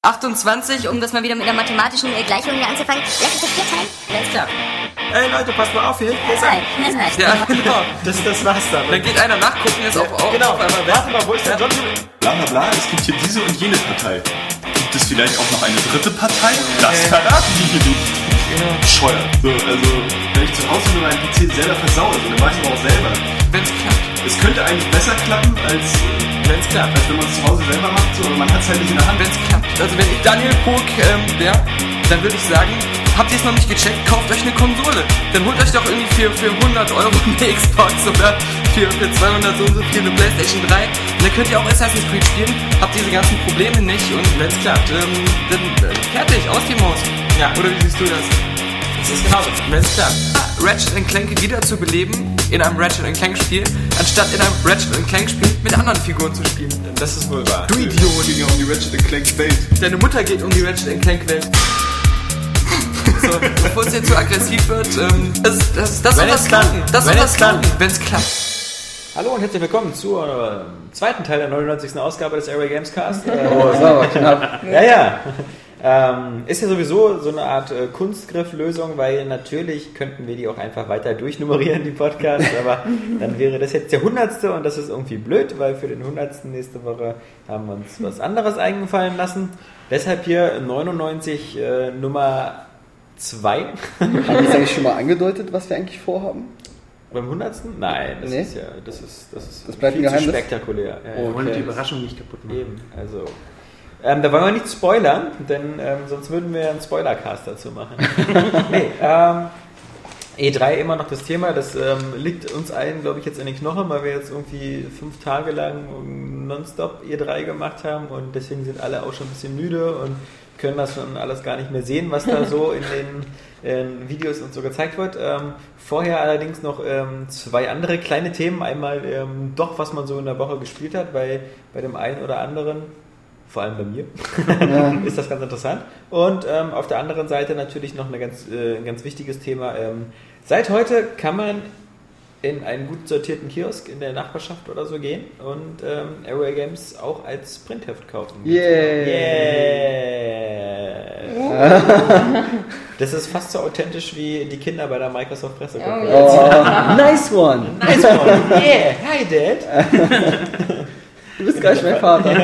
28, um das mal wieder mit einer mathematischen Gleichung hier anzufangen. Lass uns das 4 teilen. Alles klar. Ey Leute, passt mal auf, hier hinten ist ein. Ja, genau. Das war's dann. Dann geht einer nachgucken, jetzt auf genau, aber warte mal, wo ist der John? Bla bla bla, es gibt hier diese und jene Partei. Gibt es vielleicht auch noch eine dritte Partei? Das verraten die hier nicht. Bescheuert. So, also, wenn ich zu Hause nur meinen PC selber versaue, dann weiß ich aber auch selber. Wenn es klappt. Es könnte eigentlich besser klappen, als wenn es klappt. Als wenn man es zu Hause selber macht, so, aber man hat es halt nicht in der Hand. Wenn es klappt. Also wenn ich Daniel Pog wäre, dann würde ich sagen, habt ihr es noch nicht gecheckt, kauft euch eine Konsole. Dann holt euch doch irgendwie für 100 Euro eine Xbox oder für 200 so und so viel eine Playstation 3. Und dann könnt ihr auch Assassin's Creed spielen, habt diese ganzen Probleme nicht und wenn es klappt, dann fertig, aus die Maus. Ja. Oder wie siehst du das? Das ist genauso, wenn es klappt. Ratchet & Clank wieder zu beleben in einem Ratchet & Clank Spiel, anstatt in einem Ratchet & Clank Spiel mit anderen Figuren zu spielen. Das ist wohl wahr. Du Idiot! Ging ja um die Ratchet & Clank Welt. Deine Mutter geht um die Ratchet & Clank Welt. So, bevor es jetzt zu aggressiv wird, das soll das klappen. Das soll das klappen, wenn es klappt. Hallo und herzlich willkommen zur zweiten Teil der 99. Ausgabe des Airway Games Cast. Oh, sauber, knapp. Ja. Ist ja sowieso so eine Art Kunstgrifflösung, weil natürlich könnten wir die auch einfach weiter durchnummerieren, die Podcasts, aber dann wäre das jetzt der 100. und das ist irgendwie blöd, weil für den 100. nächste Woche haben wir uns was anderes eingefallen lassen. Deshalb hier 99 Nummer 2. Haben wir es eigentlich schon mal angedeutet, was wir eigentlich vorhaben? Beim 100. Nein, das ist ja, das bleibt viel ein Geheimnis. zu spektakulär. Ja, Wir wollen die Überraschung nicht kaputt machen. Eben, also... da wollen wir nicht spoilern, denn sonst würden wir einen Spoilercast dazu machen. Nee, E3 immer noch das Thema, das liegt uns allen, glaube ich, jetzt in den Knochen, weil wir jetzt irgendwie 5 Tage lang nonstop E3 gemacht haben und deswegen sind alle auch schon ein bisschen müde und können das schon alles gar nicht mehr sehen, was da so in den Videos und so gezeigt wird. Vorher allerdings noch 2 andere kleine Themen. Einmal doch, was man so in der Woche gespielt hat, weil bei dem einen oder anderen, vor allem bei mir, ist das ganz interessant. Und auf der anderen Seite natürlich noch ein ganz wichtiges Thema. Seit heute kann man in einen gut sortierten Kiosk in der Nachbarschaft oder so gehen und Airway Games auch als Printheft kaufen. Das ist fast so authentisch wie die Kinder bei der Microsoft Pressekonferenz. Oh, nice one! Nice one! Yeah! Hi, Dad! Du bist gar nicht mein Vater.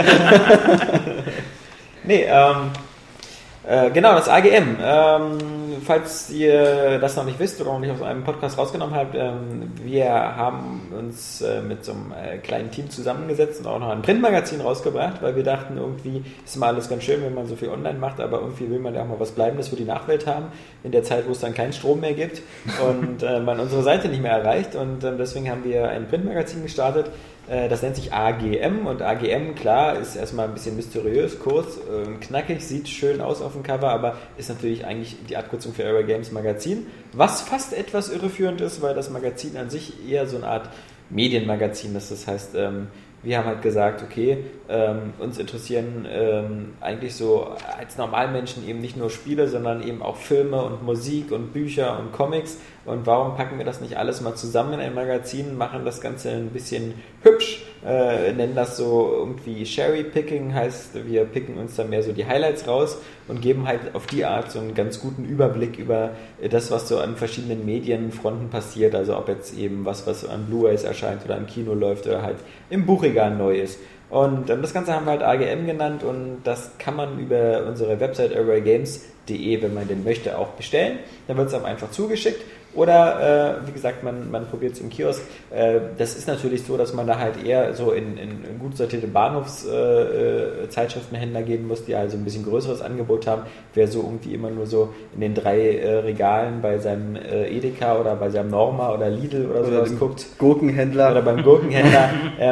Nee, genau, das AGM. Falls ihr das noch nicht wisst oder noch nicht aus einem Podcast rausgenommen habt, wir haben uns mit so einem kleinen Team zusammengesetzt und auch noch ein Printmagazin rausgebracht, weil wir dachten, irgendwie ist immer alles ganz schön, wenn man so viel online macht, aber irgendwie will man ja auch mal was Bleibendes für die Nachwelt haben, in der Zeit, wo es dann keinen Strom mehr gibt und man unsere Seite nicht mehr erreicht und deswegen haben wir ein Printmagazin gestartet. Das nennt sich AGM und AGM, klar, ist erstmal ein bisschen mysteriös, kurz, knackig, sieht schön aus auf dem Cover, aber ist natürlich eigentlich die Abkürzung für Airway Games Magazin, was fast etwas irreführend ist, weil das Magazin an sich eher so eine Art Medienmagazin ist. Das heißt, wir haben halt gesagt, okay, uns interessieren eigentlich so als Normalmenschen eben nicht nur Spiele, sondern eben auch Filme und Musik und Bücher und Comics. Und warum packen wir das nicht alles mal zusammen in ein Magazin, machen das Ganze ein bisschen hübsch, nennen das so irgendwie Cherry-Picking, heißt, wir picken uns dann mehr so die Highlights raus und geben halt auf die Art so einen ganz guten Überblick über das, was so an verschiedenen Medienfronten passiert, also ob jetzt eben was an Blu-rays erscheint oder im Kino läuft oder halt im Buchregal neu ist. Und das Ganze haben wir halt AGM genannt und das kann man über unsere Website airwaygames.de, wenn man den möchte, auch bestellen. Dann wird es einem einfach zugeschickt. Oder, wie gesagt, man probiert es im Kiosk. Das ist natürlich so, dass man da halt eher so in gut sortierte Bahnhofszeitschriftenhändler gehen muss, die also ein bisschen größeres Angebot haben. Wer so irgendwie immer nur so in den 3 Regalen bei seinem Edeka oder bei seinem Norma oder Lidl oder sowas guckt. Gurkenhändler. Oder beim Gurkenhändler.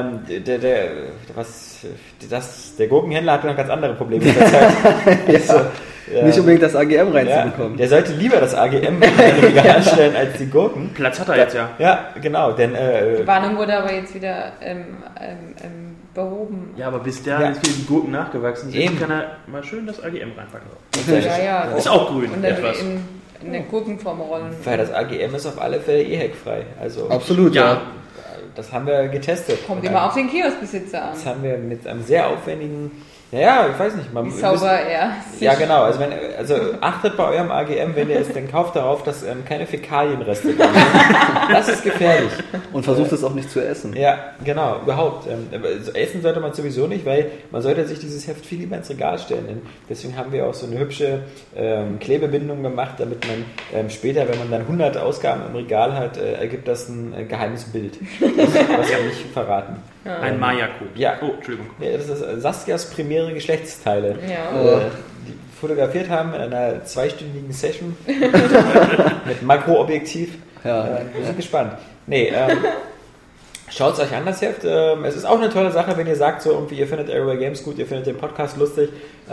Der Gurkenhändler hat noch ganz andere Probleme in der Zeit. Nicht unbedingt das AGM reinzubekommen. Der sollte lieber das AGM Regal stellen als die Gurken. Platz hat er jetzt ja. Ja, genau. Denn, die Warnung wurde aber jetzt wieder behoben. Ja, aber bis da jetzt wieder die Gurken nachgewachsen sind, kann er mal schön das AGM reinpacken. Ja. Ist auch grün. Und dann in der Gurkenform rollen. Weil das AGM ist auf alle Fälle heckfrei. Also, absolut, ja. Das haben wir getestet. Kommt immer auf den Kioskbesitzer an. Das haben wir mit einem sehr aufwendigen Ja, ich weiß nicht. Wie sauber er sich. Ja, genau. Also achtet bei eurem AGM, wenn ihr es denn kauft, darauf, dass keine Fäkalienreste da sind. Das ist gefährlich. Und versucht es auch nicht zu essen. Ja, genau, überhaupt. Essen sollte man sowieso nicht, weil man sollte sich dieses Heft viel lieber ins Regal stellen. Deswegen haben wir auch so eine hübsche Klebebindung gemacht, damit man später, wenn man dann 100 Ausgaben im Regal hat, ergibt das ein geheimes Bild. Was wir nicht verraten. Ja. Ein Maya-Code. Ja. Oh, Entschuldigung. Ja, das ist Saskias primäre Geschlechtsteile. Ja. Die fotografiert haben in einer 2-stündigen Session mit Makroobjektiv. Ja. Wir sind gespannt. Nee, schaut es euch an, das Heft. Es ist auch eine tolle Sache, wenn ihr sagt, so irgendwie, ihr findet Everywhere Games gut, ihr findet den Podcast lustig.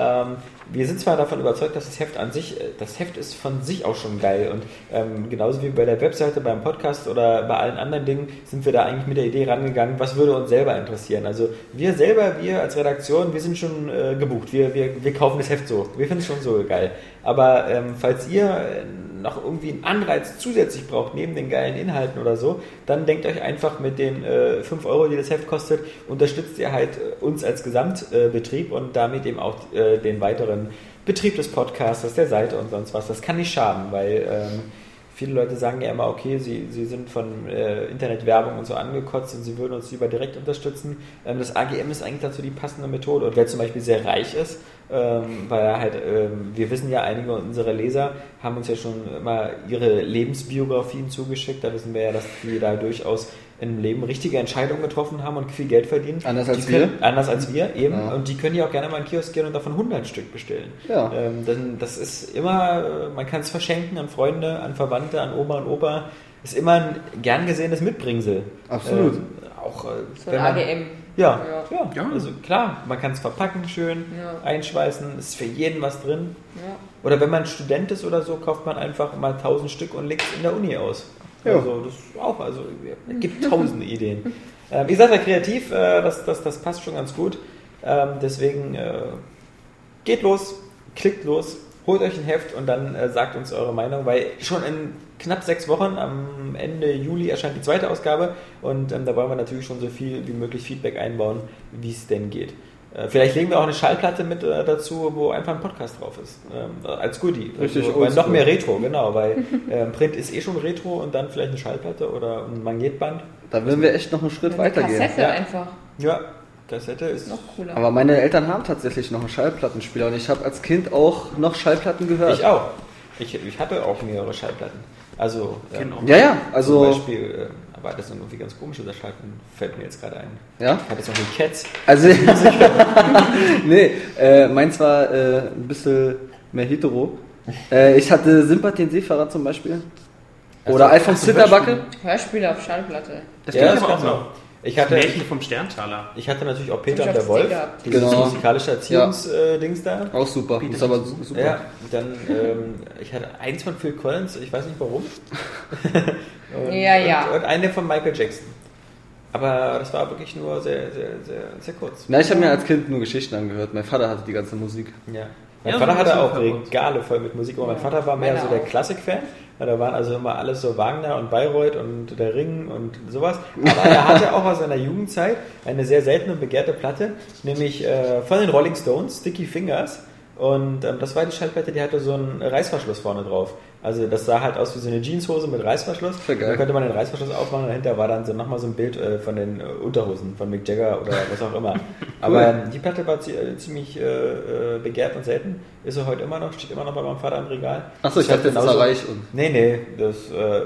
Wir sind zwar davon überzeugt, dass das Heft ist von sich auch schon geil und genauso wie bei der Webseite, beim Podcast oder bei allen anderen Dingen sind wir da eigentlich mit der Idee rangegangen, was würde uns selber interessieren. Also wir als Redaktion, wir sind schon gebucht, wir kaufen das Heft so, wir finden es schon so geil. Aber falls ihr noch irgendwie einen Anreiz zusätzlich braucht, neben den geilen Inhalten oder so, dann denkt euch einfach mit den 5 €, die das Heft kostet, unterstützt ihr halt uns als Gesamtbetrieb und damit eben auch den weiteren Betrieb des Podcasts, der Seite und sonst was. Das kann nicht schaden, weil viele Leute sagen ja immer, okay, sie sind von Internetwerbung und so angekotzt und sie würden uns lieber direkt unterstützen. Das AGM ist eigentlich dazu die passende Methode. Und wer zum Beispiel sehr reich ist, weil halt, wir wissen ja, einige unserer Leser haben uns ja schon immer ihre Lebensbiografien zugeschickt. Da wissen wir ja, dass die da durchaus im Leben richtige Entscheidungen getroffen haben und viel Geld verdienen. Anders als wir, eben. Ja. Und die können ja auch gerne mal in den Kiosk gehen und davon 100 Stück bestellen. Ja. Denn das ist immer, man kann es verschenken an Freunde, an Verwandte, an Oma und Opa. Ist immer ein gern gesehenes Mitbringsel. Absolut. Auch so ein AGM. Ja, also klar, man kann es verpacken schön, Ja. einschweißen, ist für jeden was drin. Ja. Oder wenn man Student ist oder so, kauft man einfach mal 1000 Stück und legt es in der Uni aus. Ja. Also das auch, es gibt tausende Ideen. Ihr seid ja kreativ, das passt schon ganz gut. Deswegen geht los, klickt los, holt euch ein Heft und dann sagt uns eure Meinung, weil schon in knapp 6 Wochen, am Ende Juli, erscheint die 2. Ausgabe und da wollen wir natürlich schon so viel wie möglich Feedback einbauen, wie es denn geht. Vielleicht legen wir auch eine Schallplatte mit dazu, wo einfach ein Podcast drauf ist, als Goodie. Richtig, also, weil noch mehr Retro, genau, weil Print ist schon Retro und dann vielleicht eine Schallplatte oder ein Magnetband. Da würden wir echt noch einen Schritt weitergehen. Kassette einfach. Ja, Kassette ist noch cooler. Aber meine Eltern haben tatsächlich noch einen Schallplattenspieler und ich habe als Kind auch noch Schallplatten gehört. Ich auch. Ich hatte auch mehrere Schallplatten. Also, ja, also zum Beispiel, aber das sind irgendwie ganz komische Schallplatten, fällt mir jetzt gerade ein. Ja? Ich hatte jetzt noch die Cats. Also, nee, meins war ein bisschen mehr hetero. Ich hatte Sympathien Seefahrer zum Beispiel. Oder Alfons Zitterbacke. Hörspiele auf Schallplatte. Das Ja, geht das aber auch kann noch. Ich Das hatte, Märchen vom Sterntaler. ich hatte natürlich auch Das Peter hab und ich der auf CD Wolf, gehabt. dieses Genau. musikalische Erziehungsdings da. Auch super. Bietet Ist aber sich super. Ja, dann, ich hatte eins von Phil Collins, ich weiß nicht warum. Ja. Und eine von Michael Jackson. Aber das war wirklich nur sehr, sehr, sehr, sehr kurz. Na, ich habe mir als Kind nur Geschichten angehört. Mein Vater hatte die ganze Musik. Ja. Mein Ja, Vater so hatte was auch für uns. Regale voll mit Musik, aber mein Ja, Vater war mehr meiner so der auch. Klassikfan. Ja, da waren also immer alles so Wagner und Bayreuth und der Ring und sowas. Aber er hatte auch aus seiner Jugendzeit eine sehr seltene und begehrte Platte, nämlich von den Rolling Stones, Sticky Fingers. Und das war die Schallplatte, die hatte so einen Reißverschluss vorne drauf. Also das sah halt aus wie so eine Jeanshose mit Reißverschluss. Voll geil. Da konnte man den Reißverschluss aufmachen und dahinter war dann so nochmal so ein Bild von den Unterhosen von Mick Jagger oder was auch immer. Aber die Platte war ziemlich begehrt und selten. Ist sie heute immer noch, steht immer noch bei meinem Vater im Regal. Achso, ich dachte, das ist reich. Nee, das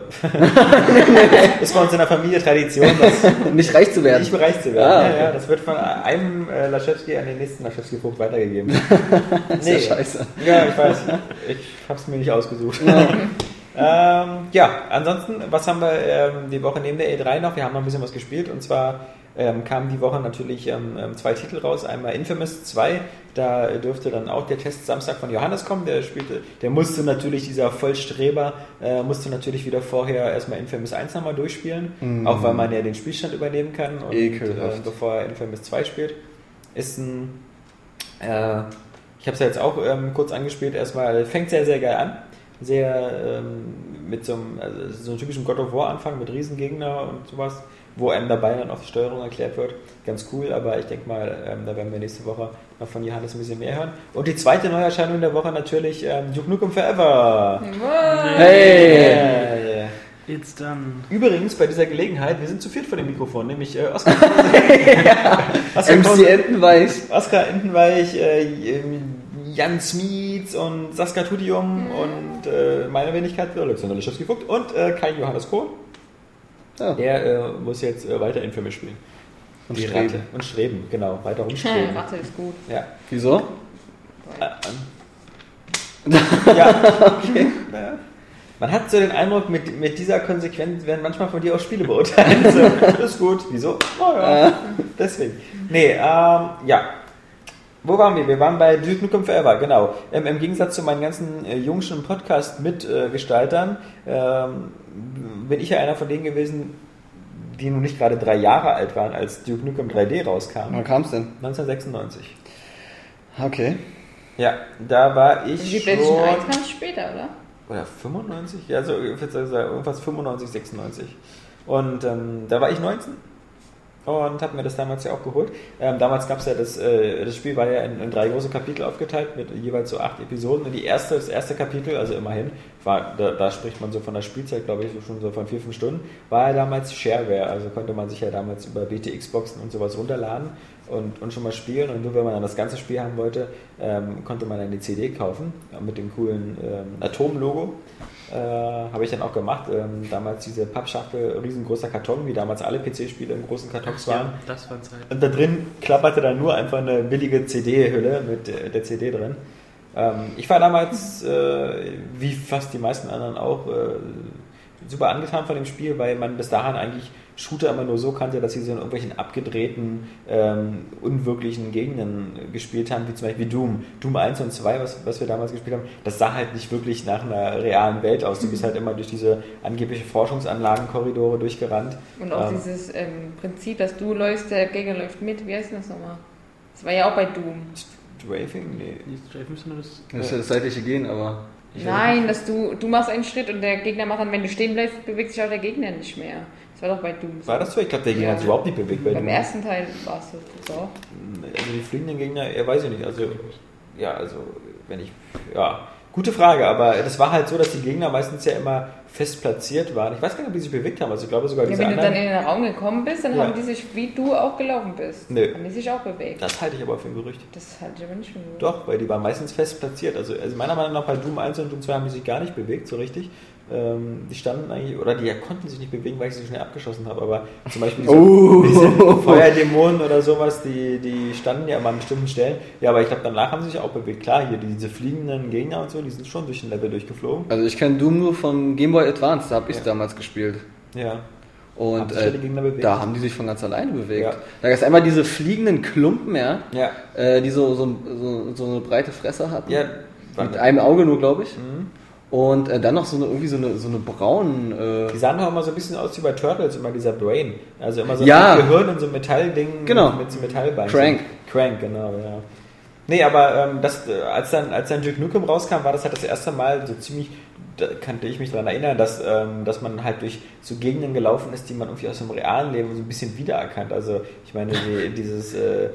ist bei uns in der Familie Tradition, dass Nicht reich zu werden. nicht bereich zu werden. Ah, okay. Ja, das wird von einem Laschewski an den nächsten Laschewski-Vogt weitergegeben. Das ist ja scheiße. Ja, ich weiß. Ich hab's mir nicht ausgesucht. Ansonsten, was haben wir die Woche neben der E3 noch? Wir haben noch ein bisschen was gespielt und zwar kamen die Woche natürlich 2 Titel raus. Einmal Infamous 2, da dürfte dann auch der Test Samstag von Johannes kommen. Der musste natürlich, dieser Vollstreber, musste natürlich wieder vorher erstmal Infamous 1 nochmal durchspielen, auch weil man ja den Spielstand übernehmen kann und Ekelhaft. bevor er Infamous 2 spielt. Ist ein ich habe es ja jetzt auch kurz angespielt, erstmal fängt sehr, sehr geil an. Sehr mit so einem typischen God of War Anfang mit Riesengegner und sowas, wo einem dabei dann auch die Steuerung erklärt wird. Ganz cool, aber ich denke mal, da werden wir nächste Woche noch von Johannes ein bisschen mehr hören. Und die zweite Neuerscheinung der Woche natürlich Duke Nukem Forever. Hey! It's done. Übrigens, bei dieser Gelegenheit, wir sind zu viert vor dem Mikrofon, nämlich Oskar. MC Entenweich. Oskar Entenweich, Jan Smietz und Saskia Tudium und meine Wenigkeit, Alexander Lischewski-Vogt und kein Johannes Kohl. Ja. Der muss jetzt weiter Infamous spielen. Und Die streben. Ratte. Und streben, genau. Weiter rumstreben. Ratte ist gut. Ja. Wieso? Ja. Okay. Ja. Man hat so den Eindruck, mit dieser Konsequenz werden manchmal von dir auch Spiele beurteilt. So, das ist gut. Wieso? Oh ja. Deswegen. Nee, ja. Wo waren wir? Wir waren bei Duke Nukem Forever, genau. Im Gegensatz zu meinen ganzen jungschen Podcast-Mitgestaltern bin ich ja einer von denen gewesen, die nun nicht gerade 3 Jahre alt waren, als Duke Nukem 3D rauskam. Wann kam es denn? 1996. Okay. Ja, da war ich Die PlayStation 1 schon... kam später, oder? Oder 95? Ja, so ich würde sagen, irgendwas 95, 96. Und da war ich 19 und habe mir das damals ja auch geholt. Damals gab es ja das Spiel war ja in 3 große Kapitel aufgeteilt mit jeweils so 8 Episoden. Und das erste Kapitel, also immerhin, da spricht man so von der Spielzeit, glaube ich, schon so von 4-5 Stunden, war ja damals Shareware. Also konnte man sich ja damals über BTX-Boxen und sowas runterladen und schon mal spielen. Und nur wenn man dann das ganze Spiel haben wollte, konnte man dann die CD kaufen mit dem coolen Atom-Logo. Habe ich dann auch gemacht. Damals diese Pappschachtel, riesengroßer Karton, wie damals alle PC-Spiele in großen Kartons waren. Ja, das war Zeit. Und da drin klapperte dann nur einfach eine billige CD-Hülle mit der CD drin. Ich war damals, wie fast die meisten anderen auch, super angetan von dem Spiel, weil man bis dahin eigentlich Shooter immer nur so kannte, dass sie so in irgendwelchen abgedrehten, unwirklichen Gegenden gespielt haben, wie zum Beispiel Doom. Doom 1 und 2, was wir damals gespielt haben, das sah halt nicht wirklich nach einer realen Welt aus. Du bist halt immer durch diese angebliche Forschungsanlagenkorridore durchgerannt. Und auch dieses Prinzip, dass du läufst, der Gegner läuft mit. Wie heißt das nochmal? Das war ja auch bei Doom. Strafing? Nee. Das ist ja das seitliche Gehen, aber... Nein, dass du machst einen Schritt und der Gegner macht dann, wenn du stehen bleibst, bewegt sich auch der Gegner nicht mehr. Das war doch bei Doom so. War das so? Ich glaube, der Gegner hat sich überhaupt nicht bewegt bei Beim Doom. ersten Teil war es so. Also die fliegenden Gegner, weiß ich nicht. Gute Frage, aber das war halt so, dass die Gegner meistens ja immer fest platziert waren. Ich weiß gar nicht, ob die sich bewegt haben. Also ich glaube sogar Ja, diese wenn du dann anderen... in den Raum gekommen bist, dann Ja. haben die sich, wie du auch gelaufen bist, Nö. haben die sich auch bewegt. Das halte ich aber für ein Gerücht. Das halte ich aber nicht für gut. Doch, weil die waren meistens fest platziert. Also meiner Meinung nach bei Doom 1 und Doom 2 haben die sich gar nicht bewegt, so richtig. Die standen eigentlich, oder die konnten sich nicht bewegen, weil ich sie so schnell abgeschossen habe. Aber zum Beispiel diese Feuerdämonen oder sowas, die standen ja immer an bestimmten Stellen. Ja, aber ich glaube, danach haben sie sich auch bewegt. Klar, hier diese fliegenden Gegner und so, die sind schon durch den Level durchgeflogen. Also ich kenne Doom nur von Game Boy Advance, da habe ich es damals gespielt. Ja. Und Haben sich ja die Gegner bewegt? da haben die sich von ganz alleine bewegt. Ja. Da gab es einmal diese fliegenden Klumpen, Ja. die so eine breite Fresse hatten. Ja. Mit einem Auge nur, glaube ich. Und dann noch so eine braunen... Die sahen doch immer so ein bisschen aus wie bei Turtles, immer dieser Brain. Also immer so Ja. ein Gehirn in so einem Metallding Genau. mit so Metallbeinen. Crank, genau, ja. Nee, aber als dann Duke Nukem rauskam, war das halt das erste Mal so ziemlich, da kannte ich mich daran erinnern, dass man halt durch so Gegenden gelaufen ist, die man irgendwie aus dem realen Leben so ein bisschen wiedererkannt. Also ich meine, dieses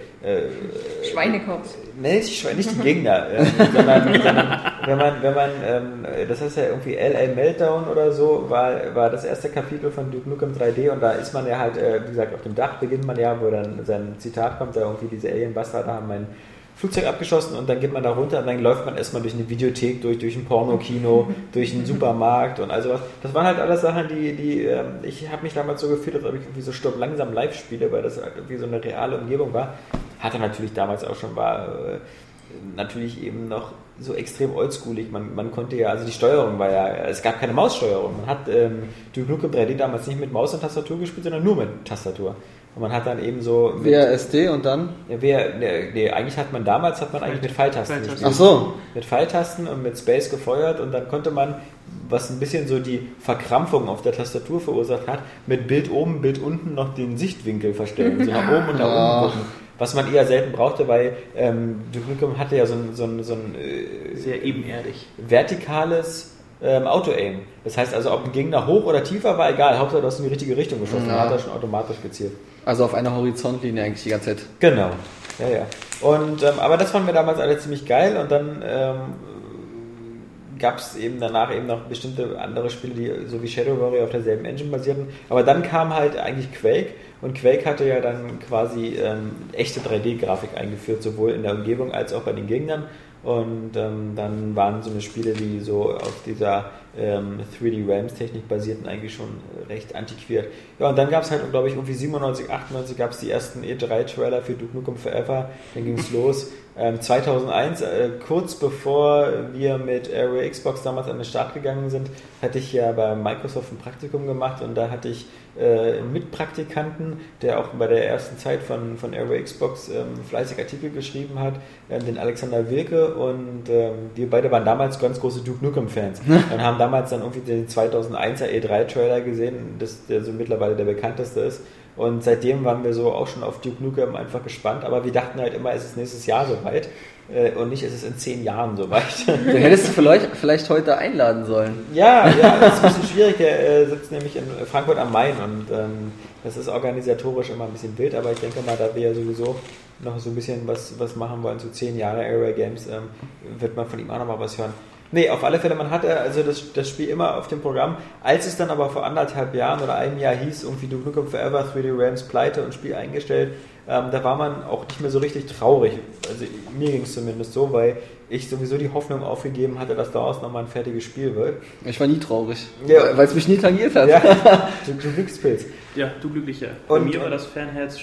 Schweinekopf. Nee, nicht die Gegner, sondern wenn man das heißt ja irgendwie LA Meltdown oder so, war das erste Kapitel von Duke Nukem 3D und da ist man ja halt, wie gesagt, auf dem Dach beginnt man ja, wo dann sein Zitat kommt, da irgendwie diese Alien-Bastarde haben mein Flugzeug abgeschossen und dann geht man da runter und dann läuft man erstmal durch eine Videothek, durch ein Pornokino, durch einen Supermarkt und all sowas. Das waren halt alles Sachen, die ich habe mich damals so gefühlt, als ob ich irgendwie so Sturm langsam live spiele, weil das halt irgendwie so eine reale Umgebung war. Hatte natürlich damals auch schon, war natürlich eben noch so extrem oldschoolig. Man konnte ja, also die Steuerung war ja, es gab keine Maussteuerung. Man hat Duke Nukem 3D damals nicht mit Maus und Tastatur gespielt, sondern nur mit Tastatur. Und man hat dann eben so... WASD und dann? Eigentlich hat man eigentlich mit Pfeiltasten gespielt. Ach so. Mit Pfeiltasten und mit Space gefeuert und dann konnte man, was ein bisschen so die Verkrampfung auf der Tastatur verursacht hat, mit Bild oben, Bild unten noch den Sichtwinkel verstellen. So nach oben und nach unten gucken. Was man eher selten brauchte, weil Duke Nukem hatte ja so ein sehr ebenerdig vertikales Auto-Aim. Das heißt also, ob ein Gegner hoch oder tiefer war, egal. Hauptsache, du hast in die richtige Richtung geschossen. Dann hat er schon automatisch gezielt. Also auf einer Horizontlinie eigentlich die ganze Zeit. Genau, ja. Und, aber das fanden wir damals alle ziemlich geil und dann gab es eben danach eben noch bestimmte andere Spiele, die so wie Shadow Warrior auf derselben Engine basierten. Aber dann kam halt eigentlich Quake und Quake hatte ja dann quasi echte 3D-Grafik eingeführt, sowohl in der Umgebung als auch bei den Gegnern. Und dann waren so eine Spiele, die so auf dieser 3D Realms-Technik basierten, eigentlich schon recht antiquiert. Ja, und dann gab es halt, glaube ich, irgendwie 97, 98 gab es die ersten E3-Trailer für Duke Nukem Forever. Dann ging es los. 2001, kurz bevor wir mit Area Xbox damals an den Start gegangen sind, hatte ich ja bei Microsoft ein Praktikum gemacht und da hatte ich einen Mitpraktikanten, der auch bei der ersten Zeit von Area Xbox fleißig Artikel geschrieben hat, den Alexander Wilke, und wir beide waren damals ganz große Duke Nukem-Fans und haben damals dann irgendwie den 2001er E3-Trailer gesehen, der so mittlerweile der bekannteste ist. Und seitdem waren wir so auch schon auf Duke Nukem einfach gespannt, aber wir dachten halt immer, es ist nächstes Jahr soweit und nicht, es ist in 10 Jahren soweit. Du hättest du vielleicht heute einladen sollen. Ja, das ist ein bisschen schwierig, der sitzt nämlich in Frankfurt am Main und das ist organisatorisch immer ein bisschen wild, aber ich denke mal, da wir ja sowieso noch so ein bisschen was machen wollen, so 10 Jahre Area Games, wird man von ihm auch nochmal was hören. Nee, auf alle Fälle, man hatte also das Spiel immer auf dem Programm. Als es dann aber vor 1,5 Jahren oder einem Jahr hieß, irgendwie Duke Nukem Forever, 3D Realms pleite und Spiel eingestellt, da war man auch nicht mehr so richtig traurig. Also mir ging es zumindest so, weil ich sowieso die Hoffnung aufgegeben hatte, dass daraus nochmal ein fertiges Spiel wird. Ich war nie traurig, ja, weil es mich nie tangiert hat. Ja, du Glückspilz. Ja, du Glücklicher. Bei mir war das Fanherz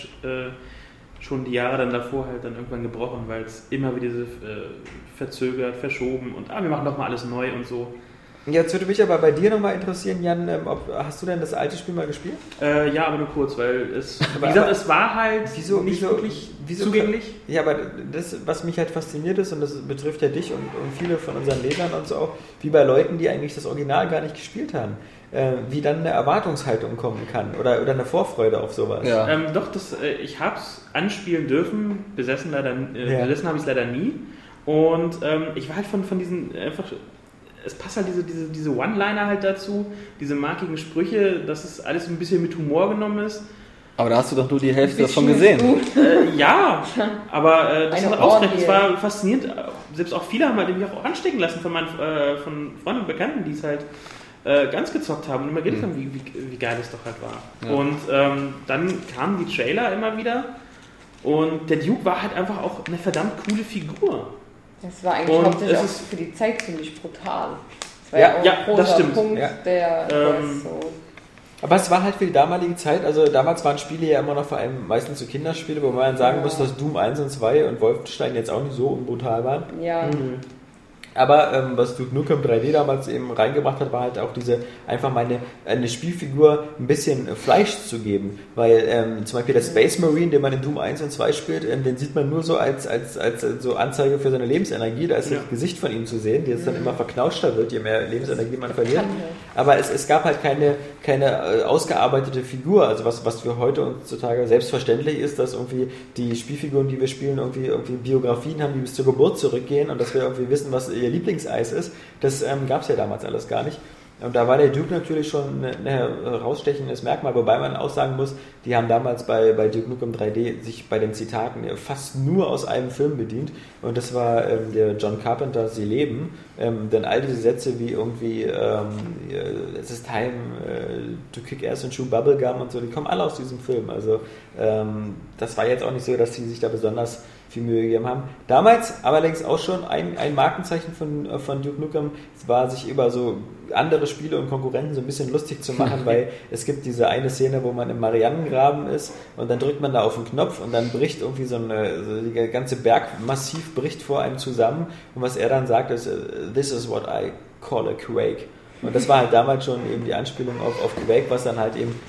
schon die Jahre dann davor halt dann irgendwann gebrochen, weil es immer wieder verzögert, verschoben und wir machen doch mal alles neu und so. Jetzt würde mich aber bei dir nochmal interessieren, Jan, hast du denn das alte Spiel mal gespielt? Ja, aber nur kurz, weil es, wie gesagt, es war halt nicht wirklich zugänglich. Ja, aber das, was mich halt fasziniert ist, und das betrifft ja dich und viele von unseren Lesern und so auch, wie bei Leuten, die eigentlich das Original gar nicht gespielt haben, wie dann eine Erwartungshaltung kommen kann oder eine Vorfreude auf sowas. Ja. Doch, ich habe es anspielen dürfen, besessen habe ich es leider nie. Und ich war halt von diesen einfach, es passt halt diese One-Liner halt dazu, diese markigen Sprüche, dass es alles ein bisschen mit Humor genommen ist. Aber da hast du doch nur die Hälfte davon gesehen. Ja, aber das hat ausgerechnet, es war faszinierend. Selbst auch viele haben halt mich auch anstecken lassen von Freunden und Bekannten, die es halt ganz gezockt haben und immer geredet haben, wie geil es doch halt war. Ja. Und dann kamen die Trailer immer wieder und der Duke war halt einfach auch eine verdammt coole Figur. Das war eigentlich hauptsächlich auch für die Zeit ziemlich brutal. Das war ja auch ein großer Punkt, der so. Aber es war halt für die damalige Zeit, also damals waren Spiele ja immer noch vor allem meistens so Kinderspiele, wo man sagen muss, dass Doom 1 und 2 und Wolfenstein jetzt auch nicht so unbrutal waren. Ja. Aber was Duke Nukem 3D damals eben reingebracht hat, war halt auch einfach mal eine Spielfigur ein bisschen Fleisch zu geben. Weil zum Beispiel der Space Marine, den man in Doom 1 und 2 spielt, den sieht man nur so als so Anzeige für seine Lebensenergie. Da ist das Gesicht von ihm zu sehen, die jetzt dann immer verknauschter wird, je mehr Lebensenergie man verliert. Aber es gab halt keine ausgearbeitete Figur. Also was für heute heutzutage selbstverständlich ist, dass irgendwie die Spielfiguren, die wir spielen, irgendwie Biografien haben, die bis zur Geburt zurückgehen und dass wir irgendwie wissen, was ihr Lieblingseis ist. Das gab es ja damals alles gar nicht. Und da war der Duke natürlich schon ein herausstechendes Merkmal, wobei man auch sagen muss, die haben damals bei Duke Nukem 3D sich bei den Zitaten fast nur aus einem Film bedient und das war der John Carpenter Sie leben, denn all diese Sätze wie irgendwie es ist time to kick ass and chew bubblegum und so, die kommen alle aus diesem Film. Also das war jetzt auch nicht so, dass sie sich da besonders viel Mühe gegeben haben. Damals allerdings auch schon ein Markenzeichen von Duke Nukem war, sich über so andere Spiele und Konkurrenten so ein bisschen lustig zu machen, weil es gibt diese eine Szene, wo man im Marianengraben ist und dann drückt man da auf den Knopf und dann bricht irgendwie der ganze Bergmassiv bricht vor einem zusammen und was er dann sagt ist, this is what I call a Quake. Und das war halt damals schon eben die Anspielung auf Quake, was dann halt eben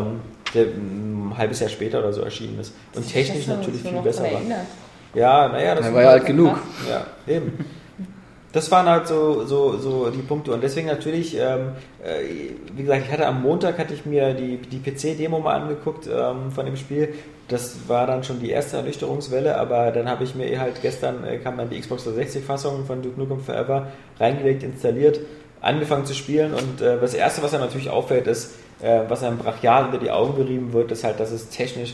ein halbes Jahr später oder so erschienen ist. Und technisch natürlich viel besser war. Ja, naja, das war ja halt genug. Ja, eben. Das waren halt so die Punkte. Und deswegen natürlich, wie gesagt, am Montag hatte ich mir die PC-Demo mal angeguckt von dem Spiel. Das war dann schon die erste Ernüchterungswelle, aber dann habe ich mir halt gestern, kam dann die Xbox 360-Fassung von Duke Nukem Forever reingelegt, installiert, angefangen zu spielen und das erste, was dann natürlich auffällt, ist, was einem brachial unter die Augen gerieben wird, ist halt, dass es technisch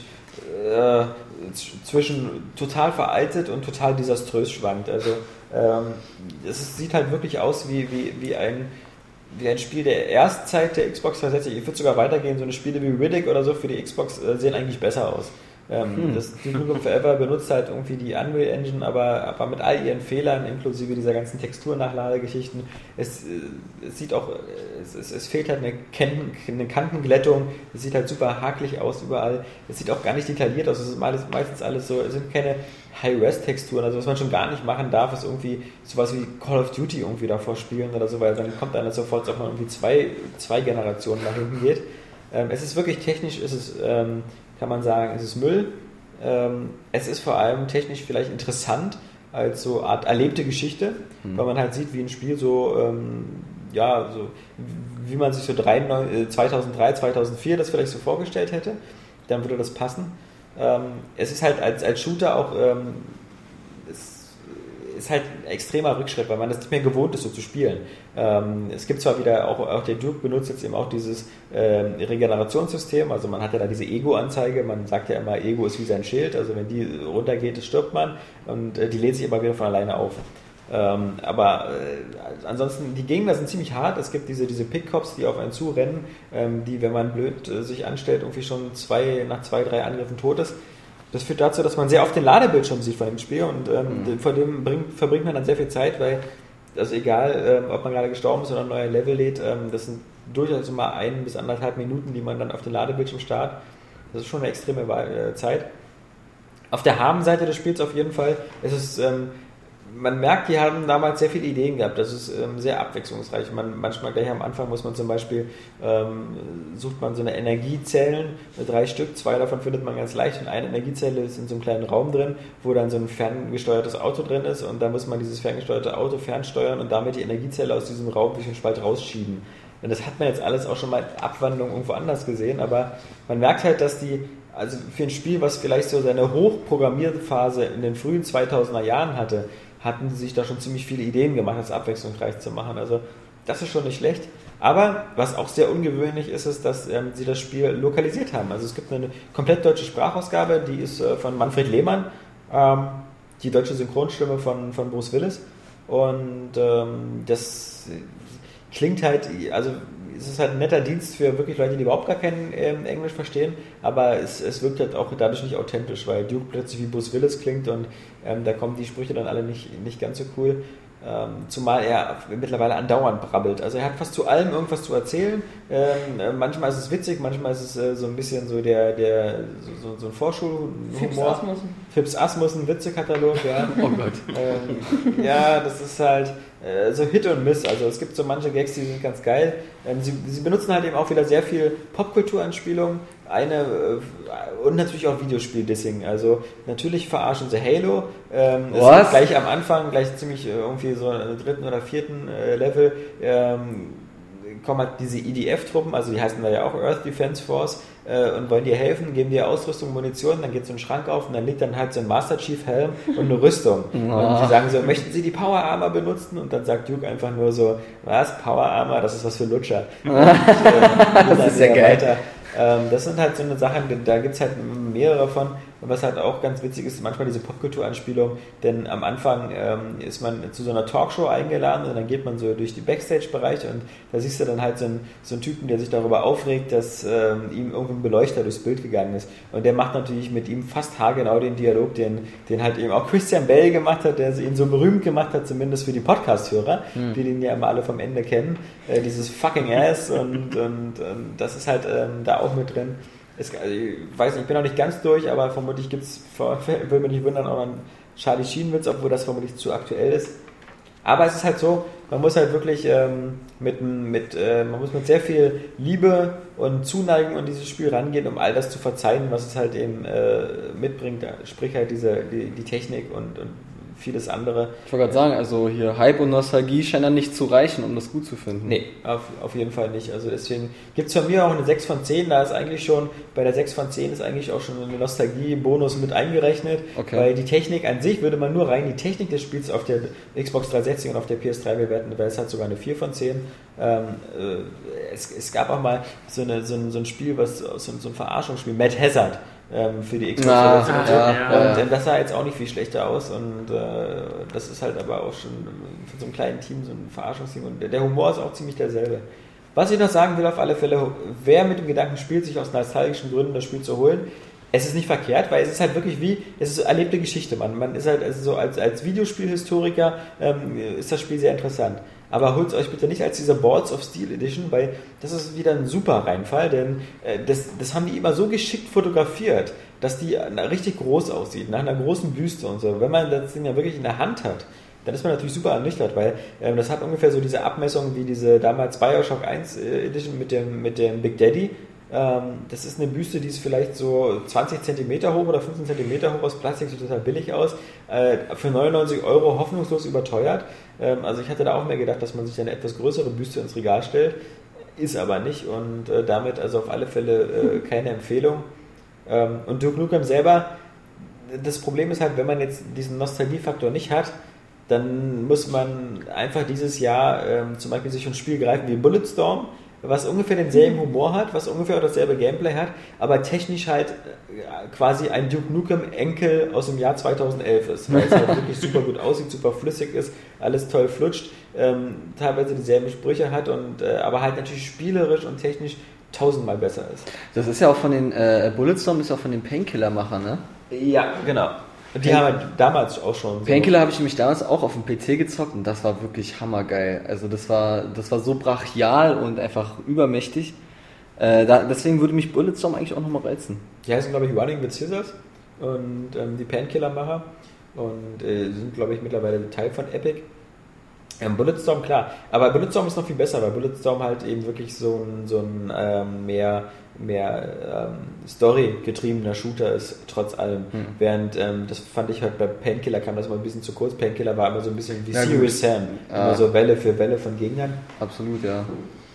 zwischen total veraltet und total desaströs schwankt. Also es sieht halt wirklich aus wie ein Spiel der Erstzeit der Xbox 360. Ich würde sogar weitergehen, so eine Spiele wie Riddick oder so für die Xbox sehen eigentlich besser aus. Das Duke Nukem Forever benutzt halt irgendwie die Unreal Engine, aber mit all ihren Fehlern, inklusive dieser ganzen Texturnachladegeschichten. Es sieht auch, es fehlt halt eine Kantenglättung, es sieht halt super hakelig aus überall, es sieht auch gar nicht detailliert aus, es ist meistens alles so, es sind keine High-Res-Texturen, also was man schon gar nicht machen darf, ist irgendwie sowas wie Call of Duty irgendwie davor spielen oder so, weil dann kommt einem das sofort, als ob man irgendwie zwei Generationen nach hinten geht. Es ist wirklich technisch, kann man sagen, es ist Müll. Es ist vor allem technisch vielleicht interessant als so eine Art erlebte Geschichte, weil man halt sieht, wie ein Spiel so wie man sich so 2003, 2004 das vielleicht so vorgestellt hätte, dann würde das passen. Es ist halt als Shooter auch ist halt ein extremer Rückschritt, weil man das nicht mehr gewohnt ist, so zu spielen. Es gibt zwar wieder, auch der Duke benutzt jetzt eben auch dieses Regenerationssystem, also man hat ja da diese Ego-Anzeige, man sagt ja immer, Ego ist wie sein Schild, also wenn die runtergeht, stirbt man und die lädt sich aber wieder von alleine auf. Aber ansonsten, die Gegner sind ziemlich hart. Es gibt diese Pick-Cops, die auf einen zurennen, die, wenn man blöd sich anstellt, irgendwie schon nach 2-3 Angriffen tot ist. Das führt dazu, dass man sehr oft den Ladebildschirm sieht von dem Spiel und vor dem verbringt man dann sehr viel Zeit, weil das egal, ob man gerade gestorben ist oder ein neuer Level lädt, das sind durchaus immer 1 bis 1,5 Minuten, die man dann auf den Ladebildschirm starrt. Das ist schon eine extreme Zeit. Auf der Habenseite des Spiels auf jeden Fall, man merkt, die haben damals sehr viele Ideen gehabt. Das ist sehr abwechslungsreich. Manchmal gleich am Anfang muss man zum Beispiel, sucht man so eine Energiezellen, 3 Stück, 2 davon findet man ganz leicht und eine Energiezelle ist in so einem kleinen Raum drin, wo dann so ein ferngesteuertes Auto drin ist und da muss man dieses ferngesteuerte Auto fernsteuern und damit die Energiezelle aus diesem Raum durch den Spalt rausschieben. Und das hat man jetzt alles auch schon mal in Abwandlung irgendwo anders gesehen, aber man merkt halt, dass also für ein Spiel, was vielleicht so seine Hochprogrammierphase in den frühen 2000er Jahren hatte, hatten sie sich da schon ziemlich viele Ideen gemacht, das abwechslungsreich zu machen. Also das ist schon nicht schlecht. Aber was auch sehr ungewöhnlich ist, ist, dass sie das Spiel lokalisiert haben. Also es gibt eine komplett deutsche Sprachausgabe, die ist von Manfred Lehmann, die deutsche Synchronstimme von Bruce Willis. Und das klingt halt, also es ist halt ein netter Dienst für wirklich Leute, die überhaupt gar kein Englisch verstehen, aber es wirkt halt auch dadurch nicht authentisch, weil Duke plötzlich wie Bruce Willis klingt und da kommen die Sprüche dann alle nicht ganz so cool. Zumal er mittlerweile andauernd brabbelt. Also er hat fast zu allem irgendwas zu erzählen. Manchmal ist es witzig, manchmal ist es so ein bisschen so so ein Vorschulhumor. Fips Asmussen, Witzekatalog, ja. Oh Gott. Ja, das ist halt so Hit und Miss. Also es gibt so manche Gags, die sind ganz geil. Sie benutzen halt eben auch wieder sehr viel Popkulturanspielungen. Und natürlich auch Videospiel-Dissing. Also natürlich verarschen sie Halo. Was? Gleich am Anfang, gleich ziemlich irgendwie so im 3. oder 4. Level kommen halt diese EDF-Truppen, also die heißen da ja auch Earth Defense Force, und wollen dir helfen, geben dir Ausrüstung, Munition, dann geht so ein Schrank auf und dann liegt dann halt so ein Master Chief Helm und eine Rüstung. Und die sagen so, möchten Sie die Power Armor benutzen? Und dann sagt Duke einfach nur so, was, Power Armor, das ist was für Lutscher. Das ist ja geil. Weiter. Das sind halt so eine Sachen, da gibt es halt mehrere von. Und was halt auch ganz witzig ist, manchmal diese Popkulturanspielung, denn am Anfang ist man zu so einer Talkshow eingeladen und dann geht man so durch die Backstage-Bereiche und da siehst du dann halt so einen Typen, der sich darüber aufregt, dass ihm irgendein Beleuchter durchs Bild gegangen ist. Und der macht natürlich mit ihm fast haargenau den Dialog, den halt eben auch Christian Bale gemacht hat, der ihn so berühmt gemacht hat, zumindest für die Podcast-Hörer, die den ja immer alle vom Ende kennen. Dieses fucking Ass und das ist halt da auch mit drin. Ich weiß nicht, ich bin noch nicht ganz durch, aber vermutlich gibt es, will mich nicht wundern, auch einen Charlie Sheen-Witz, obwohl das vermutlich zu aktuell ist. Aber es ist halt so, man muss halt wirklich man muss mit sehr viel Liebe und Zuneigung an dieses Spiel rangehen, um all das zu verzeihen, was es halt eben mitbringt. Sprich halt die Technik und vieles andere. Ich wollte gerade sagen, also hier Hype und Nostalgie scheinen dann nicht zu reichen, um das gut zu finden. Nee, auf jeden Fall nicht. Also deswegen gibt es von mir auch eine 6 von 10. Da ist eigentlich schon, bei der 6 von 10 ist eigentlich auch schon eine Nostalgie-Bonus mit eingerechnet. Okay. Weil die Technik an sich, würde man nur rein die Technik des Spiels auf der Xbox 360 und auf der PS3 bewerten, wäre es halt sogar eine 4 von 10. Es gab auch mal so ein Spiel, so ein Verarschungsspiel, Mad Hazard. Für die Xbox. Und das sah jetzt auch nicht viel schlechter aus und das ist halt aber auch schon von so einem kleinen Team so ein Verarschungsteam und der Humor ist auch ziemlich derselbe. Was ich noch sagen will auf alle Fälle, wer mit dem Gedanken spielt, sich aus nostalgischen Gründen das Spiel zu holen, es ist nicht verkehrt, weil es ist halt wirklich es ist erlebte Geschichte. Man ist halt also so als Videospielhistoriker ist das Spiel sehr interessant. Aber holt es euch bitte nicht als diese Balls of Steel Edition, weil das ist wieder ein super Reinfall, denn das haben die immer so geschickt fotografiert, dass die richtig groß aussieht, nach einer großen Büste und so. Wenn man das Ding ja wirklich in der Hand hat, dann ist man natürlich super ernüchtert, weil das hat ungefähr so diese Abmessung wie diese damals Bioshock 1 Edition mit dem Big Daddy. Das ist eine Büste, die ist vielleicht so 20 cm hoch oder 15 cm hoch aus Plastik, sieht total billig aus. Für 99 € hoffnungslos überteuert. Also ich hatte da auch mehr gedacht, dass man sich eine etwas größere Büste ins Regal stellt. Ist aber nicht und damit also auf alle Fälle keine Empfehlung. Und Duke Nukem selber, das Problem ist halt, wenn man jetzt diesen Nostalgiefaktor nicht hat, dann muss man einfach dieses Jahr zum Beispiel sich ein Spiel greifen wie Bulletstorm, was ungefähr denselben Humor hat, was ungefähr auch dasselbe Gameplay hat, aber technisch halt quasi ein Duke Nukem Enkel aus dem Jahr 2011 ist, weil es halt wirklich super gut aussieht, super flüssig ist, alles toll flutscht, teilweise dieselben Sprüche hat und aber halt natürlich spielerisch und technisch 1000-mal besser ist. Das ist ja auch von den Bulletstorm ist auch von den Painkiller-Machern, ne? Ja, genau. Die haben halt damals auch schon so. Painkiller habe ich nämlich damals auch auf dem PC gezockt und das war wirklich hammergeil. Also das war so brachial und einfach übermächtig. Deswegen würde mich Bulletstorm eigentlich auch nochmal reizen. Die heißen, glaube ich, Running with Scissors und die Painkiller-Macher und sind, glaube ich, mittlerweile Teil von Epic. Bulletstorm, klar. Aber Bulletstorm ist noch viel besser, weil Bulletstorm halt eben wirklich so ein mehr Story-getriebener Shooter ist, trotz allem. Während, das fand ich halt bei Painkiller kam das mal ein bisschen zu kurz. Painkiller war immer so ein bisschen wie Serious Sam. Immer so Welle für Welle von Gegnern. Absolut, ja.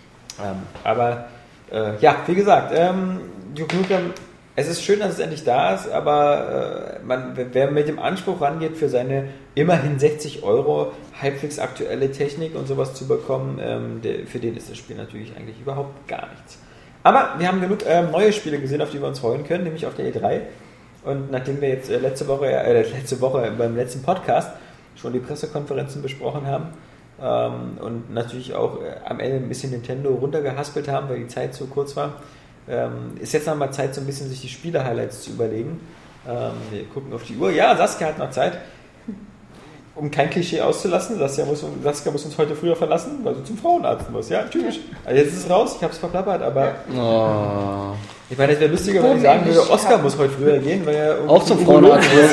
Aber, wie gesagt, Duke Nukem, es ist schön, dass es endlich da ist, aber wer mit dem Anspruch rangeht, für seine immerhin 60 € halbwegs aktuelle Technik und sowas zu bekommen, für den ist das Spiel natürlich eigentlich überhaupt gar nichts. Aber wir haben genug neue Spiele gesehen, auf die wir uns freuen können, nämlich auf der E3. Und nachdem wir jetzt letzte Woche beim letzten Podcast schon die Pressekonferenzen besprochen haben und natürlich auch am Ende ein bisschen Nintendo runtergehaspelt haben, weil die Zeit so kurz war, ist jetzt nochmal Zeit, so ein bisschen sich die Spiele-Highlights zu überlegen. Wir gucken auf die Uhr. Ja, Saskia hat noch Zeit. Um kein Klischee auszulassen, Saskia muss uns heute früher verlassen, weil sie zum Frauenarzt muss. Ja, typisch. Also jetzt ist es raus, ich habe es verplappert, aber ich meine, es wäre lustiger, wenn ich sagen würde, Oskar muss heute früher gehen, weil er auch zum Frauenarzt muss.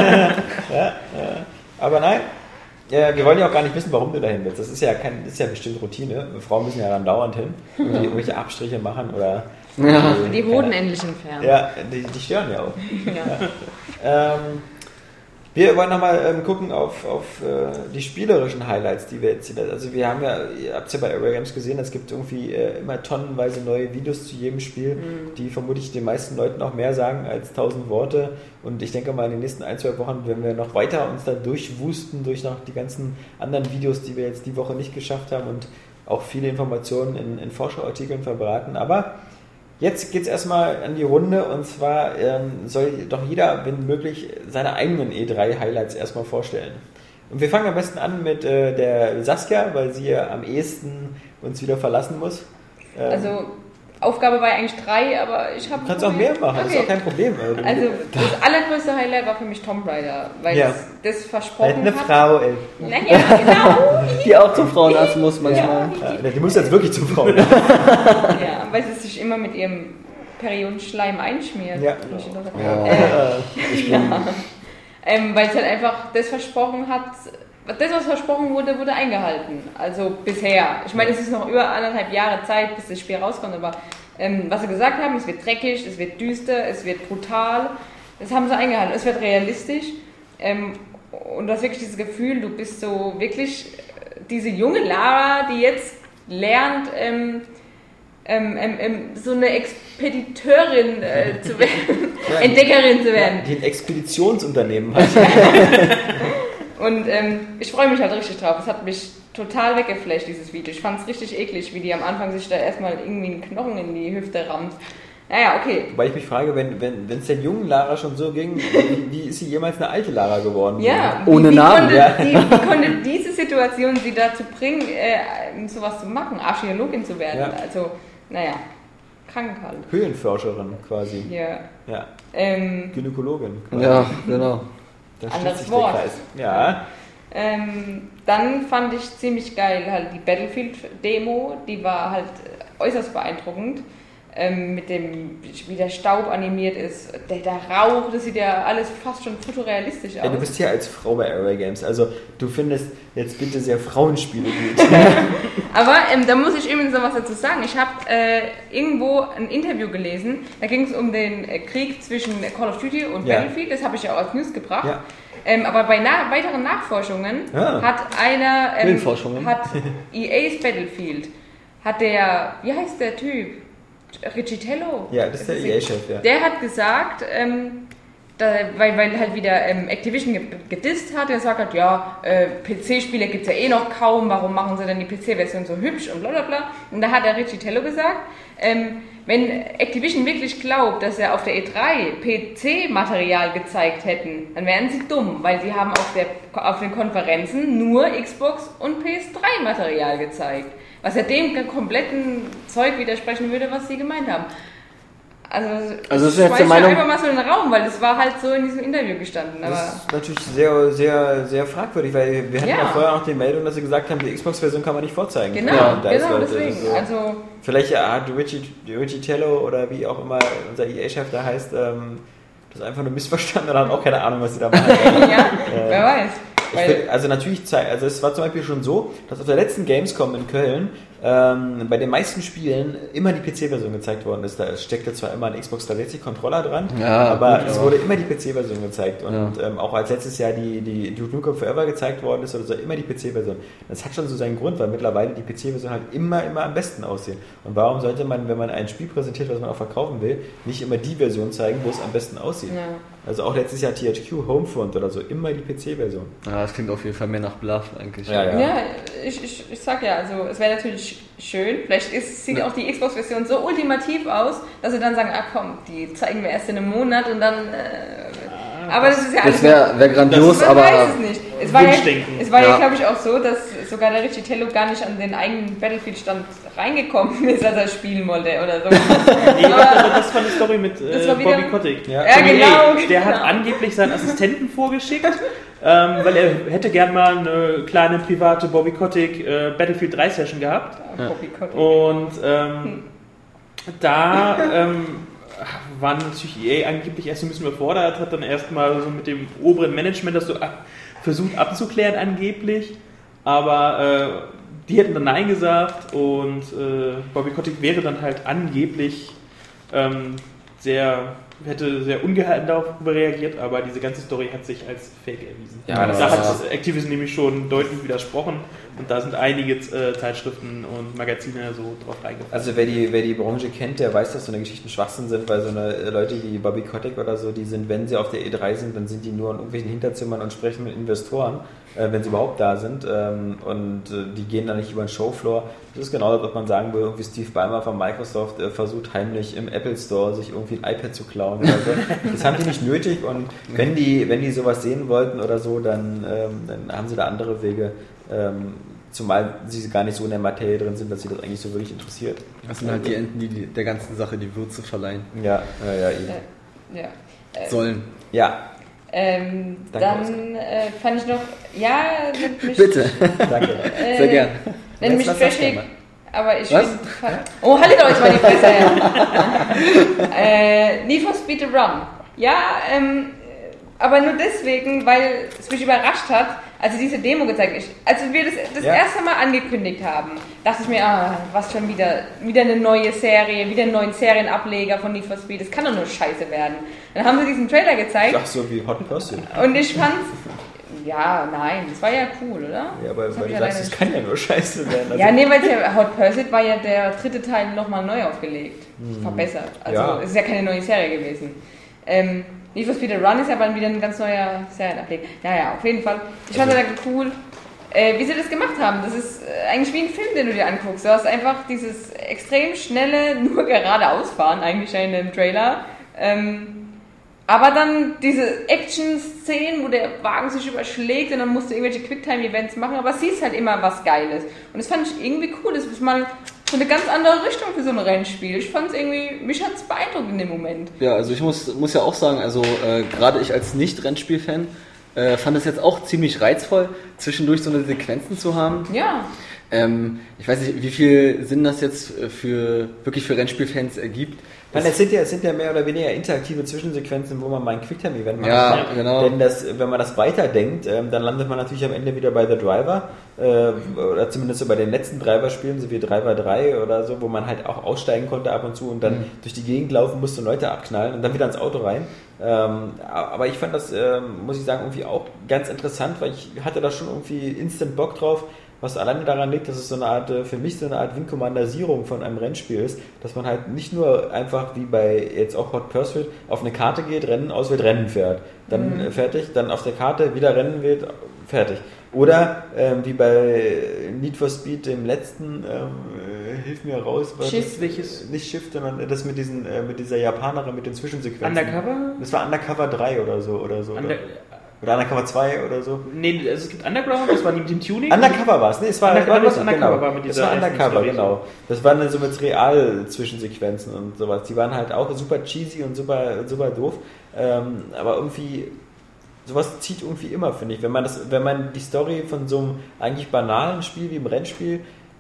Aber nein, wir wollen ja auch gar nicht wissen, warum du dahin willst. Das ist ja bestimmt Routine. Frauen müssen ja dann dauernd hin und irgendwelche Abstriche machen oder die Hoden endlich entfernen. Ja, die stören ja auch. Ja. Wir wollen nochmal gucken auf die spielerischen Highlights, die wir jetzt also wir haben ja, ihr habt es ja bei Aero Games gesehen, es gibt irgendwie immer tonnenweise neue Videos zu jedem Spiel, die vermutlich den meisten Leuten auch mehr sagen als 1000 Worte und ich denke mal in den nächsten 1-2 Wochen, wenn wir noch weiter uns da durchwusten durch noch die ganzen anderen Videos, die wir jetzt die Woche nicht geschafft haben und auch viele Informationen in Vorschauartikeln verbraten, aber jetzt geht es erstmal an die Runde und zwar soll doch jeder, wenn möglich, seine eigenen E3-Highlights erstmal vorstellen. Und wir fangen am besten an mit der Saskia, weil sie ja am ehesten uns wieder verlassen muss. Also Aufgabe war ja eigentlich 3, aber ich habe... Du kannst auch mehr machen, okay. Das ist auch kein Problem. Also das allergrößte Highlight war für mich Tomb Raider, weil das versprochen eine Frau, ey. Naja, genau. Die auch zum Frauenarzt muss manchmal. Die muss jetzt wirklich zum Frauenarzt. Ja, weil sie sich immer mit ihrem Periodenschleim einschmiert. Ja. Weil es halt einfach das versprochen hat... Das, was versprochen wurde, wurde eingehalten. Also bisher. Ich meine, es ist noch über 1,5 Jahre Zeit, bis das Spiel rauskommt, aber was sie gesagt haben, es wird dreckig, es wird düster, es wird brutal. Das haben sie eingehalten. Es wird realistisch. Und du hast wirklich dieses Gefühl, du bist so wirklich diese junge Lara, die jetzt lernt, so eine Expediteurin zu werden, Entdeckerin zu werden. Die ein Expeditionsunternehmen hat. Und ich freue mich halt richtig drauf. Es hat mich total weggeflasht, dieses Video. Ich fand es richtig eklig, wie die am Anfang sich da erstmal irgendwie einen Knochen in die Hüfte rammt. Naja, okay. Wobei ich mich frage, wenn es der jungen Lara schon so ging, wie ist sie jemals eine alte Lara geworden? Ja, ohne Namen. Wie konnte diese Situation sie dazu bringen, sowas zu machen, Archäologin zu werden? Ja. Also, naja, krank halt. Höhlenforscherin quasi. Ja. Gynäkologin. Quasi. Ja, genau. Da Anderes schließt sich der Wort. Kreis. Ja. Dann fand ich ziemlich geil halt die Battlefield-Demo, die war halt äußerst beeindruckend. Mit dem, wie der Staub animiert ist, der Rauch, das sieht ja alles fast schon fotorealistisch aus. Ja, du bist ja als Frau bei Array Games, also du findest jetzt bitte sehr Frauenspiele gut. Aber da muss ich übrigens noch was dazu sagen. Ich habe irgendwo ein Interview gelesen, da ging es um den Krieg zwischen Call of Duty und Battlefield, das habe ich ja auch als News gebracht. Ja. Aber bei weiteren Nachforschungen hat einer, hat EA's Battlefield, hat der, wie heißt der Typ? Riccitello. Ja, das ist der EA-Chef, ja. Der hat gesagt, weil halt wieder Activision gedisst hat, der sagt halt, ja, PC-Spiele gibt es ja eh noch kaum, warum machen sie denn die PC-Version so hübsch und bla bla bla. Und da hat der Riccitello gesagt, wenn Activision wirklich glaubt, dass er auf der E3 PC-Material gezeigt hätten, dann wären sie dumm, weil sie haben auf den Konferenzen nur Xbox und PS3-Material gezeigt. Was ja dem kompletten Zeug widersprechen würde, was sie gemeint haben. Also ist jetzt der Meinung, einfach mal so in den Raum, weil das war halt so in diesem Interview gestanden. Aber das ist natürlich sehr, sehr, sehr fragwürdig, weil wir hatten ja vorher auch die Meldung, dass sie gesagt haben, die Xbox-Version kann man nicht vorzeigen. Genau, deswegen. So. Also vielleicht hat Riccitello oder wie auch immer unser EA-Chef da heißt, das einfach nur missverstanden und hat auch keine Ahnung, was sie da machen. Wer weiß. Also natürlich, also es war zum Beispiel schon so, dass auf der letzten Gamescom in Köln bei den meisten Spielen immer die PC-Version gezeigt worden ist. Da steckte zwar immer ein Xbox 360-Controller dran, aber es wurde immer die PC-Version gezeigt. Und auch als letztes Jahr die Duke Nukem Forever gezeigt worden ist, oder so, immer die PC-Version. Das hat schon so seinen Grund, weil mittlerweile die PC-Version halt immer am besten aussehen. Und warum sollte man, wenn man ein Spiel präsentiert, was man auch verkaufen will, nicht immer die Version zeigen, wo es am besten aussieht? Ja. Also auch letztes Jahr THQ Homefront oder so, immer die PC-Version. Ja, das klingt auf jeden Fall mehr nach Bluff eigentlich. Ja, ich sag ja, also es wäre natürlich schön, vielleicht sieht auch die Xbox-Version so ultimativ aus, dass sie dann sagen, komm, die zeigen wir erst in einem Monat und dann... aber das ist ja alles... Das wäre grandios, aber... Ich weiß es nicht. Es war ja, glaube ich, auch so, dass sogar der Riccitello gar nicht an den eigenen Battlefield-Stand reingekommen ist, als er spielen wollte oder so. Nee, das war eine Story mit Bobby Kotick. Ja, genau. Der hat angeblich seinen Assistenten vorgeschickt, weil er hätte gern mal eine kleine private Bobby Kotick Battlefield 3 Session gehabt. Und da waren natürlich EA angeblich erst ein bisschen überfordert, hat dann erstmal so mit dem oberen Management das so versucht abzuklären angeblich, aber die hätten dann Nein gesagt und Bobby Kotick wäre dann halt angeblich hätte sehr ungehalten darauf reagiert, aber diese ganze Story hat sich als Fake erwiesen. Ja, da hat Activision nämlich schon deutlich widersprochen und da sind einige Zeitschriften und Magazine so drauf reingefallen. Also wer die Branche kennt, der weiß, dass so eine Geschichten Schwachsinn sind, weil so eine Leute wie Bobby Kotick oder so, die sind, wenn sie auf der E3 sind, dann sind die nur in irgendwelchen Hinterzimmern und sprechen mit Investoren, wenn sie überhaupt da sind, und die gehen dann nicht über den Showfloor. Das ist genau das, was man sagen will, irgendwie Steve Ballmer von Microsoft versucht heimlich im Apple Store sich irgendwie ein iPad zu klauen oder so. Das haben die nicht nötig und wenn die sowas sehen wollten oder so, dann haben sie da andere Wege, zumal sie gar nicht so in der Materie drin sind, dass sie das eigentlich so wirklich interessiert. Das sind halt die Enten, die der ganzen Sache die Würze verleihen. Ja. Sollen. Ja. Dann fand ich noch, bitte. Danke. Sehr gern. Nenn mich trashig, aber ich finde... Oh, haltet euch mal die Fresse. Need for Speed the Run. Ja, aber nur deswegen, weil es mich überrascht hat, als sie diese Demo gezeigt haben. Als wir das erste Mal angekündigt haben, dachte ich mir, was schon wieder eine neue Serie, wieder einen neuen Serienableger von Need for Speed, das kann doch nur scheiße werden. Dann haben sie diesen Trailer gezeigt. Ach so, wie Hot Pursuit. Und ich fand's, ja, nein, das war ja cool, oder? Ja, aber Das weil hab du ich sagst, alleine es kann ja nur scheiße werden. Also Ja, nee, weil der Hot Pursuit war ja der 3. Teil nochmal neu aufgelegt. Verbessert. Also Ja. es ist ja keine neue Serie gewesen. Need for Speed Run ist ja bald wieder ein ganz neuer Serienableg. Naja, auf jeden Fall. Ich fand das cool, wie sie das gemacht haben. Das ist eigentlich wie ein Film, den du dir anguckst. Du hast einfach dieses extrem schnelle, nur geradeaus fahren, eigentlich in dem Trailer. Aber dann diese Action-Szenen, wo der Wagen sich überschlägt und dann musst du irgendwelche Quicktime-Events machen, aber siehst halt immer was Geiles. Und das fand ich irgendwie cool. Das ist mal so eine ganz andere Richtung für so ein Rennspiel. Ich fand es irgendwie, mich hat es beeindruckt in dem Moment. Ja, also ich muss ja auch sagen, also gerade ich als Nicht-Rennspiel-Fan fand es jetzt auch ziemlich reizvoll, zwischendurch so eine Sequenzen zu haben. Ja. Ich weiß nicht, wie viel Sinn das jetzt wirklich für Rennspielfans ergibt. Nein, es sind ja mehr oder weniger interaktive Zwischensequenzen, wo man mal ein Quicktime-Event macht. Ja, genau. Denn wenn man das weiterdenkt, dann landet man natürlich am Ende wieder bei The Driver, oder zumindest so bei den letzten Driver-Spielen, so wie Driver 3 oder so, wo man halt auch aussteigen konnte ab und zu und dann durch die Gegend laufen musste und Leute abknallen und dann wieder ins Auto rein. Aber ich fand das, muss ich sagen, irgendwie auch ganz interessant, weil ich hatte da schon irgendwie instant Bock drauf, was alleine daran liegt, dass es so eine Art, für mich so eine Art Wing-Commandersierung von einem Rennspiel ist, dass man halt nicht nur einfach wie bei jetzt auch Hot Pursuit auf eine Karte geht, Rennen auswählt, Rennen fährt, dann fertig, dann auf der Karte wieder Rennen wählt, fertig. Oder wie bei Need for Speed, dem letzten, hilf mir raus, Schiff, welches? Nicht Schiff, sondern das mit dieser Japanerin mit den Zwischensequenzen. Undercover? Das war Undercover 3 oder so. Oder Undercover 2 oder so. Nee, also es gibt Underground, das war mit dem Tuning. Undercover war es, ne? Es war Undercover genau. war mit dieser das war ersten Undercover, Story. genau. Das waren dann so mit Real-Zwischensequenzen und sowas. Die waren halt auch super cheesy und super doof. Aber irgendwie, sowas zieht irgendwie immer, finde ich. Wenn man die Story von so einem eigentlich banalen Spiel wie im Rennspiel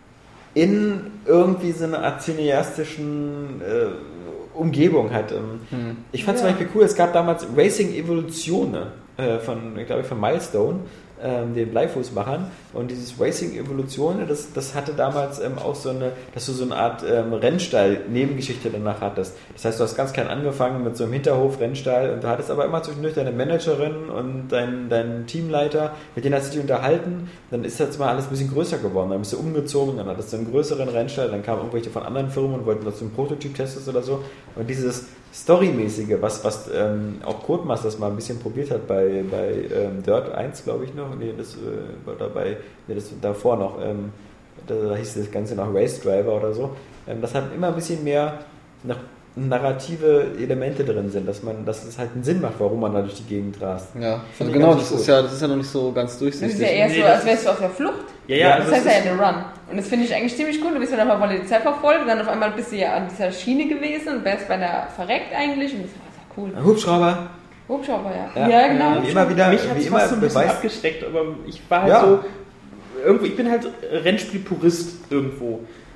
in irgendwie so einer Art cineastischen Umgebung hat. Ich fand zum Beispiel cool, es gab damals Racing Evolutione von Milestone, den Bleifußmachern, und dieses Racing Evolution, das hatte damals auch dass du so eine Art Rennstall-Nebengeschichte danach hattest. Das heißt, du hast ganz klein angefangen mit so einem Hinterhof-Rennstall und du hattest aber immer zwischendurch deine Managerin und deinen Teamleiter, mit denen hast du dich unterhalten, dann ist das mal alles ein bisschen größer geworden, dann bist du umgezogen, dann hattest du einen größeren Rennstall, dann kamen irgendwelche von anderen Firmen und wollten, dass du einen Prototyp testest oder so, und dieses Storymäßige, was auch Codemasters mal ein bisschen probiert hat bei Dirt 1, glaube ich noch, das war dabei, das davor noch, da hieß das Ganze noch Race Driver oder so, das hat immer ein bisschen mehr narrative Elemente drin sind, dass es halt einen Sinn macht, warum man da durch die Gegend rast. Ja, also genau, das ist ja noch nicht so ganz durchsichtig. Das ist ja eher so, als wärst du auf der Flucht. Ja, das heißt ja eine Run. Und das finde ich eigentlich ziemlich cool. Du bist dann auf einmal Polizei verfolgt und dann auf einmal bist du ja an dieser Schiene gewesen und wärst beinahe verreckt eigentlich. Und das war cool. Ein Hubschrauber. Hubschrauber, ja. Genau. Wie immer wieder, Mich hat es fast so ein bisschen abgesteckt, aber ich war halt so, ich bin halt Rennspiel-Purist irgendwo.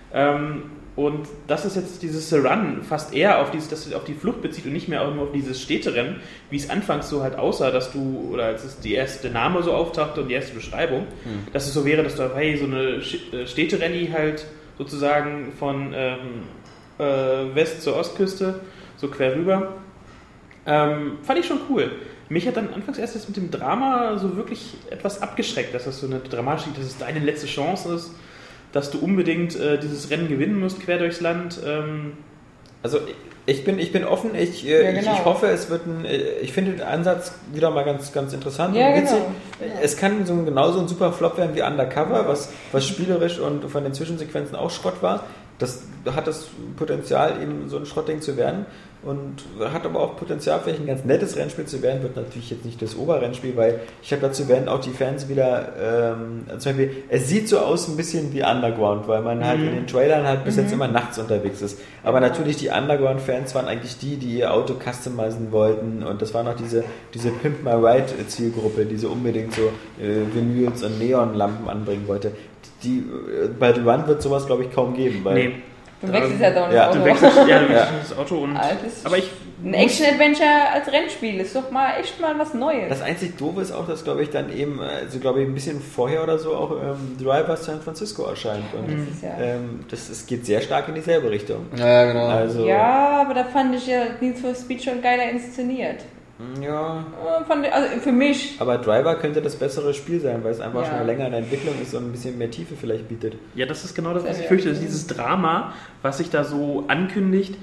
Und das ist jetzt dieses Run fast eher auf dass es auf die Flucht bezieht und nicht mehr auch nur auf dieses Städterennen, wie es anfangs so halt aussah, dass du, oder als es die erste Name so auftauchte und die erste Beschreibung, dass es so wäre, dass du hey, so eine Städterennie halt sozusagen von West zur Ostküste, so quer rüber. Fand ich schon cool. Mich hat dann anfangs erst das mit dem Drama so wirklich etwas abgeschreckt, dass das so eine dramatische, dass es deine letzte Chance ist, dass du unbedingt dieses Rennen gewinnen musst, quer durchs Land. Also ich bin offen, ich hoffe, es wird ich finde den Ansatz wieder mal ganz, ganz interessant und witzig. Genau. Es kann genauso ein super Flop werden wie Undercover, was spielerisch und von den Zwischensequenzen auch Schrott war. Das hat das Potenzial, eben so ein Schrottding zu werden, und hat aber auch Potenzial, vielleicht ein ganz nettes Rennspiel zu werden. Wird natürlich jetzt nicht das Oberrennspiel, weil ich habe dazu werden auch die Fans wieder, zum Beispiel, es sieht so aus ein bisschen wie Underground, weil man halt in den Trailern halt bis jetzt immer nachts unterwegs ist. Aber natürlich die Underground-Fans waren eigentlich die ihr Auto customizen wollten, und das war noch diese Pimp My Ride Zielgruppe, die so unbedingt so Vinyls und Neonlampen anbringen wollte. Bei The Run wird sowas, glaube ich, kaum geben. Weil du wechselst ja dauernd das Auto. Du wechselst das Auto und... Aber ein Action-Adventure als Rennspiel ist doch mal echt mal was Neues. Das einzig Doofe ist auch, dass, glaube ich, dann eben, ein bisschen vorher oder so auch Driver San Francisco erscheint. Und es geht sehr stark in dieselbe Richtung. Ja, genau. Also, ja, aber da fand ich ja Need for Speed schon geiler inszeniert. Ja. Also für mich. Aber Driver könnte das bessere Spiel sein, weil es einfach schon länger in der Entwicklung ist und ein bisschen mehr Tiefe vielleicht bietet. Ja, das ist genau das, was ich fürchte. Das ist dieses Drama, was sich da so ankündigt,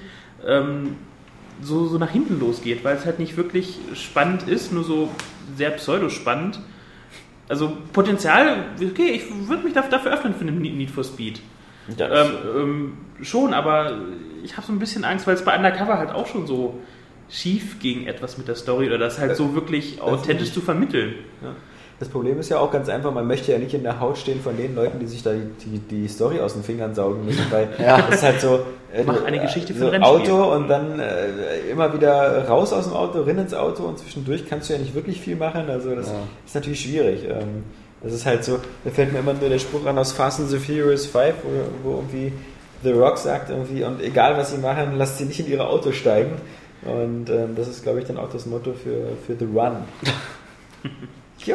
so nach hinten losgeht, weil es halt nicht wirklich spannend ist, nur so sehr pseudospannend. Also Potenzial, okay, ich würde mich dafür öffnen für einen Need for Speed. Ja, schon, aber ich habe so ein bisschen Angst, weil es bei Undercover halt auch schon so schief ging etwas mit der Story oder das halt so wirklich authentisch zu vermitteln. Ja. Das Problem ist ja auch ganz einfach, man möchte ja nicht in der Haut stehen von den Leuten, die sich da die Story aus den Fingern saugen müssen, weil das ist halt so mach eine Geschichte für so ein Auto und dann immer wieder raus aus dem Auto, rein ins Auto und zwischendurch kannst du ja nicht wirklich viel machen, also das ist natürlich schwierig. Das ist halt so, da fällt mir immer nur der Spruch an aus Fast and the Furious 5, wo irgendwie The Rock sagt irgendwie, und egal was sie machen, lasst sie nicht in ihre Autos steigen. Und das ist, glaube ich, dann auch das Motto für The Run. Ja.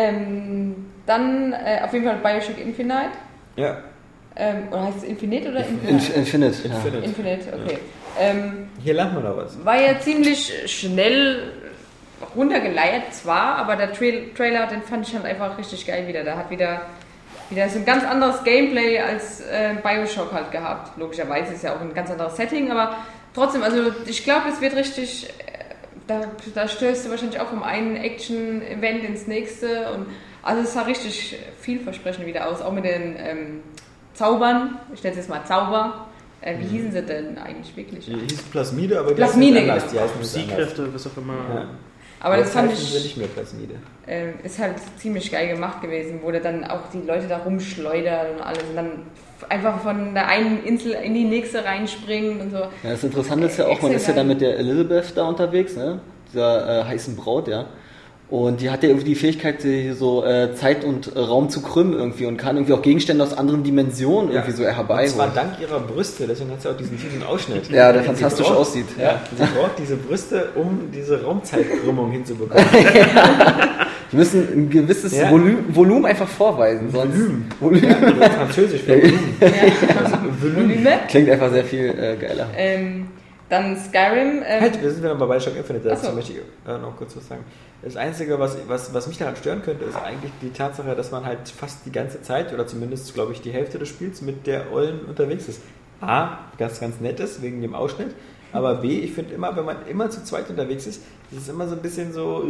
Dann auf jeden Fall Bioshock Infinite. Ja. Oder heißt es Infinite oder Infinite? Infinite, okay. Hier lernt man noch was. War ja ziemlich schnell runtergeleiert zwar, aber der Trailer, den fand ich halt einfach richtig geil wieder. Da hat wieder so ein ganz anderes Gameplay als Bioshock halt gehabt. Logischerweise ist ja auch ein ganz anderes Setting, aber trotzdem, also ich glaube, es wird richtig, da stößt du wahrscheinlich auch vom einen Action-Event ins nächste und also es sah richtig vielversprechend wieder aus, auch mit den Zaubern, ich nenne es jetzt mal Zauber. Wie hießen sie denn eigentlich wirklich? Die hießen Plasmide, aber die Plasmide, heißen anders. genau. Die heißen Psykräfte, was auch immer. Ja. Aber das fand ich, nicht mehr Plasmide. Ist halt ziemlich geil gemacht gewesen, wo dann auch die Leute da rumschleudern und alles und dann einfach von der einen Insel in die nächste reinspringen und so. Ja, das Interessante ist ja auch, man ist ja dann mit der Elizabeth da unterwegs, ne? Dieser heißen Braut, ja. Und die hat ja irgendwie die Fähigkeit, so Zeit und Raum zu krümmen irgendwie und kann irgendwie auch Gegenstände aus anderen Dimensionen irgendwie so herbeiholen. Und zwar dank ihrer Brüste, deswegen hat sie auch diesen tiefen Ausschnitt. Ja, der fantastisch aussieht. Ja, sie braucht diese Brüste, um diese Raumzeitkrümmung hinzubekommen. Die müssen ein gewisses Volumen einfach vorweisen. Sonst Volumen. Ja, das ist Französisch für Volumen. Volumen. Klingt einfach sehr viel geiler. Dann Skyrim. Wir sind ja noch bei Bioshock Infinite, dazu möchte ich noch kurz was sagen. Das Einzige, was mich daran stören könnte, ist eigentlich die Tatsache, dass man halt fast die ganze Zeit, oder zumindest, glaube ich, die Hälfte des Spiels mit der Ollen unterwegs ist. A, ganz, ganz nett ist, wegen dem Ausschnitt, aber B, ich finde immer, wenn man immer zu zweit unterwegs ist, ist es immer so ein bisschen so,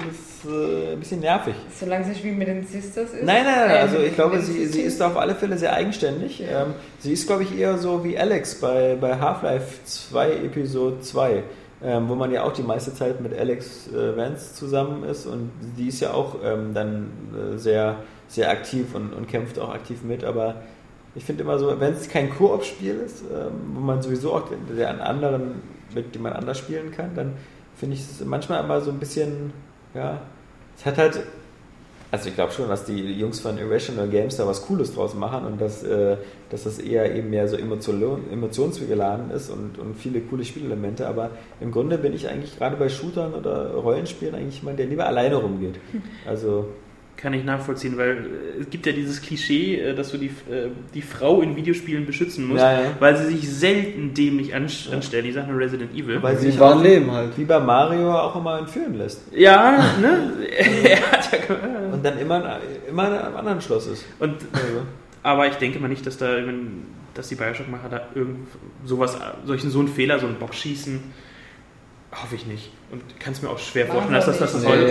ein bisschen nervig. Solange es nicht wie mit den Sisters ist? Nein, also ich glaube, sie ist auf alle Fälle sehr eigenständig. Ja. Sie ist, glaube ich, eher so wie Alex bei Half-Life 2 Episode 2. Wo man ja auch die meiste Zeit mit Alex Vance zusammen ist und die ist ja auch dann sehr, sehr aktiv und kämpft auch aktiv mit, aber ich finde immer so, wenn es kein Koop-Spiel ist, wo man sowieso auch den anderen, mit dem man anders spielen kann, dann finde ich es manchmal immer so ein bisschen, ja, es hat halt, also ich glaube schon, dass die Jungs von Irrational Games da was Cooles draus machen und dass das eher eben mehr so emotionsgeladen ist und viele coole Spielelemente, aber im Grunde bin ich eigentlich gerade bei Shootern oder Rollenspielen eigentlich jemand, der lieber alleine rumgeht. Also kann ich nachvollziehen, weil es gibt ja dieses Klischee, dass du die Frau in Videospielen beschützen musst, weil sie sich selten dämlich anstellen. Die Sachen Resident Evil. Weil sie im wahren Leben halt. Wie bei Mario auch immer entführen lässt. Ja, ne? Er hat ja und dann immer in einem anderen Schloss ist. Und, aber ich denke mal nicht, dass die Bioshock-Macher da so einen Fehler, so einen Bock schießen. Hoffe ich nicht. Und kann es mir auch schwer vorstellen, dass das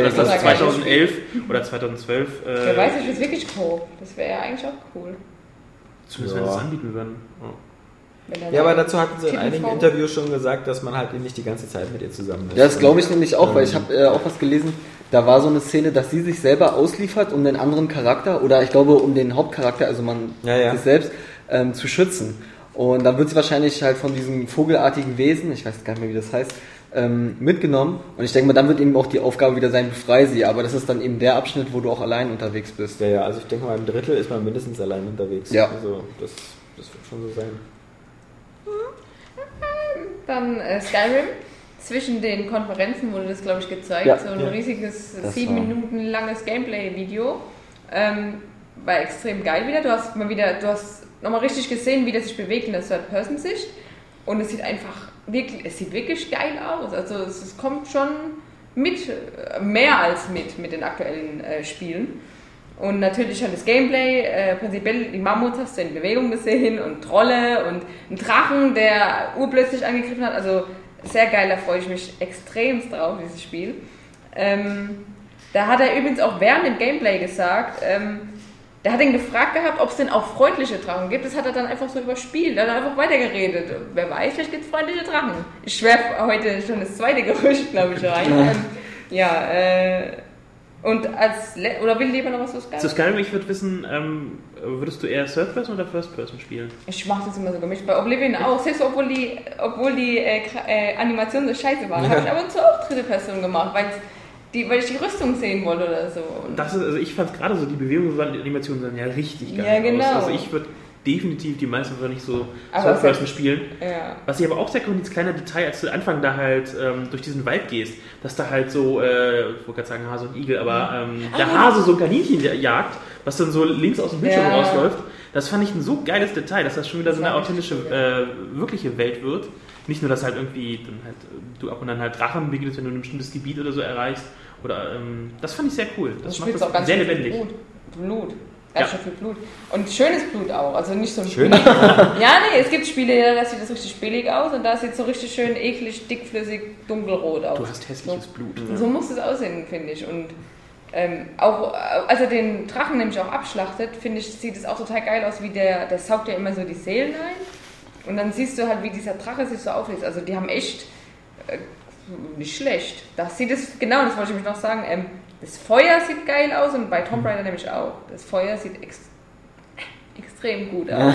2011 oder 2012... Wer weiß, ich will wirklich Coop. Das wäre ja eigentlich auch cool. Zumindest wenn sie es anbieten würden. Ja, aber dazu hatten sie in einigen Interviews schon gesagt, dass man halt eben nicht die ganze Zeit mit ihr zusammen ist. Das glaube ich nämlich auch, weil ich habe auch was gelesen, da war so eine Szene, dass sie sich selber ausliefert, um den anderen Charakter, oder ich glaube um den Hauptcharakter, also sich selbst, zu schützen. Und dann wird sie wahrscheinlich halt von diesem vogelartigen Wesen, ich weiß gar nicht mehr, wie das heißt, mitgenommen. Und ich denke mal, dann wird eben auch die Aufgabe wieder sein, befreie sie. Aber das ist dann eben der Abschnitt, wo du auch allein unterwegs bist. Ja, also ich denke mal, im Drittel ist man mindestens allein unterwegs. Ja. Also das wird schon so sein. Dann Skyrim. Zwischen den Konferenzen wurde das, glaube ich, gezeigt. So ein riesiges, 7 Minuten langes Gameplay-Video. War extrem geil wieder. Du hast nochmal richtig gesehen, wie das sich bewegt in der Third-Person-Sicht. Und es sieht wirklich geil aus. Also es kommt schon mehr als mit den aktuellen Spielen. Und natürlich schon das Gameplay, prinzipiell die Mammuts hast du in Bewegung gesehen und Trolle und einen Drachen, der urplötzlich angegriffen hat. Also sehr geil, da freue ich mich extremst drauf, dieses Spiel. Da hat er übrigens auch während dem Gameplay gesagt, der hat ihn gefragt gehabt, ob es denn auch freundliche Drachen gibt. Das hat er dann einfach so überspielt, er hat einfach weitergeredet. Wer weiß, vielleicht gibt es freundliche Drachen. Ich schwerfe heute schon das zweite Gerücht, glaube ich, rein. Und oder will jemand noch was zu Skyrim? Zu Skyrim, ich würde wissen, würdest du eher Third Person oder First Person spielen? Ich mache das immer so gemischt. Bei Oblivion auch, selbst obwohl die Animation so scheiße war, habe ich ab und zu auch dritte Person gemacht, weil ich die Rüstung sehen wollte oder so. Also ich fand gerade so, die Bewegungsanimationen sahen ja richtig geil aus. Genau. Also ich würde definitiv die meisten nicht so Third Person spielen. Ja. Was ich aber auch sehr cool, dieses kleine Detail, als du am Anfang da halt durch diesen Wald gehst, dass da halt so, ich wollte gerade sagen Hase und Igel, aber der Hase so ein Kaninchen jagt, was dann so links aus dem Bildschirm rausläuft. Das fand ich ein so geiles Detail, dass das schon wieder so eine authentische, wirkliche Welt wird. Nicht nur, dass halt irgendwie dann halt, du ab und an halt Drachen beginnst, wenn du ein bestimmtes Gebiet oder so erreichst. Oder, das fand ich sehr cool. Das macht das auch ganz sehr lebendig. Blut. Ganz schön viel Blut. Und schönes Blut auch. Also nicht so ein Schön. Es gibt Spiele, da sieht das richtig billig aus und da sieht es so richtig schön eklig, dickflüssig, dunkelrot aus. Du hast hässliches Blut. So muss es aussehen, finde ich. Und auch, als er den Drachen nämlich auch abschlachtet, finde ich, sieht es auch total geil aus, wie der saugt ja immer so die Seelen ein. Und dann siehst du halt, wie dieser Drache sich so auflässt. Also die haben echt nicht schlecht. Das sieht es, genau, das wollte ich nämlich noch sagen, das Feuer sieht geil aus und bei Tomb Raider nämlich auch. Das Feuer sieht extrem gut aus.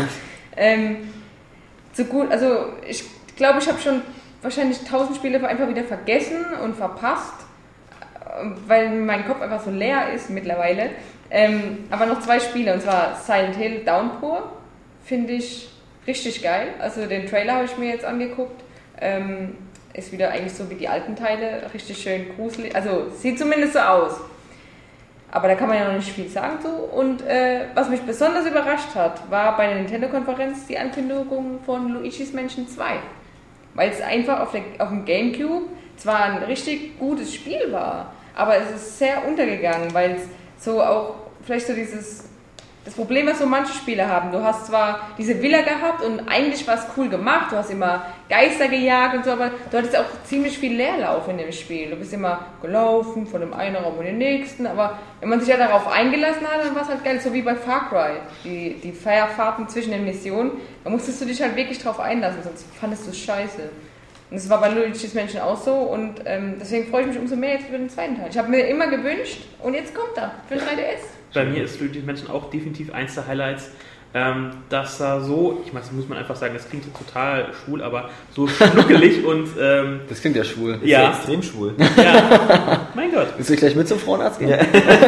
So gut, also ich glaube, ich habe schon wahrscheinlich 1000 Spiele einfach wieder vergessen und verpasst, weil mein Kopf einfach so leer ist mittlerweile. Aber noch 2 Spiele, und zwar Silent Hill Downpour, finde ich richtig geil. Also den Trailer habe ich mir jetzt angeguckt. Ist wieder eigentlich so wie die alten Teile, richtig schön gruselig, also sieht zumindest so aus. Aber da kann man ja noch nicht viel sagen zu. Und was mich besonders überrascht hat, war bei der Nintendo-Konferenz die Ankündigung von Luigi's Mansion 2. Weil es einfach auf dem Gamecube zwar ein richtig gutes Spiel war, aber es ist sehr untergegangen, weil es so auch vielleicht so das Problem, was so manche Spiele haben. Du hast zwar diese Villa gehabt und eigentlich war es cool gemacht, du hast immer Geister gejagt und so, aber du hattest auch ziemlich viel Leerlauf in dem Spiel. Du bist immer gelaufen von dem einen Raum in den nächsten, aber wenn man sich ja darauf eingelassen hat, dann war es halt geil, so wie bei Far Cry. Die Feierfahrten zwischen den Missionen, da musstest du dich halt wirklich drauf einlassen, sonst fandest du es scheiße. Und das war bei Luigi's Mansion auch so und deswegen freue ich mich umso mehr jetzt über den zweiten Teil. Ich habe mir immer gewünscht und jetzt kommt er für 3DS. Bei mir ist Luigi's Mansion auch definitiv eins der Highlights, dass er so, ich meine, das muss man einfach sagen, das klingt total schwul, aber so schnuckelig und... das klingt ja schwul. Ist ja extrem schwul. Ja, mein Gott. Willst du gleich mit zum Frauenarzt gehen? Ja.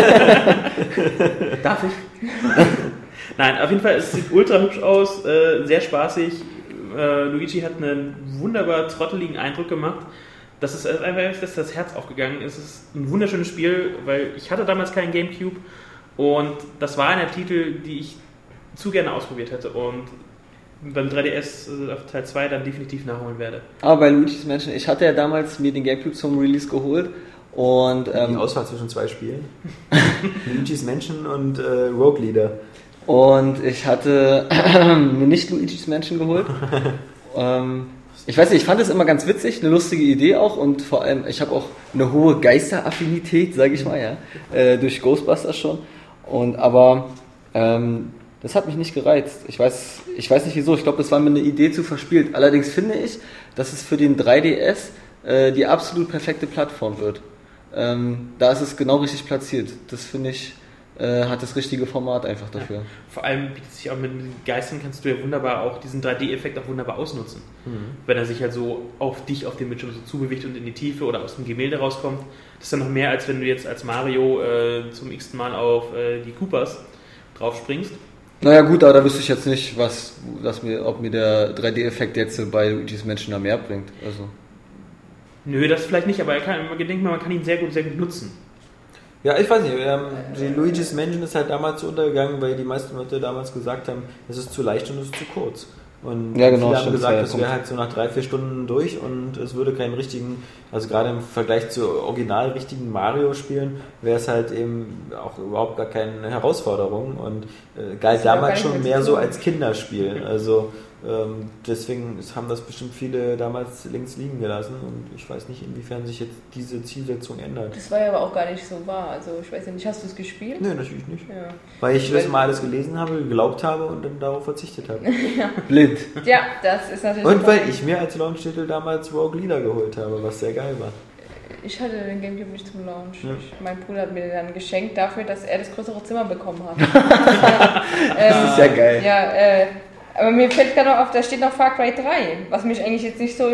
Darf ich? Nein, auf jeden Fall, es sieht ultra hübsch aus, sehr spaßig. Luigi hat einen wunderbar trotteligen Eindruck gemacht. Das ist einfach das Herz aufgegangen. Es ist ein wunderschönes Spiel, weil ich hatte damals keinen Gamecube und das war einer der Titel, die ich zu gerne ausprobiert hätte und beim 3DS auf Teil 2 dann definitiv nachholen werde. Aber bei Luigi's Mansion, ich hatte ja damals mir den Gamecube zum Release geholt und... die Auswahl zwischen 2 Spielen. Luigi's Mansion und Rogue Leader. Und ich hatte mir nicht Luigi's Mansion geholt. Ich weiß nicht, ich fand es immer ganz witzig, eine lustige Idee auch und vor allem, ich habe auch eine hohe Geisteraffinität, sage ich mal, ja, durch Ghostbusters schon. Aber das hat mich nicht gereizt. Ich weiß nicht wieso, ich glaube, das war mir eine Idee zu verspielt. Allerdings finde ich, dass es für den 3DS die absolut perfekte Plattform wird. Da ist es genau richtig platziert. Das finde ich... hat das richtige Format einfach dafür. Ja. Vor allem bietet sich auch mit Geistern kannst du ja wunderbar auch diesen 3D-Effekt auch wunderbar ausnutzen. Wenn er sich halt so auf dich auf dem Bildschirm so zubewegt und in die Tiefe oder aus dem Gemälde rauskommt. Das ist dann noch mehr, als wenn du jetzt als Mario zum x-ten Mal auf die Koopas drauf springst. Naja gut, aber da wüsste ich jetzt nicht, ob mir der 3D-Effekt jetzt bei Luigi's Mansion da mehr bringt. Also. Nö, das vielleicht nicht, aber man kann ihn sehr gut nutzen. Ja, ich weiß nicht, Luigi's Mansion ist halt damals so untergegangen, weil die meisten Leute damals gesagt haben, es ist zu leicht und es ist zu kurz. Und ja, genau, viele haben gesagt, das wäre halt so nach 3-4 Stunden durch und es würde keinen richtigen, also gerade im Vergleich zu original richtigen Mario-Spielen, wäre es halt eben auch überhaupt gar keine Herausforderung und galt damals schon mehr so als Kinderspiel. Also deswegen haben das bestimmt viele damals links liegen gelassen und ich weiß nicht, inwiefern sich jetzt diese Zielsetzung ändert. Das war ja aber auch gar nicht so wahr. Also ich weiß ja nicht, hast du es gespielt? Nee, natürlich nicht. Ja. Weil ich das mal alles gelesen habe, geglaubt habe und dann darauf verzichtet habe. Ja. Blind. Ja, das ist natürlich. Und weil ich mir als Launch-Titel damals Rogue Leader geholt habe, was sehr geil war. Ich hatte den Gamecube nicht zum Launch. Ja. Mein Bruder hat mir den dann geschenkt dafür, dass er das größere Zimmer bekommen hat. Das ist ja geil. Ja, aber mir fällt gerade noch auf, da steht noch Far Cry 3, was mich eigentlich jetzt nicht so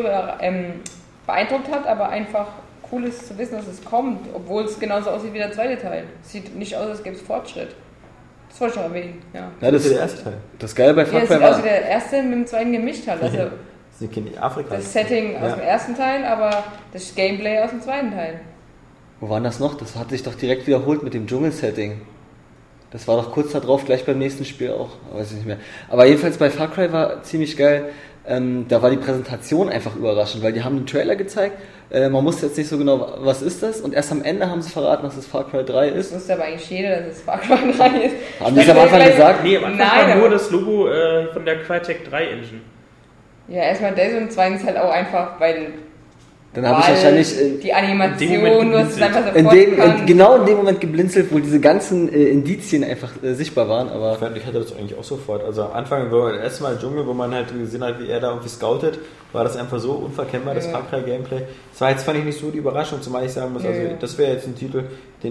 beeindruckt hat, aber einfach cool ist zu wissen, dass es kommt, obwohl es genauso aussieht wie der zweite Teil. Sieht nicht aus, als gäbe es Fortschritt. Das wollte ich noch erwähnen, ja. Ja, das ist der erste Teil. Das Geile bei Far Cry war... Ja, also der erste mit dem zweiten gemischt halt. Also Afrika. Das Setting aus dem ersten Teil, aber das Gameplay aus dem zweiten Teil. Wo war das noch? Das hat sich doch direkt wiederholt mit dem Dschungel-Setting. Das war doch kurz darauf, gleich beim nächsten Spiel auch, weiß ich nicht mehr. Aber jedenfalls bei Far Cry war ziemlich geil, da war die Präsentation einfach überraschend, weil die haben den Trailer gezeigt, man wusste jetzt nicht so genau, was ist das, und erst am Ende haben sie verraten, dass es Far Cry 3 ist. Das wusste aber eigentlich jeder, dass es Far Cry 3 ist. Haben die es am Anfang gesagt? Nee, am Anfang war nur das Logo von der Crytek 3 Engine. Ja, erstmal das und zweitens halt auch einfach, weil... Dann habe ich wahrscheinlich die Animation nur einfach sofort genau in dem Moment geblinzelt, wo diese ganzen Indizien einfach sichtbar waren. Aber ich hatte das eigentlich auch sofort. Also am Anfang, wo das erste Mal Dschungel, wo man halt gesehen hat, wie er da irgendwie scoutet, war das einfach so unverkennbar, das Far Cry Gameplay. Das war jetzt, fand ich, nicht so die Überraschung, zumal ich sagen muss, also das wäre jetzt ein Titel,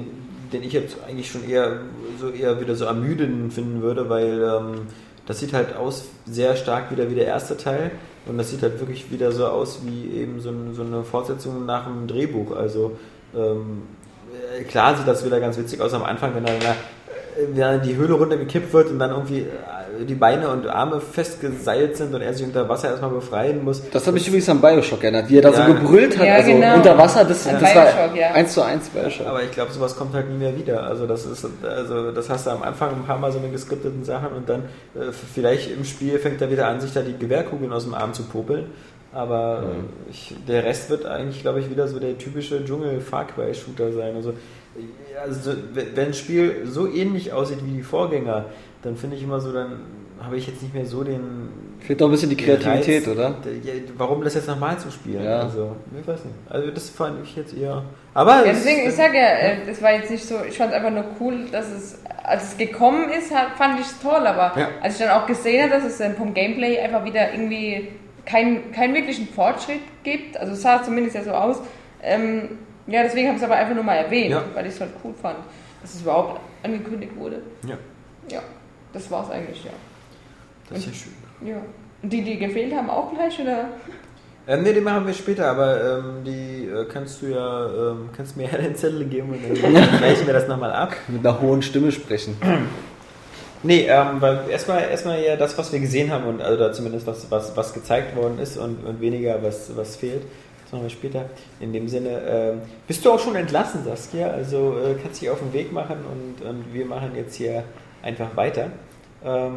den ich jetzt eigentlich schon eher wieder so ermüdend finden würde, weil das sieht halt aus sehr stark wieder wie der erste Teil. Und das sieht halt wirklich wieder so aus wie eben so eine Fortsetzung nach einem Drehbuch. Also klar sieht das wieder ganz witzig aus am Anfang, wenn er die Höhle runtergekippt wird und dann irgendwie die Beine und Arme festgeseilt sind und er sich unter Wasser erstmal befreien muss. Das hat mich übrigens an Bioshock erinnert, wie er da so gebrüllt hat, also genau. Unter Wasser, das war 1:1 Bioshock. Aber ich glaube, sowas kommt halt nie mehr wieder. Also das hast du am Anfang ein paar Mal so eine geskripteten Sachen und dann vielleicht im Spiel fängt er wieder an, sich da die Gewehrkugeln aus dem Arm zu popeln. Aber der Rest wird eigentlich, glaube ich, wieder so der typische Dschungel-Far Cry-Shooter sein. Also wenn ein Spiel so ähnlich aussieht wie die Vorgänger, dann finde ich immer so, dann habe ich jetzt nicht mehr so den... Fehlt doch ein bisschen die Kreativität, Reiz, oder? Warum das jetzt nochmal zu spielen? Ja. Also, ich weiß nicht. Also das fand ich jetzt eher... Aber deswegen, ich sage ja, das war jetzt nicht so, ich fand es einfach nur cool, dass als es gekommen ist, fand ich es toll, aber als ich dann auch gesehen habe, dass es dann vom Gameplay einfach wieder irgendwie keinen wirklichen Fortschritt gibt, also es sah zumindest ja so aus, deswegen habe ich es aber einfach nur mal erwähnt, weil ich es halt cool fand, dass es überhaupt angekündigt wurde. Ja, das war's eigentlich, Das ist ja schön. Ja. Und die gefehlt haben auch gleich, oder? Ne, die machen wir später, aber die kannst du mir ja den Zettel geben und dann gleichen wir das nochmal ab. Mit einer hohen Stimme sprechen. Nee, weil erstmal ja das, was wir gesehen haben, und also zumindest was gezeigt worden ist und weniger was fehlt. Das machen wir später. In dem Sinne, bist du auch schon entlassen, Saskia? Also kannst dich auf den Weg machen und wir machen jetzt hier einfach weiter. Okay.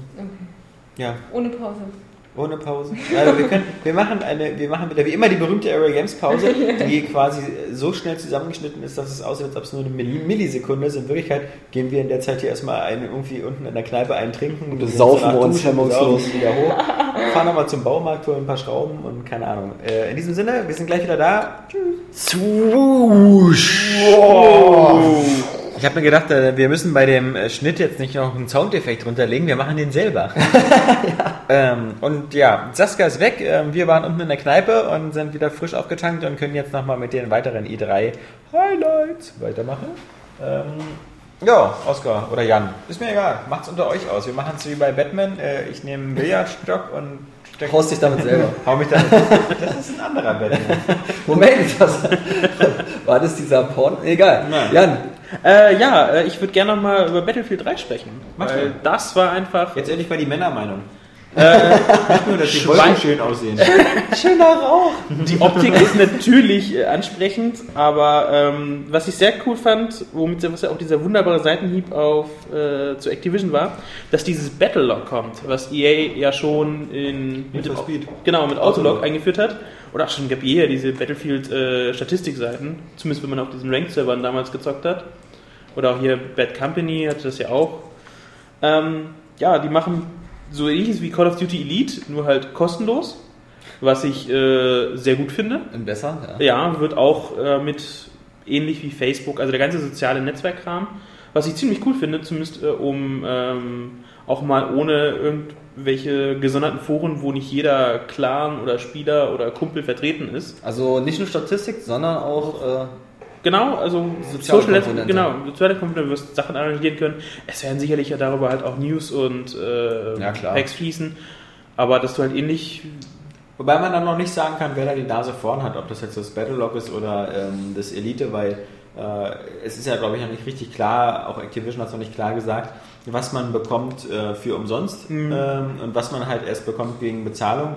Ja. Ohne Pause. Ohne Pause. Also wir machen wieder wie immer die berühmte Aerial Games Pause, die quasi so schnell zusammengeschnitten ist, dass es aussieht, als ob es nur eine Millisekunde ist. In Wirklichkeit gehen wir in der Zeit hier erstmal irgendwie unten in der Kneipe trinken. Und saufen wir uns hemmungslos wieder hoch. Fahren nochmal zum Baumarkt, holen ein paar Schrauben und keine Ahnung. In diesem Sinne, wir sind gleich wieder da. Tschüss. Swoosh. Wow. Ich habe mir gedacht, wir müssen bei dem Schnitt jetzt nicht noch einen Soundeffekt runterlegen, wir machen den selber. Und ja, Saskia ist weg, wir waren unten in der Kneipe und sind wieder frisch aufgetankt und können jetzt nochmal mit den weiteren i3 Highlights weitermachen. Ja, Oskar oder Jan, ist mir egal, macht's unter euch aus. Wir machen es wie bei Batman, ich nehme einen Billardstock und haust dich damit selber. Hau mich damit. Das ist ein anderer Batman. Moment, war das dieser Porn? Egal. Jan. Ich würde gerne nochmal über Battlefield 3 sprechen. Weil das war einfach... Jetzt endlich mal die Männermeinung. Nicht nur, dass die Wolken schön aussehen. Schöner Rauch. Die Optik ist natürlich ansprechend, aber was ich sehr cool fand, was ja auch dieser wunderbare Seitenhieb zu Activision war, dass dieses Battlelog kommt, was EA ja schon mit Autolog eingeführt hat. Oder auch schon gab EA diese Battlefield-Statistikseiten, zumindest wenn man auf diesen Ranked-Servern damals gezockt hat. Oder auch hier Bad Company hatte das ja auch. Die machen so ähnliches wie Call of Duty Elite, nur halt kostenlos, was ich sehr gut finde. Besser, ja. Ja, wird auch ähnlich wie Facebook, also der ganze soziale Netzwerkkram, was ich ziemlich cool finde, zumindest um auch mal ohne irgendwelche gesonderten Foren, wo nicht jeder Clan oder Spieler oder Kumpel vertreten ist. Also nicht nur Statistik, sondern auch... Genau, also soziale Komponente, du wirst Sachen analysieren können. Es werden sicherlich ja darüber halt auch News und Packs fließen, aber dass du halt ähnlich... Wobei man dann noch nicht sagen kann, wer da die Nase vorn hat, ob das jetzt das Battlelog ist oder das Elite, weil es ist ja, glaube ich, noch nicht richtig klar, auch Activision hat es noch nicht klar gesagt, was man bekommt für umsonst und was man halt erst bekommt wegen Bezahlung.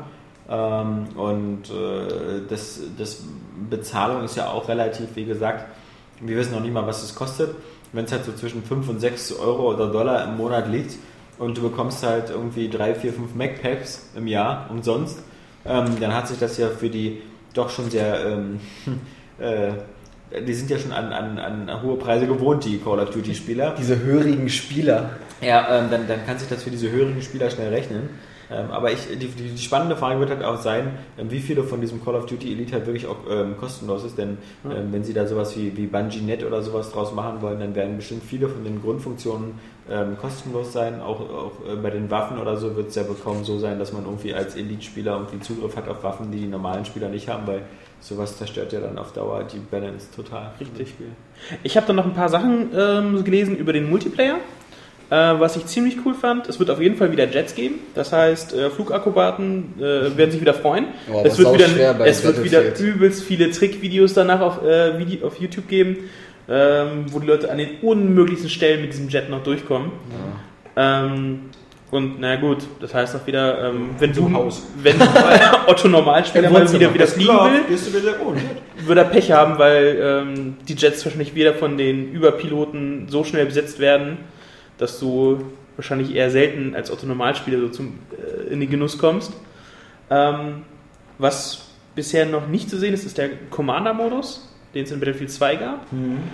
Das Bezahlung ist ja auch relativ, wie gesagt, wir wissen noch nicht mal, was es kostet. Wenn es halt so zwischen 5 und 6 Euro oder Dollar im Monat liegt und du bekommst halt irgendwie 3, 4, 5 Mac-Packs im Jahr umsonst, dann hat sich das ja für die doch schon sehr, die sind ja schon an hohe Preise gewohnt, die Call of Duty-Spieler. Diese hörigen Spieler. Ja, dann kann sich das für diese höheren Spieler schnell rechnen. Aber die spannende Frage wird halt auch sein, wie viele von diesem Call of Duty Elite halt wirklich auch kostenlos ist, denn wenn sie da sowas wie Bungie.net oder sowas draus machen wollen, dann werden bestimmt viele von den Grundfunktionen kostenlos sein, auch bei den Waffen oder so wird es ja kaum so sein, dass man irgendwie als Elite-Spieler irgendwie Zugriff hat auf Waffen, die normalen Spieler nicht haben, weil sowas zerstört ja dann auf Dauer die Balance total. Richtig. Ich habe dann noch ein paar Sachen gelesen über den Multiplayer. Was ich ziemlich cool fand, es wird auf jeden Fall wieder Jets geben. Das heißt, Flugakrobaten werden sich wieder freuen. Es wird wieder übelst viele Trickvideos danach auf YouTube geben, wo die Leute an den unmöglichsten Stellen mit diesem Jet noch durchkommen. Ja. Und na gut, das heißt auch wieder, wenn Otto Normalspieler mal wieder fliegen will, wird er Pech haben, weil die Jets wahrscheinlich wieder von den Überpiloten so schnell besetzt werden, dass du wahrscheinlich eher selten als Otto-Normalspieler so in den Genuss kommst. Was bisher noch nicht zu sehen ist der Commander-Modus, den es in Battlefield 2 gab,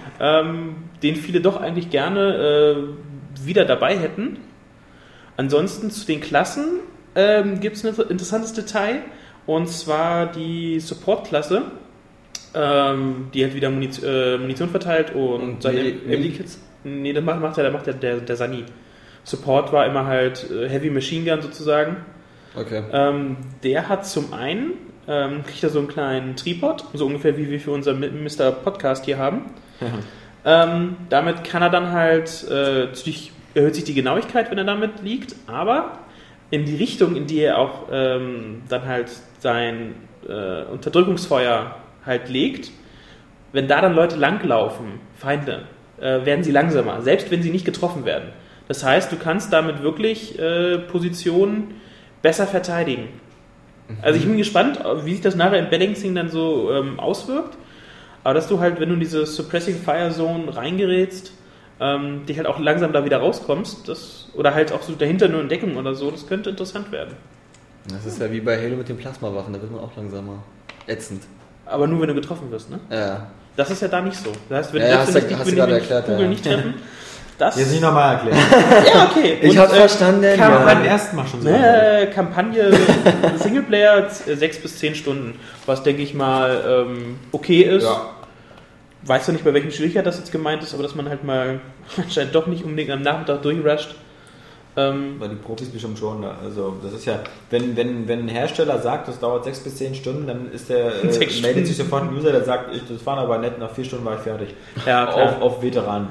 den viele doch eigentlich gerne wieder dabei hätten. Ansonsten zu den Klassen gibt es ein interessantes Detail, und zwar die Support-Klasse, die halt wieder Munition verteilt und seine Medikits? Nee, das macht der Sani. Support war immer halt Heavy Machine Gun sozusagen. Okay. Der hat zum einen, kriegt er so einen kleinen Tripod, so ungefähr wie wir für unser Mr. Podcast hier haben. Damit kann er dann halt, erhöht sich die Genauigkeit, wenn er damit liegt, aber in die Richtung, in die er auch dann halt sein Unterdrückungsfeuer halt legt, wenn da dann Leute langlaufen, Feinde, werden sie langsamer, selbst wenn sie nicht getroffen werden. Das heißt, du kannst damit wirklich Positionen besser verteidigen. Also ich bin gespannt, wie sich das nachher im Balancing dann so auswirkt, aber dass du halt, wenn du in diese Suppressing Fire Zone reingerätst, dich halt auch langsam da wieder rauskommst, oder halt auch so dahinter nur in Deckung oder so, das könnte interessant werden. Das ist ja wie bei Halo mit den Plasmawaffen, da wird man auch langsamer. Ätzend. Aber nur, wenn du getroffen wirst, ne? Ja. Das ist ja da nicht so. Das heißt, wenn die Kugeln nicht treffen, das... Jetzt nicht nochmal erklären. Ja, okay. Ich hab's verstanden. Beim ersten Mal schon so. Kampagne Singleplayer 6 bis 10 Stunden, was denke ich mal okay ist. Ja. Weiß zwar nicht, bei welchem Schwierigkeit das jetzt gemeint ist, aber dass man halt mal anscheinend doch nicht unbedingt am Nachmittag durchrusht. Weil die Profis bestimmt schon, also das ist ja, wenn ein Hersteller sagt, das dauert 6 bis 10 Stunden, dann ist meldet sich sofort ein User, der sagt, das war aber nett, nach 4 Stunden war ich fertig. Ja, klar. Auf Veteranen.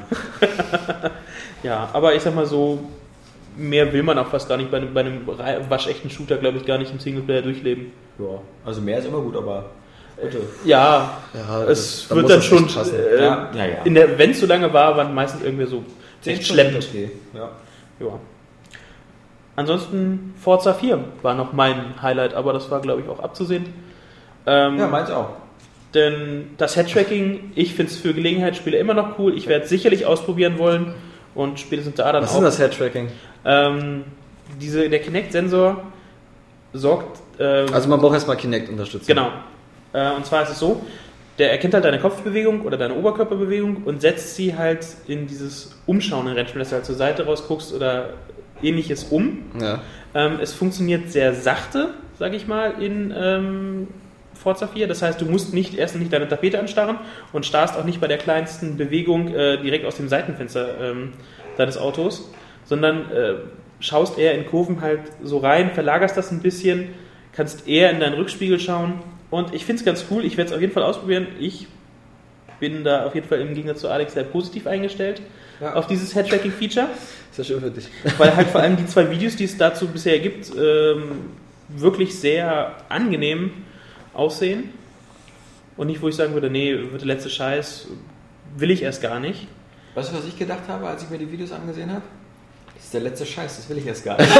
Ja, aber ich sag mal so, mehr will man auch fast gar nicht bei einem waschechten Shooter, glaube ich, gar nicht im Singleplayer durchleben. Ja, also mehr ist immer gut, aber bitte. Ja, es wird dann schon, wenn es so lange war, waren meistens irgendwie so 10 schleppend. Okay. Ja. ansonsten Forza 4 war noch mein Highlight, aber das war, glaube ich, auch abzusehen. Ja, meins auch. Denn das Head-Tracking, ich finde es für Gelegenheitsspiele immer noch cool. Ich werde es sicherlich ausprobieren wollen und Spiele sind da dann Was auch. ist denn das Head-Tracking? Der Kinect-Sensor sorgt... also man braucht erstmal Kinect-Unterstützung. Genau. Und zwar ist es so, der erkennt halt deine Kopfbewegung oder deine Oberkörperbewegung und setzt sie halt in dieses Umschauen im Rennspiel, dass du halt zur Seite rausguckst oder ähnliches um. Ja. Es funktioniert sehr sachte, sage ich mal, in Forza 4. Das heißt, du musst erstens nicht deine Tapete anstarren und starrst auch nicht bei der kleinsten Bewegung direkt aus dem Seitenfenster deines Autos, sondern schaust eher in Kurven halt so rein, verlagerst das ein bisschen, kannst eher in deinen Rückspiegel schauen und ich finde es ganz cool. Ich werde es auf jeden Fall ausprobieren. Ich bin da auf jeden Fall im Gegensatz zu Alex sehr positiv eingestellt auf dieses Head-Tracking-Feature. Ist ja schön für dich. Weil halt vor allem die 2 Videos, die es dazu bisher gibt, wirklich sehr angenehm aussehen. Und nicht, wo ich sagen würde, nee, wird der letzte Scheiß, will ich erst gar nicht. Weißt du, was ich gedacht habe, als ich mir die Videos angesehen habe? Das ist der letzte Scheiß, das will ich erst gar nicht.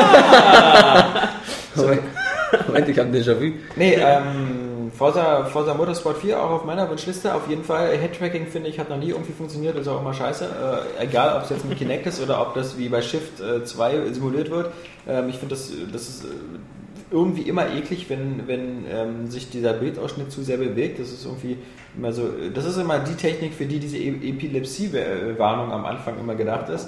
Moment, ich habe ein Déjà-vu. Nee, Forza Motorsport 4 auch auf meiner Wunschliste, auf jeden Fall. Head-Tracking, finde ich, hat noch nie irgendwie funktioniert, ist auch immer scheiße. Egal, ob es jetzt mit Kinect ist oder ob das wie bei Shift 2 simuliert wird. Ich finde, das ist irgendwie immer eklig, wenn sich dieser Bildausschnitt zu sehr bewegt. Das ist irgendwie immer so, das ist immer die Technik, für die diese Epilepsie-Warnung am Anfang immer gedacht ist.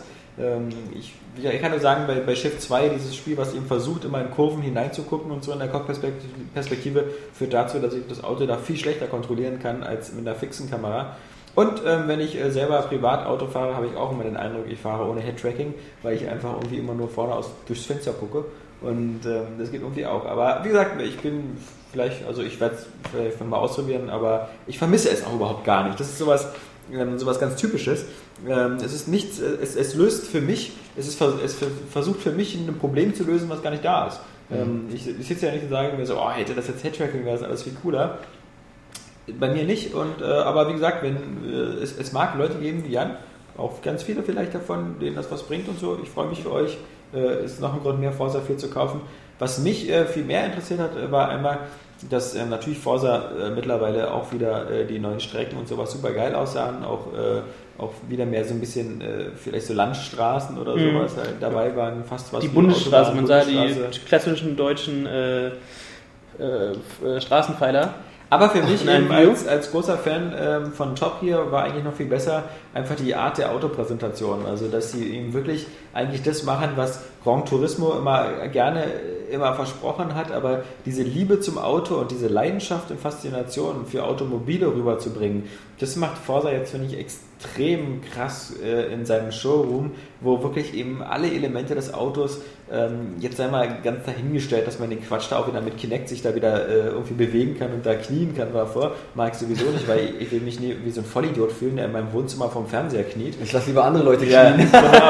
Ich kann nur sagen, bei Shift 2, dieses Spiel, was eben versucht, immer in Kurven hineinzugucken und so in der Kopfperspektive, führt dazu, dass ich das Auto da viel schlechter kontrollieren kann als mit einer fixen Kamera. Und wenn ich selber privat Auto fahre, habe ich auch immer den Eindruck, ich fahre ohne Head-Tracking, weil ich einfach irgendwie immer nur vorne durchs Fenster gucke. Und das geht irgendwie auch. Aber wie gesagt, ich bin vielleicht, also ich werde es vielleicht mal ausprobieren, aber ich vermisse es auch überhaupt gar nicht. Das ist sowas ganz Typisches. Es ist nichts, es löst für mich, es versucht für mich ein Problem zu lösen, was gar nicht da ist. Ich sitze ja nicht und sage mir so, oh, hätte das jetzt Head-Tracking, wäre das alles viel cooler. Bei mir nicht. Aber wie gesagt, es mag Leute geben wie Jan, auch ganz viele vielleicht davon, denen das was bringt und so. Ich freue mich für euch. Ist noch ein Grund mehr, Forza 4 zu kaufen. Was mich viel mehr interessiert hat, war einmal, dass natürlich Forza mittlerweile auch wieder die neuen Strecken und sowas super geil aussahen, auch wieder mehr so ein bisschen vielleicht so Landstraßen oder sowas dabei waren, fast was. Die Bundesstraße, man sah die klassischen deutschen Straßenpfeiler. Aber für mich eben als großer Fan von Top Gear war eigentlich noch viel besser einfach die Art der Autopräsentation. Also dass sie eben wirklich eigentlich das machen, was Gran Turismo immer versprochen hat, aber diese Liebe zum Auto und diese Leidenschaft und Faszination für Automobile rüberzubringen, das macht Forza jetzt, finde ich, extrem krass in seinem Showroom, wo wirklich eben alle Elemente des Autos jetzt einmal ganz dahingestellt, dass man den Quatsch da auch wieder mit Kinect sich da wieder irgendwie bewegen kann und da knien kann davor. Mag ich sowieso nicht, weil ich will mich nie wie so ein Vollidiot fühlen, der in meinem Wohnzimmer vorm Fernseher kniet. Ich lasse lieber andere Leute knien.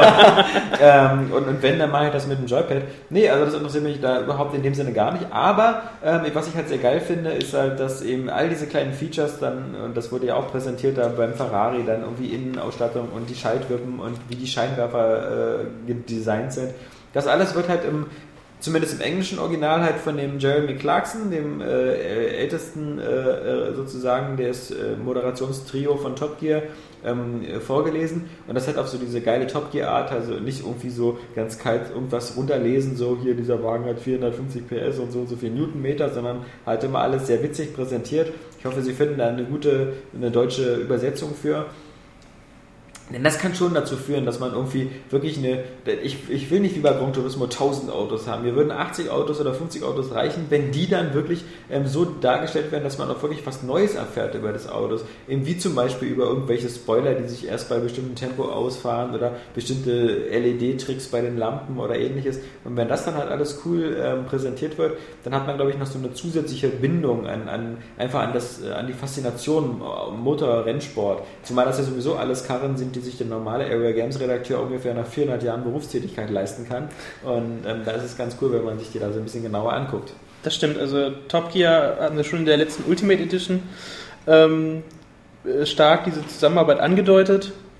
Ja, genau. Und wenn, dann mache ich das mit dem Joypad. Nee, also das interessiert mich da überhaupt in dem Sinne gar nicht. Aber was ich halt sehr geil finde, ist halt, dass eben all diese kleinen Features dann, und das wurde ja auch präsentiert da beim Ferrari, dann irgendwie Innenausstattung und die Schaltwippen und wie die Scheinwerfer designt sind. Das alles wird halt zumindest im englischen Original halt von dem Jeremy Clarkson, dem ältesten sozusagen des Moderationstrio von Top Gear, vorgelesen, und das hat auf so diese geile Top Gear Art, also nicht irgendwie so ganz kalt irgendwas runterlesen, so hier dieser Wagen hat 450 PS und so viel Newtonmeter, sondern halt immer alles sehr witzig präsentiert. Ich hoffe, Sie finden da eine deutsche Übersetzung für. Denn das kann schon dazu führen, dass man irgendwie wirklich ich will nicht wie bei Gran Turismo 1000 Autos haben. Wir würden 80 Autos oder 50 Autos reichen, wenn die dann wirklich so dargestellt werden, dass man auch wirklich was Neues erfährt über das Auto. Eben wie zum Beispiel über irgendwelche Spoiler, die sich erst bei bestimmtem Tempo ausfahren oder bestimmte LED-Tricks bei den Lampen oder ähnliches. Und wenn das dann halt alles cool präsentiert wird, dann hat man, glaube ich, noch so eine zusätzliche Bindung an die Faszination Motorrennsport. Zumal das ja sowieso alles Karren sind, die sich der normale Area Games Redakteur ungefähr nach 400 Jahren Berufstätigkeit leisten kann. Und da ist es ganz cool, wenn man sich die da so ein bisschen genauer anguckt. Das stimmt, also Top Gear hatten wir schon in der letzten Ultimate Edition stark diese Zusammenarbeit angedeutet.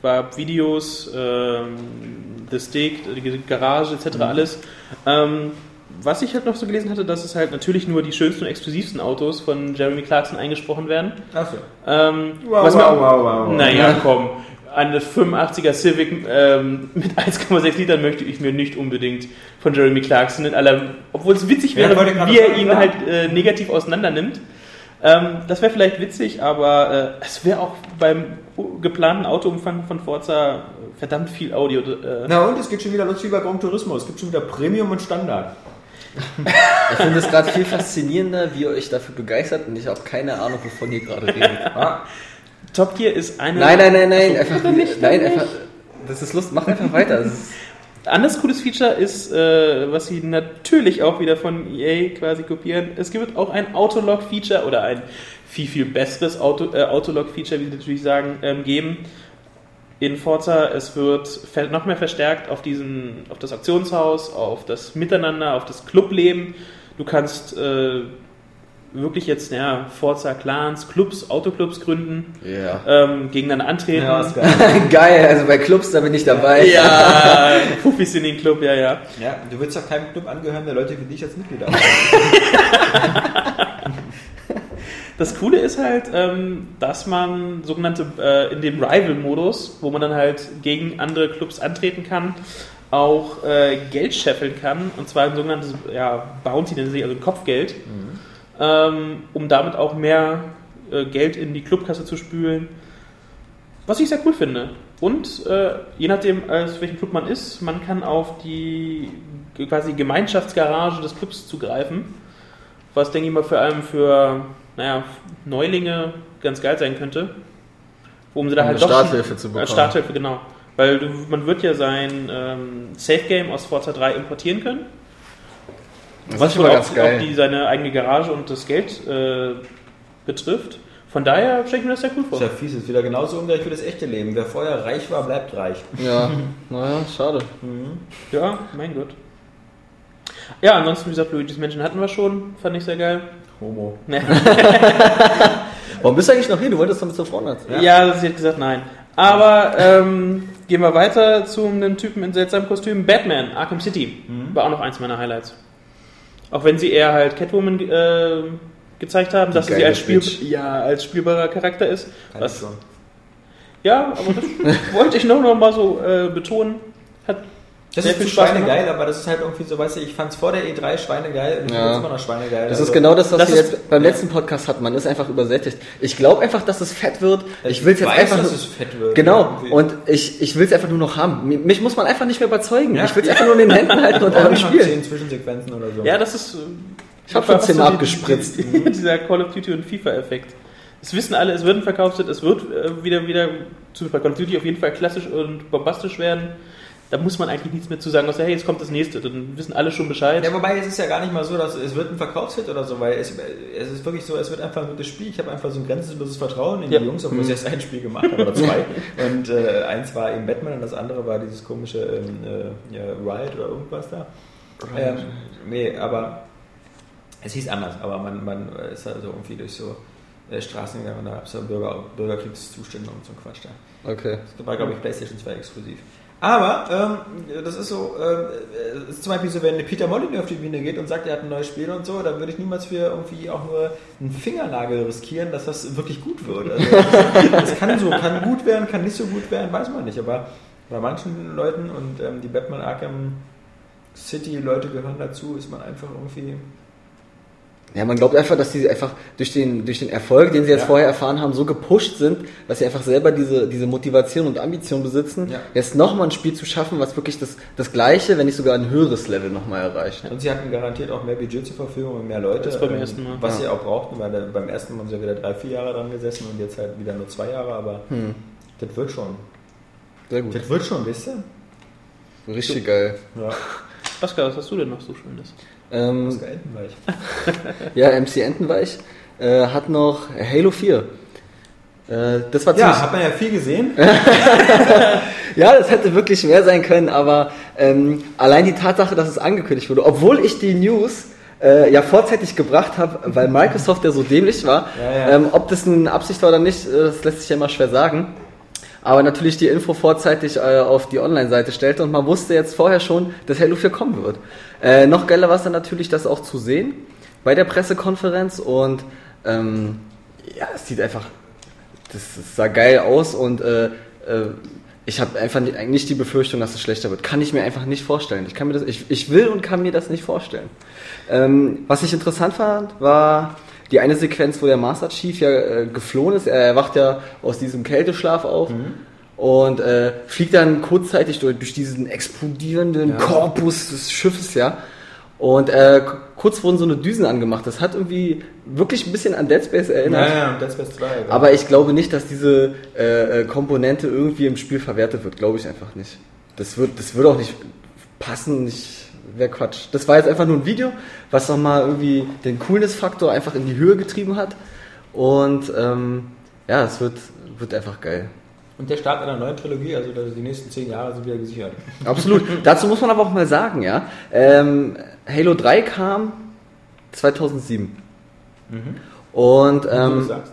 war Videos, The Stick, die Garage etc. alles. Was ich halt noch so gelesen hatte, dass es halt natürlich nur die schönsten und exklusivsten Autos von Jeremy Clarkson eingesprochen werden. Achso. Wow. Naja, komm. Eine 85er Civic mit 1,6 Litern möchte ich mir nicht unbedingt von Jeremy Clarkson in aller, obwohl es witzig wäre, wie er ihn halt negativ auseinander nimmt. Das wäre vielleicht witzig, aber es wäre auch beim geplanten Autoumfang von Forza verdammt viel Audio. Na und es geht schon wieder los wie bei Gran Turismo. Es gibt schon wieder Premium und Standard. Ich finde es gerade viel faszinierender, wie ihr euch dafür begeistert und ich habe keine Ahnung, wovon ihr gerade redet. Top Gear ist eine... Nein, einfach, das ist Lust, mach einfach weiter. Anderes cooles Feature ist, was sie natürlich auch wieder von EA quasi kopieren, es gibt auch ein Autolog-Feature oder ein viel besseres Autolog-Feature, wie sie natürlich sagen, geben in Forza. Es wird noch mehr verstärkt auf das Auktionshaus, auf das Miteinander, auf das Clubleben. Du kannst wirklich jetzt Forza-Clans, Clubs, Autoclubs gründen, gegeneinander antreten. Ja, ist geil. Geil, also bei Clubs, da bin ich dabei. Ja, Puffis in den Club, ja. Ja, du willst doch keinem Club angehören, der Leute wie dich als Mitglieder haben. Das Coole ist halt, dass man sogenannte, in dem Rival-Modus, wo man dann halt gegen andere Clubs antreten kann, auch Geld scheffeln kann, und zwar ein sogenanntes Bounty, also ein Kopfgeld, um damit auch mehr Geld in die Clubkasse zu spülen, was ich sehr cool finde. Und je nachdem, aus welchem Club man ist, man kann auf die quasi Gemeinschaftsgarage des Clubs zugreifen, was, denke ich mal, vor allem für Neulinge ganz geil sein könnte. Um sie da halt Starthilfe zu bekommen. Starthilfe, genau. Weil man wird ja sein Safe Game aus Forza 3 importieren können. Was wohl auch seine eigene Garage und das Geld betrifft. Von daher stelle ich mir das sehr cool vor. Das ist ja fies, ist wieder genauso ungerecht wie das echte Leben. Wer vorher reich war, bleibt reich. Ja, naja, schade. Ja, mein Gott. Ja, ansonsten, wie gesagt, Luigi's Mansion hatten wir schon. Fand ich sehr geil. Homo. Warum bist du eigentlich noch hier? Du wolltest doch mit zur Frau. Ja, das hätte gesagt, nein. Aber gehen wir weiter zu einem Typen in seltsamen Kostümen. Batman, Arkham City. War auch noch eins meiner Highlights. Auch wenn sie eher halt Catwoman gezeigt haben, dass sie als spielbarer Charakter ist. Ja, aber das wollte ich noch mal so betonen. Das ist schweinegeil, aber das ist halt irgendwie so, weißt du, ich fand es vor der E3 schweinegeil und ich finde es immer noch schweinegeil. Das ist genau das, was wir jetzt beim letzten Podcast hatten. Man ist einfach übersättigt. Ich glaube einfach, dass es fett wird. Ich will es jetzt einfach dass es fett wird. Genau. Irgendwie. Und ich will es einfach nur noch haben. Mich muss man einfach nicht mehr überzeugen. Ja. Ich will es einfach nur in den Händen halten und einfach spielen. 10 Zwischensequenzen oder so. Ja, das ist... Ich habe schon 10 Mal abgespritzt. Dieser Call of Duty und FIFA-Effekt. Es wissen alle, es wird verkauft, es wird wieder zu Call of Duty auf jeden Fall klassisch und bombastisch werden. Da muss man eigentlich nichts mehr zu sagen, außer hey, jetzt kommt das nächste, dann wissen alle schon Bescheid. Ja, wobei es ist ja gar nicht mal so, dass es wird ein Verkaufshit oder so, weil es ist wirklich so, es wird einfach nur das Spiel, ich habe einfach so ein grenzenloses Vertrauen in die Jungs, obwohl sie erst ein Spiel gemacht haben oder 2. Und eins war eben Batman und das andere war dieses komische Riot oder irgendwas da. Nee, aber es hieß anders, aber man ist also irgendwie durch so Straßen gegangen und da gab es so Bürgerkriegszustände und so ein Quatsch da. Okay. Das war, glaube ich, PlayStation 2 exklusiv. Aber das ist so, ist zum Beispiel so, wenn Peter Molyneux auf die Bühne geht und sagt, er hat ein neues Spiel und so, dann würde ich niemals für irgendwie auch nur einen Fingernagel riskieren, dass das wirklich gut wird. Also, das kann gut werden, kann nicht so gut werden, weiß man nicht. Aber bei manchen Leuten und die Batman Arkham City Leute gehören dazu, ist man einfach irgendwie... Ja, man glaubt einfach, dass die einfach durch den Erfolg, den sie jetzt vorher erfahren haben, so gepusht sind, dass sie einfach selber diese Motivation und Ambition besitzen, jetzt nochmal ein Spiel zu schaffen, was wirklich das gleiche, wenn nicht sogar ein höheres Level nochmal erreicht. Und sie hatten garantiert auch mehr Budget zur Verfügung und mehr Leute, das beim ersten Mal. Was sie auch brauchten, weil beim ersten Mal haben sie ja wieder 3-4 Jahre dran gesessen und jetzt halt wieder nur 2 Jahre, aber das wird schon. Sehr gut. Das wird schon, wisst ihr? Richtig geil. Ja. Pascal, was hast du denn noch so Schönes? Pascal Entenweich. Ja, MC Entenweich hat noch Halo 4. Das war ziemlich... Ja, hat man ja viel gesehen. Ja, das hätte wirklich mehr sein können, aber allein die Tatsache, dass es angekündigt wurde, obwohl ich die News vorzeitig gebracht habe, weil Microsoft ja so dämlich war, ob das eine Absicht war oder nicht, das lässt sich ja immer schwer sagen. aber natürlich die Info vorzeitig auf die Online-Seite stellte und man wusste jetzt vorher schon, dass Halo 4 kommen wird. Noch geiler war es dann natürlich, das auch zu sehen bei der Pressekonferenz und es sieht einfach, das sah geil aus und ich habe einfach nicht die Befürchtung, dass es schlechter wird. Kann ich mir einfach nicht vorstellen. Ich will und kann mir das nicht vorstellen. Was ich interessant fand, war die eine Sequenz, wo der Master Chief geflohen ist. Er wacht ja aus diesem Kälteschlaf auf und fliegt dann kurzzeitig durch diesen explodierenden Korpus des Schiffes, Und kurz wurden so eine Düsen angemacht. Das hat irgendwie wirklich ein bisschen an Dead Space erinnert. Ja, Dead Space 2. Genau. Aber ich glaube nicht, dass diese Komponente irgendwie im Spiel verwertet wird. Glaube ich einfach nicht. Das wird auch nicht passen. Wäre Quatsch. Das war jetzt einfach nur ein Video, was nochmal irgendwie den Coolness-Faktor einfach in die Höhe getrieben hat. Und es wird einfach geil. Und der Start einer neuen Trilogie, also die nächsten 10 Jahre sind wieder gesichert. Absolut. Dazu muss man aber auch mal sagen, Halo 3 kam 2007. Und du sagst.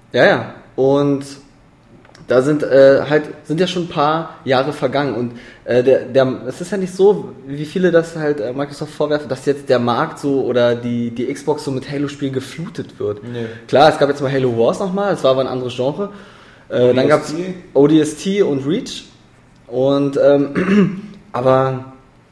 Und da sind ja schon ein paar Jahre vergangen und es ist ja nicht so, wie viele das halt Microsoft vorwerfen, dass jetzt der Markt so oder die Xbox so mit Halo-Spielen geflutet wird. Nee. Klar, es gab jetzt mal Halo Wars nochmal, das war aber ein anderes Genre. Dann gab es ODST und Reach und aber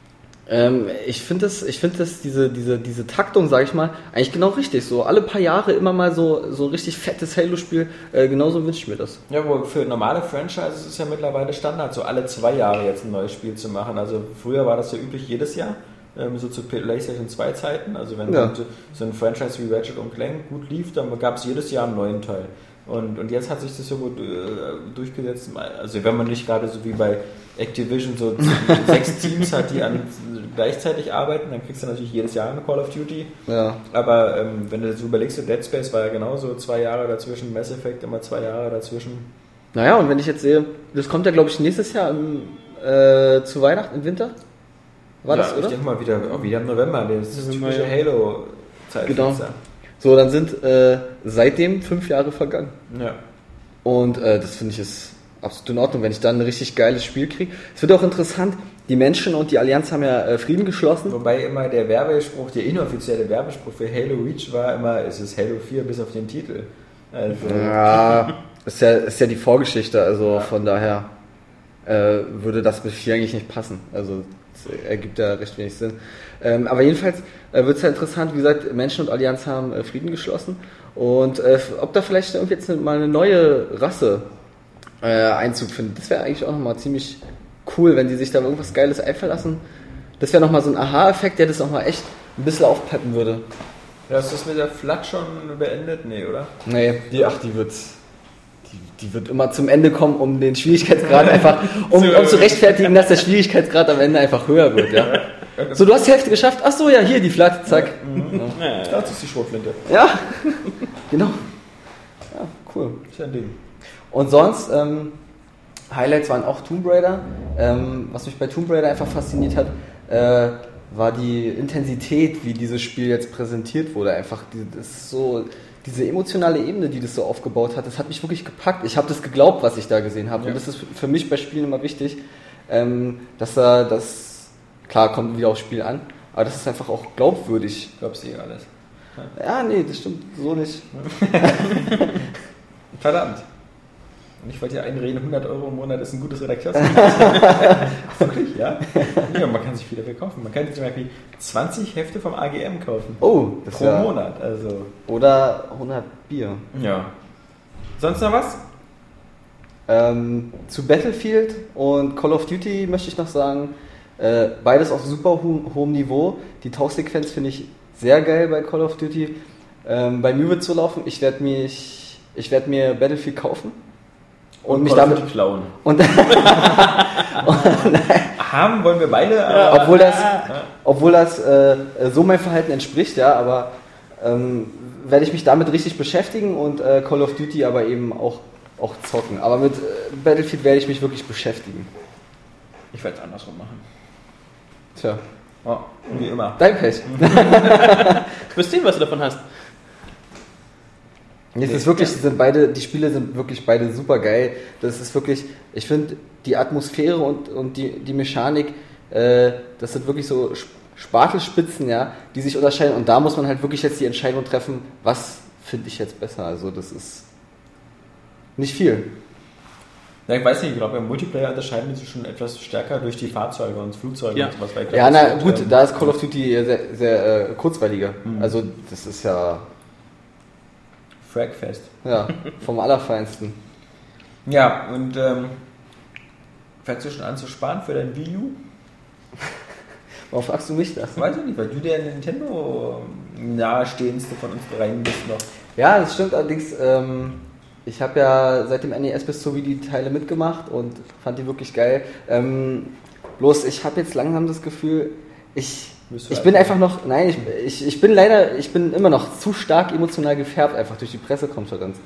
ich finde diese Taktung, sage ich mal, eigentlich genau richtig. So alle paar Jahre immer mal so ein richtig fettes Halo-Spiel, genauso wünsche ich mir das. Ja, wo für normale Franchises ist ja mittlerweile Standard, so alle 2 Jahre jetzt ein neues Spiel zu machen. Also früher war das ja üblich jedes Jahr, so zu PlayStation 2 Zeiten. Also wenn so ein Franchise wie Ratchet & Clank gut lief, dann gab es jedes Jahr einen neuen Teil. Und jetzt hat sich das so gut durchgesetzt. Also wenn man nicht gerade so wie bei Activision so 6 Teams hat, die gleichzeitig arbeiten, dann kriegst du natürlich jedes Jahr eine Call of Duty. Ja. Aber wenn du so überlegst, so Dead Space war ja genauso 2 Jahre dazwischen, Mass Effect immer 2 Jahre dazwischen. Naja, und wenn ich jetzt sehe, das kommt ja glaube ich nächstes Jahr zu Weihnachten, im Winter? War das, oder? Ich denke mal wieder im November, das ist das typische Halo-Zeitfenster. Genau. So, dann sind seitdem 5 Jahre vergangen. Ja. Und das finde ich ist absolut in Ordnung, wenn ich dann ein richtig geiles Spiel kriege. Es wird auch interessant, die Menschen und die Allianz haben ja Frieden geschlossen. Wobei immer der Werbespruch, der inoffizielle Werbespruch für Halo Reach war immer, es ist Halo 4 bis auf den Titel. Also ja, ist ja die Vorgeschichte, also von daher würde das mit 4 eigentlich nicht passen. Also das ergibt ja recht wenig Sinn. Aber jedenfalls wird es ja interessant, wie gesagt, Menschen und Allianz haben Frieden geschlossen und ob da vielleicht irgendwie jetzt mal eine neue Rasse Einzug findet. Das wäre eigentlich auch nochmal ziemlich cool, wenn die sich da irgendwas Geiles einfallen lassen. Das wäre nochmal so ein Aha-Effekt, der das nochmal echt ein bisschen aufpeppen würde. Ja, ist das mit der FLUD schon beendet? Nee, oder? Nee, die wird immer zum Ende kommen, um den Schwierigkeitsgrad einfach, um zu rechtfertigen, dass der Schwierigkeitsgrad am Ende einfach höher wird, ja. So, du hast die Hälfte geschafft, ach so, ja, hier die FLUD, zack. Ja. Das ist die Schrotflinte. Ja, genau. Ja, cool. Ist ja ein Ding. Und sonst, Highlights waren auch Tomb Raider. Was mich bei Tomb Raider einfach fasziniert hat, war die Intensität, wie dieses Spiel jetzt präsentiert wurde. Einfach diese emotionale Ebene, die das so aufgebaut hat, das hat mich wirklich gepackt. Ich habe das geglaubt, was ich da gesehen habe. Ja. Und das ist für mich bei Spielen immer wichtig, dass das, klar, kommt wieder aufs Spiel an, aber das ist einfach auch glaubwürdig. Glaubst du alles? Ja, nee, das stimmt so nicht. Verdammt. Und ich wollte ja einreden, 100 € im Monat ist ein gutes Redakteursgehalt. Wirklich, ja? Ja, man kann sich viel dafür kaufen. Man kann sich zum Beispiel 20 Hefte vom AGM kaufen. Oh, das pro Monat. Also. Oder 100 Bier. Ja. Sonst noch was? Zu Battlefield und Call of Duty möchte ich noch sagen, beides auf super hohem Niveau. Die Tauchsequenz finde ich sehr geil bei Call of Duty. Bei mir wird es so laufen, ich werde mir Battlefield kaufen. Und mich damit klauen. Und haben wollen wir beide. Obwohl das so mein Verhalten entspricht, ja, aber werde ich mich damit richtig beschäftigen und Call of Duty aber eben auch zocken. Aber mit Battlefield werde ich mich wirklich beschäftigen. Ich werde es andersrum machen. Tja. Oh, wie immer. Dein Pech. Du wirst sehen, was du davon hast. Es ist wirklich, die Spiele sind wirklich beide super geil. Das ist wirklich, ich finde, die Atmosphäre und die Mechanik, das sind wirklich so Spatelspitzen, ja, die sich unterscheiden. Und da muss man halt wirklich jetzt die Entscheidung treffen, was finde ich jetzt besser. Also das ist nicht viel. Ja, ich weiß nicht, ich glaube, im Multiplayer unterscheiden die sich schon etwas stärker durch die Fahrzeuge und Flugzeuge und sowas. Ja, na gut, da ist Call of Duty sehr, sehr kurzweiliger. Also das ist ja... Fragfest. Ja, vom Allerfeinsten. Ja, und fängst du schon an zu sparen für dein Wii U? Warum fragst du mich das? Weiß ich nicht, weil du der Nintendo nahestehendste von uns dreien bist noch. Ja, das stimmt allerdings. Ich habe ja seit dem NES bis zur Wii die Teile mitgemacht und fand die wirklich geil. Bloß ich habe jetzt langsam das Gefühl, ich bin einfach noch, nein, ich bin immer noch zu stark emotional gefärbt, einfach durch die Pressekonferenz.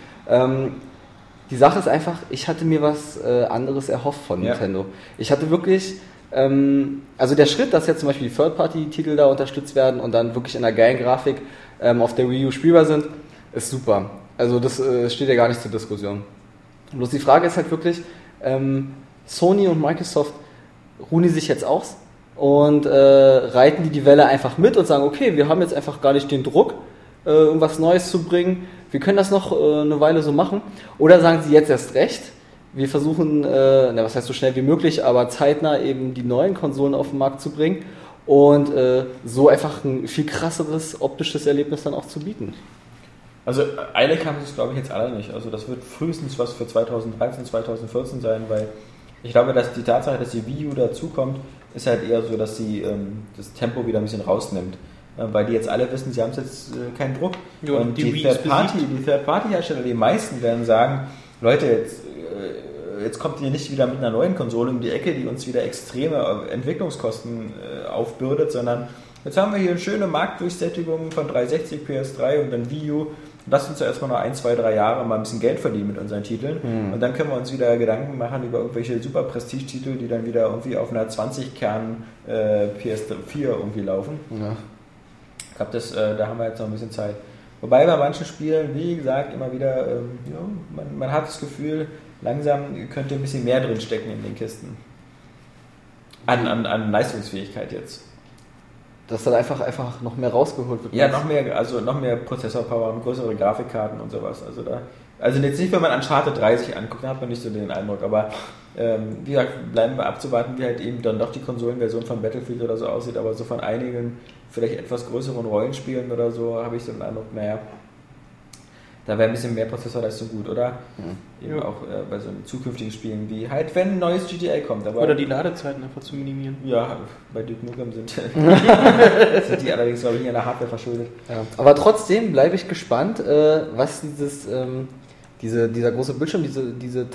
Die Sache ist einfach, ich hatte mir was anderes erhofft von Nintendo. Ich hatte wirklich, also der Schritt, dass jetzt zum Beispiel die Third-Party-Titel da unterstützt werden und dann wirklich in einer geilen Grafik auf der Wii U spielbar sind, ist super. Also das steht ja gar nicht zur Diskussion. Bloß die Frage ist halt wirklich, Sony und Microsoft ruhen die sich jetzt aus und reiten die Welle einfach mit und sagen, okay, wir haben jetzt einfach gar nicht den Druck, irgendwas Neues zu bringen, wir können das noch eine Weile so machen. Oder sagen sie jetzt erst recht, wir versuchen, was heißt so schnell wie möglich, aber zeitnah eben die neuen Konsolen auf den Markt zu bringen und so einfach ein viel krasseres optisches Erlebnis dann auch zu bieten. Also eilig haben sie es, glaube ich, jetzt alle nicht. Also das wird frühestens was für 2013, 2014 sein, weil ich glaube, dass die Tatsache, dass die Wii U dazukommt, ist halt eher so, dass sie das Tempo wieder ein bisschen rausnimmt. Weil die jetzt alle wissen, sie haben jetzt keinen Druck. Ja, und die Third-Party-Hersteller, die meisten werden sagen, Leute, jetzt kommt ihr nicht wieder mit einer neuen Konsole um die Ecke, die uns wieder extreme Entwicklungskosten aufbürdet, sondern jetzt haben wir hier eine schöne Marktdurchsättigung von 360, PS3 und dann Wii U. Lass uns ja erstmal noch 1, 2, 3 Jahre mal ein bisschen Geld verdienen mit unseren Titeln. Und dann können wir uns wieder Gedanken machen über irgendwelche super Prestige-Titel, die dann wieder irgendwie auf einer 20-Kern PS4 irgendwie laufen. Ja. Ich glaube, da haben wir jetzt noch ein bisschen Zeit. Wobei bei manchen Spielen, wie gesagt, immer wieder, man hat das Gefühl, langsam könnte ein bisschen mehr drin stecken in den Kisten. An Leistungsfähigkeit jetzt. Dass dann einfach noch mehr rausgeholt wird. Ja, noch mehr Prozessor-Power und größere Grafikkarten und sowas. Also jetzt nicht, wenn man Uncharted 30 anguckt, da hat man nicht so den Eindruck, aber wie gesagt, bleiben wir abzuwarten, wie halt eben dann doch die Konsolenversion von Battlefield oder so aussieht, aber so von einigen vielleicht etwas größeren Rollenspielen oder so habe ich so den Eindruck, naja, da wäre ein bisschen mehr Prozessorleistung gut, oder? Eben auch bei so zukünftigen Spielen wie halt, wenn ein neues GTA kommt. Aber oder die Ladezeiten einfach zu minimieren. Ja, bei Duke Nukem sind die allerdings, glaube ich, nicht an der Hardware verschuldet. Ja. Aber trotzdem bleibe ich gespannt, was dieser große Bildschirm, dieser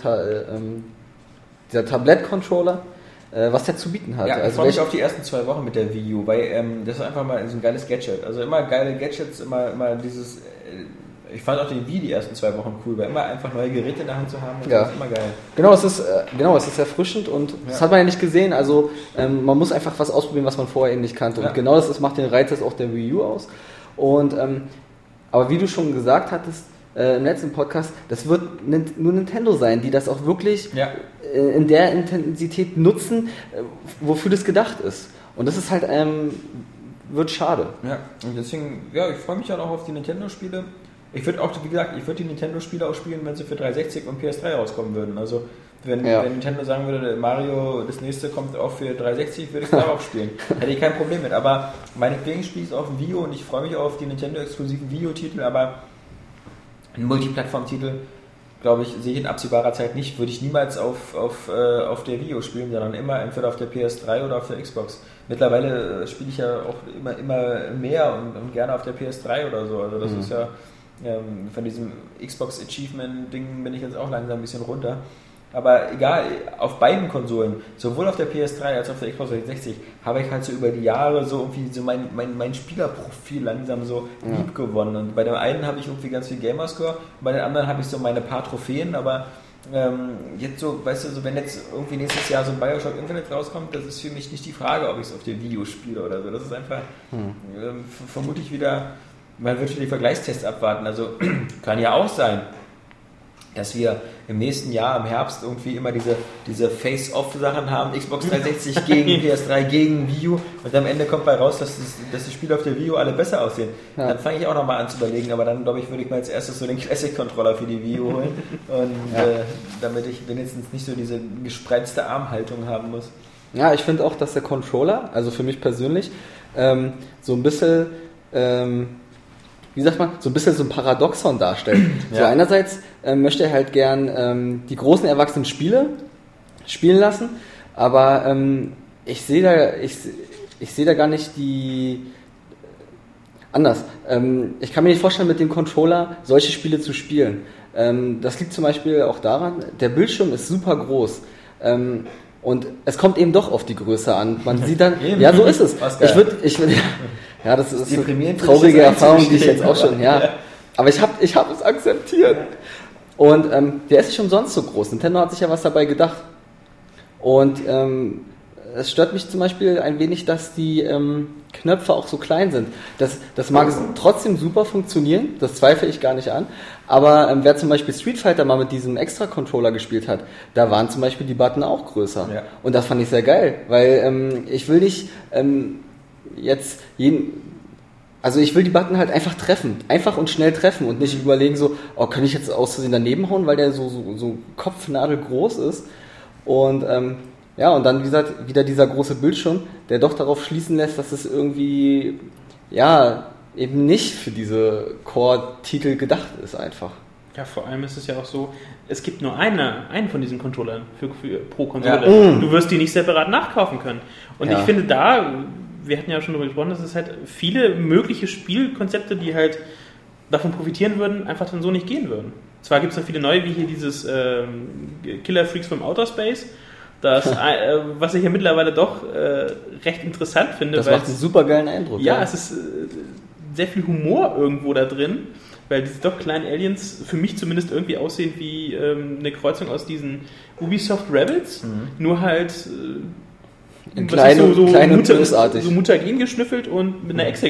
Tablet-Controller, was der zu bieten hat. Ja, ich freue mich auf die ersten 2 Wochen mit der Wii U, weil das ist einfach mal so ein geiles Gadget. Also immer geile Gadgets, immer dieses... Ich fand auch den Wii die ersten 2 Wochen cool, weil immer einfach neue Geräte in der Hand zu haben, das ist immer geil. Genau, es ist erfrischend und das hat man ja nicht gesehen, also man muss einfach was ausprobieren, was man vorher eben nicht kannte und genau das macht den Reiz auch der Wii U aus. Und aber wie du schon gesagt hattest im letzten Podcast, das wird nur Nintendo sein, die das auch wirklich in der Intensität nutzen, wofür das gedacht ist. Und das ist halt wird schade. Ja, und deswegen, ich freue mich auch auf die Nintendo-Spiele. Ich würde auch, wie gesagt, die Nintendo-Spiele auch spielen, wenn sie für 360 und PS3 rauskommen würden. Also wenn Nintendo sagen würde, Mario, das nächste kommt auch für 360, würde ich es darauf spielen. Hätte ich kein Problem mit. Aber meinetwegen spiele ich es auf dem Wii U und ich freue mich auf die Nintendo-exklusiven Wii U-Titel, aber einen Multiplattform-Titel, glaube ich, sehe ich in absehbarer Zeit nicht. Würde ich niemals auf der Wii U spielen, sondern immer entweder auf der PS3 oder auf der Xbox. Mittlerweile spiele ich ja auch immer mehr und gerne auf der PS3 oder so. Also das ist ja... von diesem Xbox Achievement-Ding bin ich jetzt auch langsam ein bisschen runter. Aber egal, auf beiden Konsolen, sowohl auf der PS3 als auch auf der Xbox 360, habe ich halt so über die Jahre so irgendwie so mein Spielerprofil langsam so lieb gewonnen. Und bei dem einen habe ich irgendwie ganz viel Gamerscore, bei den anderen habe ich so meine paar Trophäen, aber jetzt so, weißt du, so wenn jetzt irgendwie nächstes Jahr so ein Bioshock Infinite rauskommt, das ist für mich nicht die Frage, ob ich es auf der Wii U spiele oder so. Das ist einfach vermutlich wieder man wird für die Vergleichstests abwarten. Also kann ja auch sein, dass wir im nächsten Jahr, im Herbst, irgendwie immer diese Face-Off-Sachen haben, Xbox 360 gegen PS3 gegen Wii U, und am Ende kommt bei raus, dass die Spiele auf der Wii U alle besser aussehen. Ja. Dann fange ich auch nochmal an zu überlegen, aber dann, glaube ich, würde ich mal als erstes so den Classic-Controller für die Wii U holen, und damit ich wenigstens nicht so diese gespreizte Armhaltung haben muss. Ja, ich finde auch, dass der Controller, also für mich persönlich, so ein bisschen... wie sagt man, so ein bisschen so ein Paradoxon darstellt. Ja. So einerseits möchte er halt gern die großen erwachsenen Spiele spielen lassen, aber ich sehe da gar nicht die... Anders. Ich kann mir nicht vorstellen, mit dem Controller solche Spiele zu spielen. Das liegt zum Beispiel auch daran, der Bildschirm ist super groß. Und es kommt eben doch auf die Größe an. Man sieht dann, ja, so ist es. Ich würde, ja, das ist eine traurige Erfahrung, die ich jetzt auch schon, aber ich hab es akzeptiert. Und der ist nicht umsonst so groß. Nintendo hat sich ja was dabei gedacht. Und es stört mich zum Beispiel ein wenig, dass die Knöpfe auch so klein sind. Das mag trotzdem super funktionieren, das zweifle ich gar nicht an. Aber wer zum Beispiel Street Fighter mal mit diesem Extra-Controller gespielt hat, da waren zum Beispiel die Button auch größer. Ja. Und das fand ich sehr geil, weil ich will nicht ich will die Button halt einfach treffen, einfach und schnell treffen und nicht überlegen so, kann ich jetzt aus Versehen daneben hauen, weil der so kopfnadelgroß ist. Und und dann, wie gesagt, wieder dieser große Bildschirm, der doch darauf schließen lässt, dass es irgendwie, eben nicht für diese Core-Titel gedacht ist einfach. Ja, vor allem ist es ja auch so, es gibt nur einen von diesen Controllern pro Konsole. Ja. Du wirst die nicht separat nachkaufen können. Und ich finde wir hatten ja schon darüber gesprochen, dass es halt viele mögliche Spielkonzepte, die halt davon profitieren würden, einfach dann so nicht gehen würden. Zwar gibt es noch viele neue, wie hier dieses Killer Freaks from Outer Space, was ich ja mittlerweile doch recht interessant finde. Das macht einen super geilen Eindruck. Ja, es ist sehr viel Humor irgendwo da drin, weil diese doch kleinen Aliens für mich zumindest irgendwie aussehen wie eine Kreuzung aus diesen Ubisoft Rebels, nur halt klein und bösartig. So mutagen geschnüffelt und mit einer Echse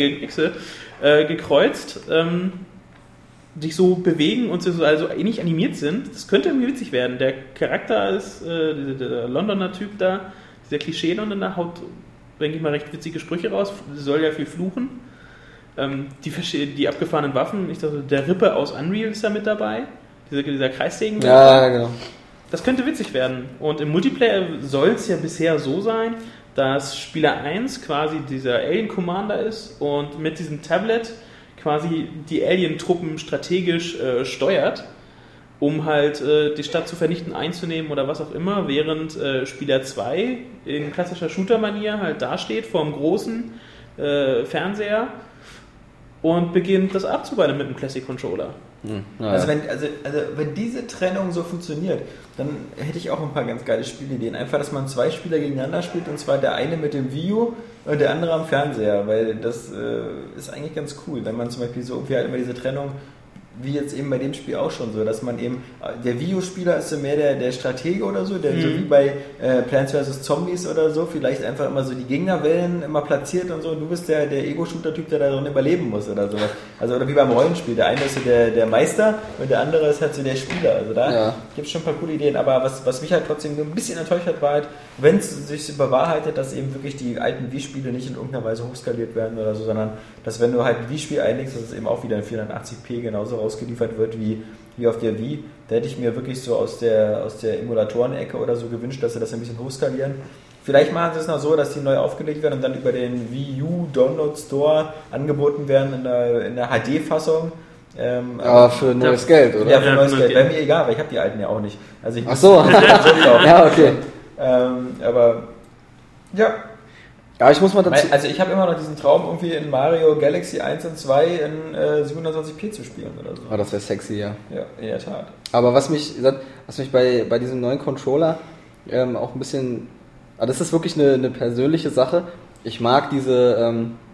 gekreuzt, sich so bewegen und so also ähnlich animiert sind. Das könnte irgendwie witzig werden. Der Charakter ist der Londoner Typ da, dieser Klischee-Londoner, haut, denke ich mal, recht witzige Sprüche raus, soll ja viel fluchen. Die abgefahrenen Waffen, ich dachte, der Rippe aus Unreal ist da mit dabei, dieser Kreissägen. Ja, genau. Das könnte witzig werden. Und im Multiplayer soll es ja bisher so sein, dass Spieler 1 quasi dieser Alien Commander ist und mit diesem Tablet quasi die Alien-Truppen strategisch steuert, um halt die Stadt zu vernichten, einzunehmen oder was auch immer, während Spieler 2 in klassischer Shooter-Manier halt dasteht vor einem großen Fernseher und beginnt das abzubauen mit einem Classic-Controller. Also wenn diese Trennung so funktioniert, dann hätte ich auch ein paar ganz geile Spielideen. Einfach, dass man 2 Spieler gegeneinander spielt, und zwar der eine mit dem Wii U und der andere am Fernseher, weil das ist eigentlich ganz cool, wenn man zum Beispiel so irgendwie halt immer diese Trennung, wie jetzt eben bei dem Spiel auch schon so, dass man eben, der Wii U-Spieler ist so mehr der Stratege oder so, der so wie bei Plants vs. Zombies oder so, vielleicht einfach immer so die Gegnerwellen immer platziert und so, und du bist der Ego-Shooter-Typ, der da drin überleben muss oder sowas. Also, oder wie beim Rollenspiel, der eine ist so der Meister und der andere ist halt so der Spieler. Also da gibt es schon ein paar coole Ideen, aber was mich halt trotzdem ein bisschen enttäuscht hat, war halt, wenn es sich bewahrheitet, dass eben wirklich die alten Wii-Spiele nicht in irgendeiner Weise hochskaliert werden oder so, sondern dass wenn du halt ein Wii-Spiel einlegst, dass es eben auch wieder in 480p genauso ausgeliefert wird wie auf der Wii. Da hätte ich mir wirklich so aus der Emulatoren-Ecke oder so gewünscht, dass sie das ein bisschen hochskalieren. Vielleicht machen sie es noch so, dass die neu aufgelegt werden und dann über den Wii U Download Store angeboten werden in der HD-Fassung. Aber für neues Geld, oder? Ja, für neues Geld. Wäre mir egal, weil ich habe die alten ja auch nicht. Also ich Ach so. Ja, okay. Aber ja. Ja, ich muss mal dazu... Also ich habe immer noch diesen Traum, irgendwie in Mario Galaxy 1 und 2 in 720p zu spielen oder so. Oh, das wäre sexy, ja. Ja, in der Tat. Aber was mich bei diesem neuen Controller auch ein bisschen... Also das ist wirklich eine persönliche Sache. Ich mag diese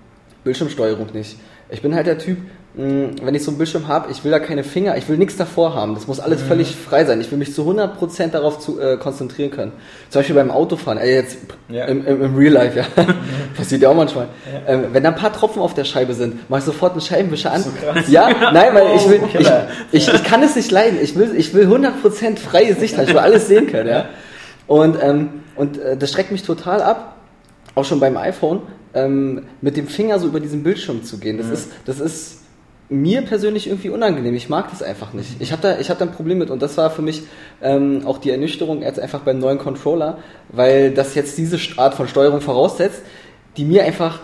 Bildschirmsteuerung nicht. Ich bin halt der Typ, wenn ich so einen Bildschirm habe, ich will da keine Finger, ich will nichts davor haben. Das muss alles völlig frei sein. Ich will mich zu 100% darauf konzentrieren können. Zum Beispiel beim Autofahren, jetzt im Real Life, passiert ja auch manchmal. Wenn da ein paar Tropfen auf der Scheibe sind, mache ich sofort einen Scheibenwischer an. So krass. Ja, nein, weil ich kann es nicht leiden. Ich will 100% freie Sicht haben, ich will alles sehen können. Ja? Und das schreckt mich total ab, auch schon beim iPhone, mit dem Finger so über diesen Bildschirm zu gehen. Das ist mir persönlich irgendwie unangenehm. Ich mag das einfach nicht. Ich hab da ein Problem mit und das war für mich auch die Ernüchterung jetzt einfach beim neuen Controller, weil das jetzt diese Art von Steuerung voraussetzt, die mir einfach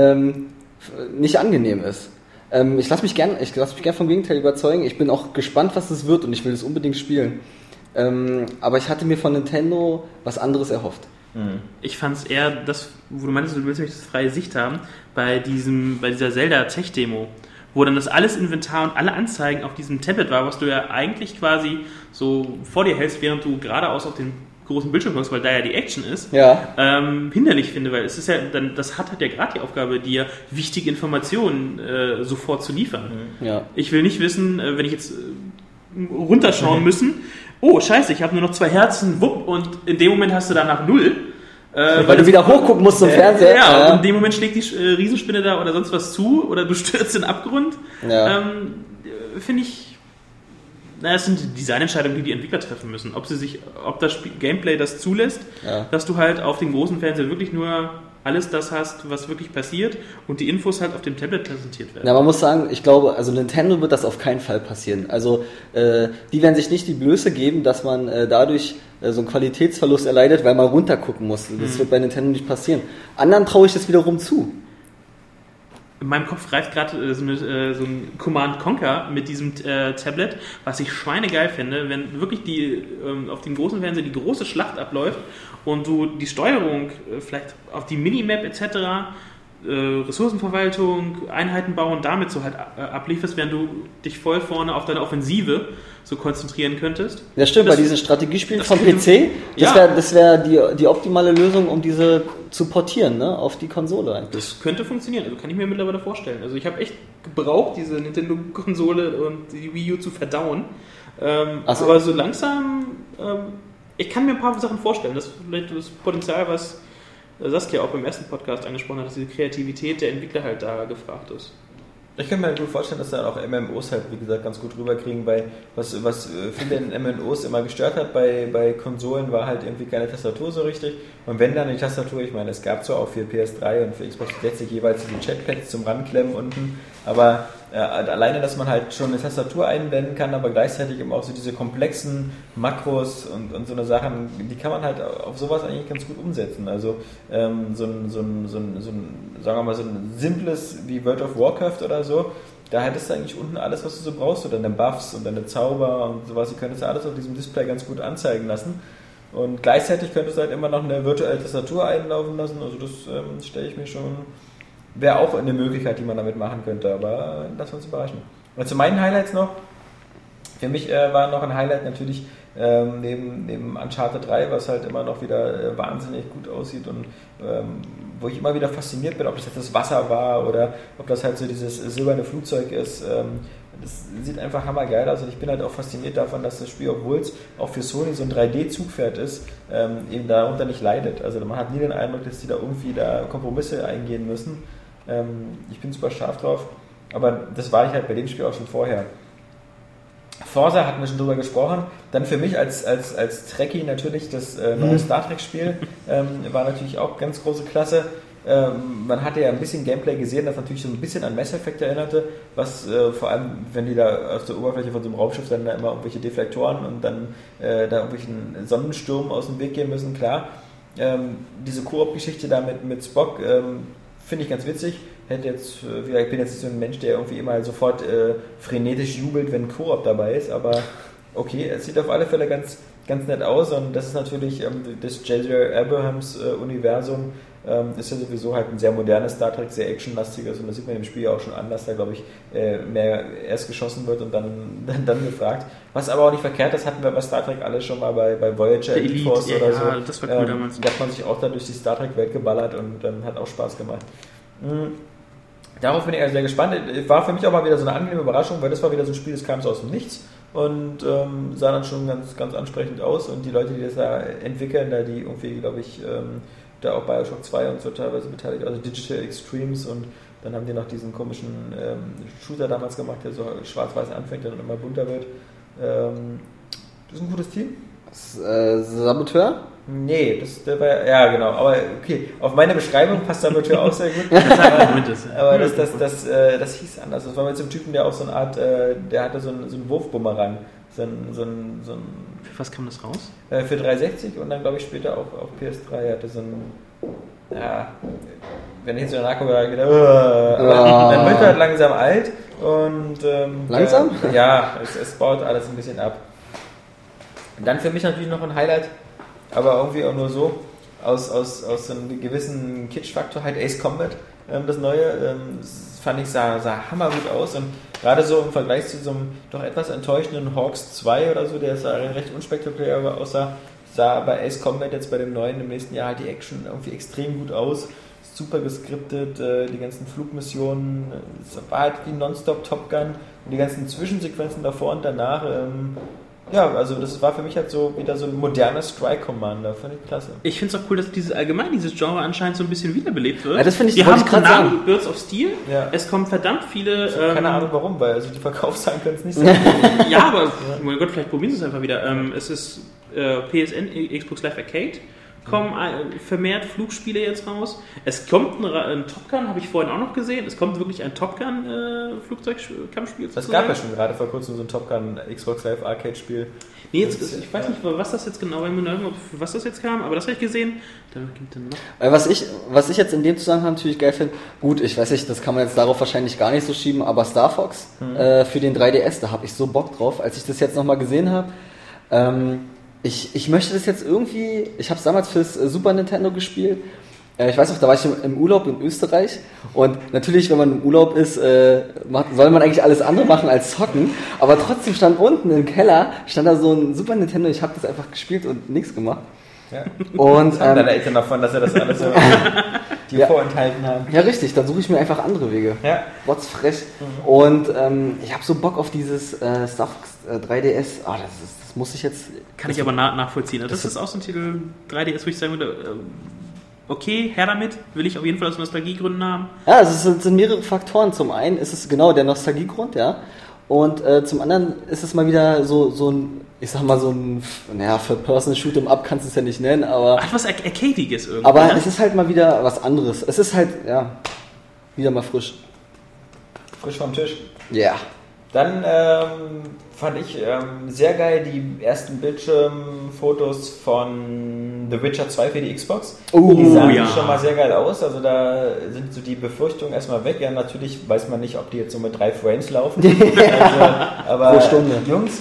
nicht angenehm ist. Ich lasse mich gern vom Gegenteil überzeugen. Ich bin auch gespannt, was es wird und ich will es unbedingt spielen. Aber ich hatte mir von Nintendo was anderes erhofft. Ich fand es eher das, wo du meintest, du willst nämlich das freie Sicht haben, bei dieser Zelda-Tech-Demo, wo dann das alles Inventar und alle Anzeigen auf diesem Tablet war, was du ja eigentlich quasi so vor dir hältst, während du geradeaus auf den großen Bildschirm kommst, weil da ja die Action ist, hinderlich finde, weil es ist ja dann, das hat ja gerade die Aufgabe, dir wichtige Informationen sofort zu liefern. Ja. Ich will nicht wissen, wenn ich jetzt runterschauen müssen, oh scheiße, ich habe nur noch 2 Herzen, wupp, und in dem Moment hast du danach 0. Weil du wieder hochgucken musst zum Fernseher. Ja, und in dem Moment schlägt die Riesenspinne da oder sonst was zu oder du stürzt in den Abgrund. Ja. Finde ich, es sind Designentscheidungen, die Entwickler treffen müssen. Ob das Gameplay das zulässt, dass du halt auf den großen Fernseher wirklich nur alles das hast, was wirklich passiert und die Infos halt auf dem Tablet präsentiert werden. Ja, man muss sagen, ich glaube, also Nintendo wird das auf keinen Fall passieren. Also die werden sich nicht die Blöße geben, dass man dadurch so einen Qualitätsverlust erleidet, weil man runtergucken muss. Das wird bei Nintendo nicht passieren. Anderen traue ich das wiederum zu. In meinem Kopf reift gerade so ein Command Conquer mit diesem Tablet, was ich schweinegeil finde, wenn wirklich auf dem großen Fernseher die große Schlacht abläuft und du die Steuerung vielleicht auf die Minimap etc., Ressourcenverwaltung, Einheiten bauen, damit so halt ablieferst, während du dich voll vorne auf deine Offensive so konzentrieren könntest. Ja stimmt, bei diesen Strategiespielen vom PC, das wäre die optimale Lösung, um diese zu portieren, ne, auf die Konsole eigentlich. Das könnte funktionieren, also kann ich mir mittlerweile vorstellen. Also ich habe echt gebraucht, diese Nintendo-Konsole und die Wii U zu verdauen. Aber so langsam, ich kann mir ein paar Sachen vorstellen, dass vielleicht das Potenzial, was Saskia auch beim ersten Podcast angesprochen hat, dass diese Kreativität der Entwickler halt da gefragt ist. Ich kann mir halt gut vorstellen, dass dann auch MMOs halt, wie gesagt, ganz gut rüberkriegen, weil was viele in MMOs immer gestört hat bei Konsolen, war halt irgendwie keine Tastatur so richtig. Und wenn dann die Tastatur, ich meine, es gab zwar auch für PS3 und für Xbox 360 jeweils die Chatpads zum Ranklemmen unten, aber alleine, dass man halt schon eine Tastatur einblenden kann, aber gleichzeitig eben auch so diese komplexen Makros und so eine Sachen, die kann man halt auf sowas eigentlich ganz gut umsetzen. Also so ein sagen wir mal, so ein simples wie World of Warcraft oder so, da hättest du eigentlich unten alles, was du so brauchst, oder deine Buffs und deine Zauber und sowas, die könntest du alles auf diesem Display ganz gut anzeigen lassen. Und gleichzeitig könntest du halt immer noch eine virtuelle Tastatur einlaufen lassen, also das stelle ich mir schon, wäre auch eine Möglichkeit, die man damit machen könnte, aber lass uns überraschen. Und zu meinen Highlights noch, für mich war noch ein Highlight natürlich neben Uncharted 3, was halt immer noch wieder wahnsinnig gut aussieht und wo ich immer wieder fasziniert bin, ob das jetzt das Wasser war oder ob das halt so dieses silberne Flugzeug ist. Das sieht einfach hammergeil aus und ich bin halt auch fasziniert davon, dass das Spiel, obwohl es auch für Sony so ein 3D-Zugpferd ist, eben darunter nicht leidet. Also man hat nie den Eindruck, dass die da irgendwie Kompromisse eingehen müssen. Ich bin super scharf drauf, aber das war ich halt bei dem Spiel auch schon vorher. Forza hatten wir schon drüber gesprochen. Dann für mich als Trekkie natürlich das neue Star Trek Spiel war natürlich auch ganz große Klasse. Man hatte ja ein bisschen Gameplay gesehen, das natürlich so ein bisschen an Mass Effect erinnerte, was vor allem, wenn die da auf der Oberfläche von so einem Raumschiff dann da immer irgendwelche Deflektoren und dann da irgendwelchen Sonnensturm aus dem Weg gehen müssen, klar. Diese Koop-Geschichte da mit Spock finde ich ganz witzig. Ich bin jetzt nicht so ein Mensch, der irgendwie immer sofort frenetisch jubelt, wenn Koop dabei ist, aber okay, es sieht auf alle Fälle ganz, ganz nett aus und das ist natürlich das J.J. Abrams Universum ist ja sowieso halt ein sehr modernes Star Trek, sehr actionlastiges und das sieht man im Spiel auch schon an, dass da glaube ich mehr erst geschossen wird und dann gefragt. Was aber auch nicht verkehrt ist, hatten wir bei Star Trek alles schon mal bei Voyager, Elite Force oder so. Ja, das war cool damals. Da hat man sich auch da durch die Star Trek Welt geballert und hat auch Spaß gemacht. Darauf bin ich also sehr gespannt. War für mich auch mal wieder so eine angenehme Überraschung, weil das war wieder so ein Spiel, das kam so aus dem Nichts und sah dann schon ganz, ganz ansprechend aus. Und die Leute, die das da entwickeln, da die irgendwie, glaube ich, da auch Bioshock 2 und so teilweise beteiligt, also Digital Extremes, und dann haben die noch diesen komischen Shooter damals gemacht, der so schwarz-weiß anfängt, der dann immer bunter wird. Das ist ein gutes Team. Saboteur? Nee, der war ja genau, aber okay, auf meine Beschreibung passt Saboteur auch sehr gut. Aber das hieß anders. Das war mit so einem Typen, der auch so eine Art, der hatte so einen Wurfbumerang. Für was kam das raus? Für 360 und dann glaube ich später auch auf PS3 hatte so ein, ja, wenn ich jetzt so nachgucke, dann wird er halt langsam alt und langsam? Ja, es baut alles ein bisschen ab. Und dann für mich natürlich noch ein Highlight, aber irgendwie auch nur so, aus so einem gewissen Kitsch-Faktor, halt Ace Combat, das neue, fand ich sah hammergut aus, und gerade so im Vergleich zu so einem doch etwas enttäuschenden Hawks 2 oder so, der recht unspektakulär aussah, sah bei Ace Combat jetzt bei dem neuen im nächsten Jahr halt die Action irgendwie extrem gut aus, super geskriptet, die ganzen Flugmissionen, es war halt wie Nonstop Top Gun, und die ganzen Zwischensequenzen davor und danach, ja, also das war für mich halt so wieder so ein moderner Strike Commander, fand ich klasse. Ich finde es auch cool, dass dieses Genre anscheinend so ein bisschen wiederbelebt wird. Ja, das finde ich. Die haben Konami, Birds of Steel. Ja. Es kommen verdammt viele. Keine Ahnung warum, weil also die Verkaufszahlen können es nicht sein. Ja, aber mein Gott, vielleicht probieren sie es einfach wieder. Es ist PSN, Xbox Live Arcade. Kommen vermehrt Flugspiele jetzt raus. Es kommt ein Top Gun, habe ich vorhin auch noch gesehen. Es kommt wirklich ein Top Gun Flugzeugkampfspiel. Es gab ja schon gerade vor kurzem so ein Top Gun Xbox Live Arcade Spiel. Nee, jetzt, ich weiß nicht, was das jetzt genau, was das jetzt kam, aber das habe ich gesehen. Da gibt dann noch. Was ich jetzt in dem Zusammenhang natürlich geil finde, gut, ich weiß nicht, das kann man jetzt darauf wahrscheinlich gar nicht so schieben, aber Star Fox für den 3DS, da habe ich so Bock drauf, als ich das jetzt nochmal gesehen habe. Ich möchte das jetzt irgendwie, ich habe es damals fürs Super Nintendo gespielt. Ich weiß noch, da war ich im Urlaub in Österreich, und natürlich, wenn man im Urlaub ist, soll man eigentlich alles andere machen als zocken, aber trotzdem stand unten im Keller, stand da so ein Super Nintendo, ich habe das einfach gespielt und nichts gemacht. Ja. Und deine Eltern davon, dass er das alles so vorenthalten haben. Ja, richtig, dann suche ich mir einfach andere Wege. Ja. What's frech. Und ich habe so Bock auf dieses Star Fox 3DS. Das muss ich jetzt... Kann ich aber nachvollziehen. Das ist auch so ein Titel 3DS, wo ich sagen würde, okay, her damit, will ich auf jeden Fall aus Nostalgiegründen haben. Ja, es sind mehrere Faktoren. Zum einen ist es genau der Nostalgiegrund, ja. Und zum anderen ist es mal wieder so ein, ich sag mal so ein, naja, Third-Person-Shoot-'em-up kannst du es ja nicht nennen, aber... Ach, was Arcadiges irgendwie. Aber ne? Es ist halt mal wieder was anderes. Es ist halt, ja, wieder mal frisch. Frisch vom Tisch. Ja. Yeah. Dann fand ich sehr geil die ersten Bildschirmfotos von The Witcher 2 für die Xbox. Die sahen schon mal sehr geil aus. Also da sind so die Befürchtungen erstmal weg. Ja, natürlich weiß man nicht, ob die jetzt so mit 3 Frames laufen. Aber pro Stunde. Jungs,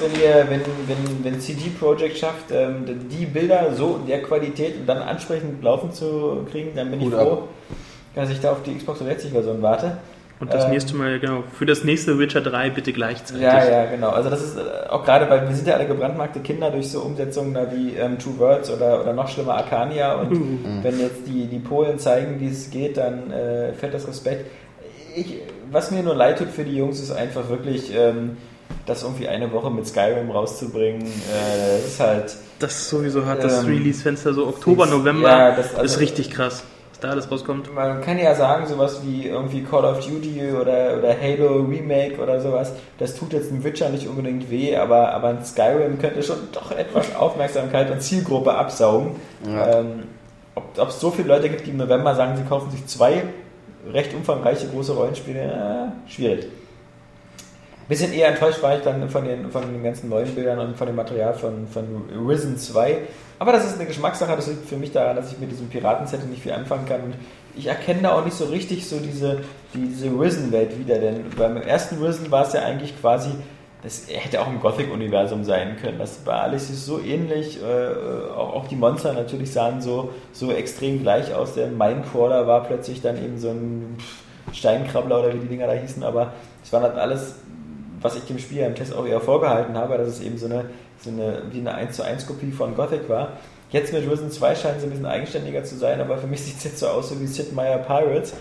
wenn CD Projekt schafft, die Bilder so in der Qualität und dann ansprechend laufen zu kriegen, dann bin ich froh, dass ich da auf die Xbox 360-Version warte. Und das nächste Mal, genau, für das nächste Witcher 3 bitte gleichzeitig. Ja, genau. Also das ist auch gerade, weil wir sind ja alle gebrandmarkte Kinder durch so Umsetzungen da wie Two Worlds oder noch schlimmer Arcania, und wenn jetzt die Polen zeigen, wie es geht, dann fällt das Respekt. Was mir nur leid tut für die Jungs, ist einfach wirklich, das irgendwie eine Woche mit Skyrim rauszubringen, ist halt... Das sowieso hat das Release-Fenster so Oktober, November, ist richtig krass. Da alles rauskommt. Man kann ja sagen, sowas wie irgendwie Call of Duty oder Halo Remake oder sowas, das tut jetzt einem Witcher nicht unbedingt weh, aber ein Skyrim könnte schon doch etwas Aufmerksamkeit und Zielgruppe absaugen. Ja. Ob es so viele Leute gibt, die im November sagen, sie kaufen sich 2 recht umfangreiche große Rollenspiele, schwierig. Ein bisschen eher enttäuscht war ich dann von den ganzen neuen Bildern und von dem Material von Risen 2. Aber das ist eine Geschmackssache, das liegt für mich daran, dass ich mit diesem Piratenset nicht viel anfangen kann. Und ich erkenne da auch nicht so richtig so diese Risen-Welt wieder. Denn beim ersten Risen war es ja eigentlich quasi, das hätte auch im Gothic-Universum sein können. Das war alles so ähnlich. Auch die Monster natürlich sahen so extrem gleich aus. Der Minecrawler war plötzlich dann eben so ein Steinkrabbler oder wie die Dinger da hießen. Aber es war halt alles, was ich dem Spiel im Test auch eher vorgehalten habe, dass es eben so eine wie eine 1:1 Kopie von Gothic war. Jetzt mit Risen 2 scheinen sie ein bisschen eigenständiger zu sein, aber für mich sieht es jetzt so aus wie Sid Meier Pirates.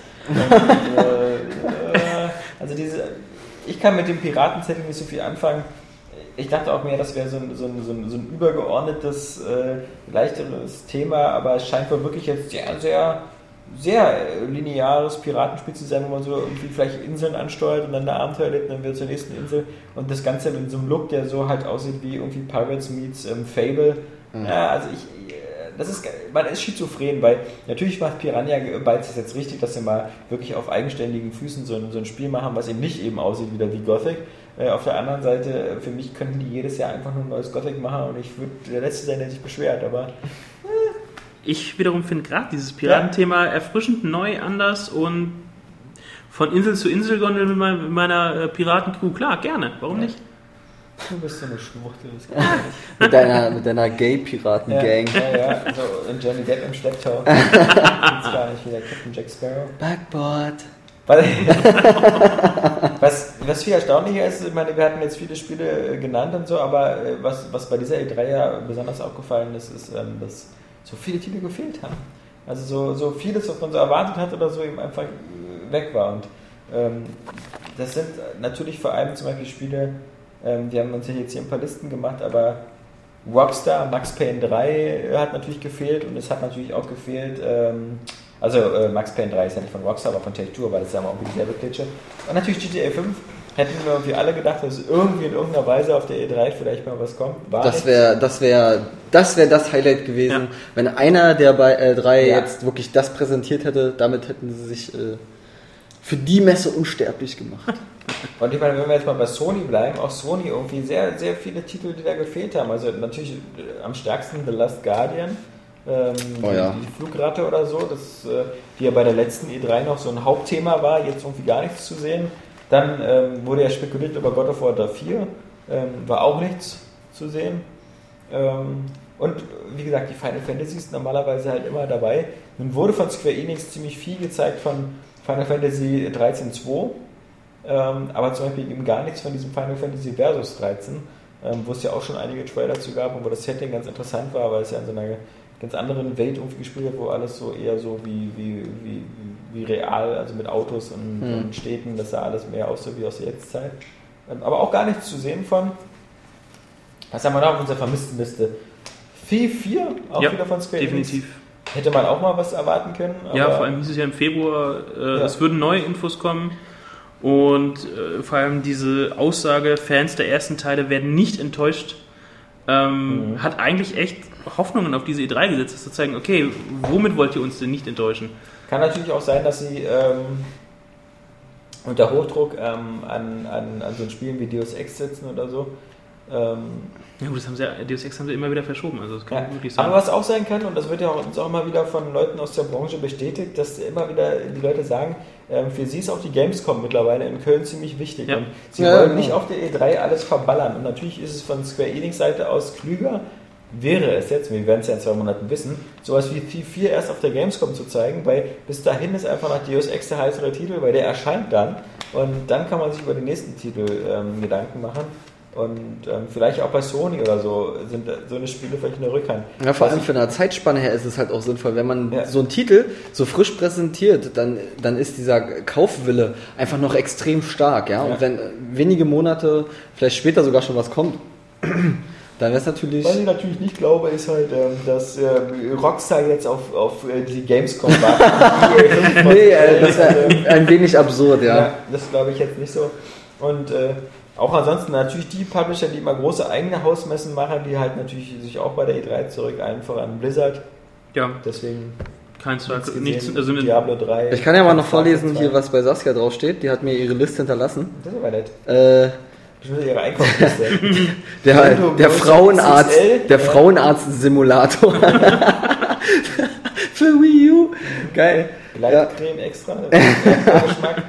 Also ich kann mit dem Piratenzettel nicht so viel anfangen. Ich dachte auch mehr, das wäre so ein übergeordnetes, leichteres Thema, aber es scheint wohl wirklich jetzt sehr, sehr, sehr lineares Piratenspiel zu sein, wo man so irgendwie vielleicht Inseln ansteuert und dann eine Abenteuer erlebt und dann wird zur nächsten Insel und das Ganze in so einem Look, der so halt aussieht wie irgendwie Pirates meets Fable. Ja, also man ist schizophren, weil natürlich macht Piranha Bytes das jetzt richtig, dass sie mal wirklich auf eigenständigen Füßen so ein Spiel machen, was eben nicht eben aussieht wieder wie Gothic. Auf der anderen Seite, für mich könnten die jedes Jahr einfach nur ein neues Gothic machen und ich würde der Letzte sein, der sich beschwert, aber... Ich wiederum finde gerade dieses Piratenthema erfrischend neu, anders und von Insel zu Insel gondeln mit meiner Piratencrew, klar, gerne, warum nicht? Du bist so eine Schwuchtel. mit deiner Gay-Piraten-Gang. Ja, so in Johnny Depp im Schlepptau. Das ist gar nicht wieder Captain Jack Sparrow. Backboard. Was viel erstaunlicher ist, ich meine, wir hatten jetzt viele Spiele genannt und so, aber was bei dieser E3 ja besonders aufgefallen ist, dass so viele Titel gefehlt haben. Also so vieles, was man so erwartet hat oder so, eben einfach weg war. Und das sind natürlich vor allem zum Beispiel Spiele, die haben uns jetzt hier ein paar Listen gemacht, aber Rockstar, Max Payne 3 hat natürlich gefehlt und es hat natürlich auch gefehlt, Max Payne 3 ist ja nicht von Rockstar, aber von Take-Two, aber das ist ja auch irgendwie dieselbe Klitsche. Und natürlich GTA 5, hätten wir irgendwie alle gedacht, dass irgendwie in irgendeiner Weise auf der E3 vielleicht mal was kommt. Das wäre das Highlight gewesen, wenn einer der drei jetzt wirklich das präsentiert hätte, damit hätten sie sich für die Messe unsterblich gemacht. Und ich meine, wenn wir jetzt mal bei Sony bleiben, auch Sony irgendwie sehr, sehr viele Titel, die da gefehlt haben. Also natürlich am stärksten The Last Guardian, die Flugratte oder so, die ja bei der letzten E3 noch so ein Hauptthema war, jetzt irgendwie gar nichts zu sehen. Dann wurde ja spekuliert über God of War 4, war auch nichts zu sehen. Und wie gesagt, die Final Fantasies normalerweise halt immer dabei. Nun wurde von Square Enix ziemlich viel gezeigt von Final Fantasy 13.2, aber zum Beispiel eben gar nichts von diesem Final Fantasy Versus 13, wo es ja auch schon einige Trailer zu gab und wo das Setting ganz interessant war, weil es ja in so einer ganz anderen Welt irgendwie gespielt wird, wo alles so eher so wie real, also mit Autos und Städten, das sah alles mehr aus so wie aus der Jetztzeit. Aber auch gar nichts zu sehen von. Was haben wir noch auf unserer Vermisstenliste? Thief 4, auch wieder von Square Enix. Definitiv. Hätte man auch mal was erwarten können. Ja, vor allem hieß es ja im Februar, es würden neue Infos kommen und vor allem diese Aussage, Fans der ersten Teile werden nicht enttäuscht, hat eigentlich echt Hoffnungen auf diese E3 gesetzt, das zu zeigen, okay, womit wollt ihr uns denn nicht enttäuschen? Kann natürlich auch sein, dass sie unter Hochdruck an so Spielen wie Deus Ex sitzen oder so. Ja gut, Deus Ex haben sie immer wieder verschoben, also das kann wirklich sein. Aber was auch sein kann, und das wird ja uns auch immer wieder von Leuten aus der Branche bestätigt, dass immer wieder die Leute sagen, für sie ist auch die Gamescom mittlerweile in Köln ziemlich wichtig. Ja. Und sie wollen nicht auf der E3 alles verballern. Und natürlich ist es von Square Enix Seite aus klüger, wäre es jetzt, wir werden es ja in 2 Monaten wissen, sowas wie Thief 4 erst auf der Gamescom zu zeigen, weil bis dahin ist einfach nach Deus Ex der heißere Titel, weil der erscheint dann und dann kann man sich über den nächsten Titel Gedanken machen. Und vielleicht auch bei Sony oder so sind so eine Spiele vielleicht in der Rückhand. Ja, vor allem für eine Zeitspanne her ist es halt auch sinnvoll, wenn man so einen Titel so frisch präsentiert, dann ist dieser Kaufwille einfach noch extrem stark, ja. Und wenn wenige Monate, vielleicht später sogar schon was kommt, dann wäre es natürlich... Was ich natürlich nicht glaube, ist halt, dass Rockstar jetzt auf die Gamescom wartet. Nee, das wäre ein wenig absurd, ja. Das glaube ich jetzt nicht so. Und auch ansonsten natürlich die Publisher, die immer große eigene Hausmessen machen, die halt natürlich sich auch bei der E3 zurück, allen voran Blizzard. Ja. Deswegen nichts, also Diablo 3. Ich kann ja mal noch vorlesen, hier was bei Saskia draufsteht. Die hat mir ihre Liste hinterlassen. Das ist aber nett. Bestimmt ihre Einkaufsliste. der Frauenarzt, der Frauenarzt-Simulator. Für Wii U. Geil. Gleitcreme extra. Geschmack.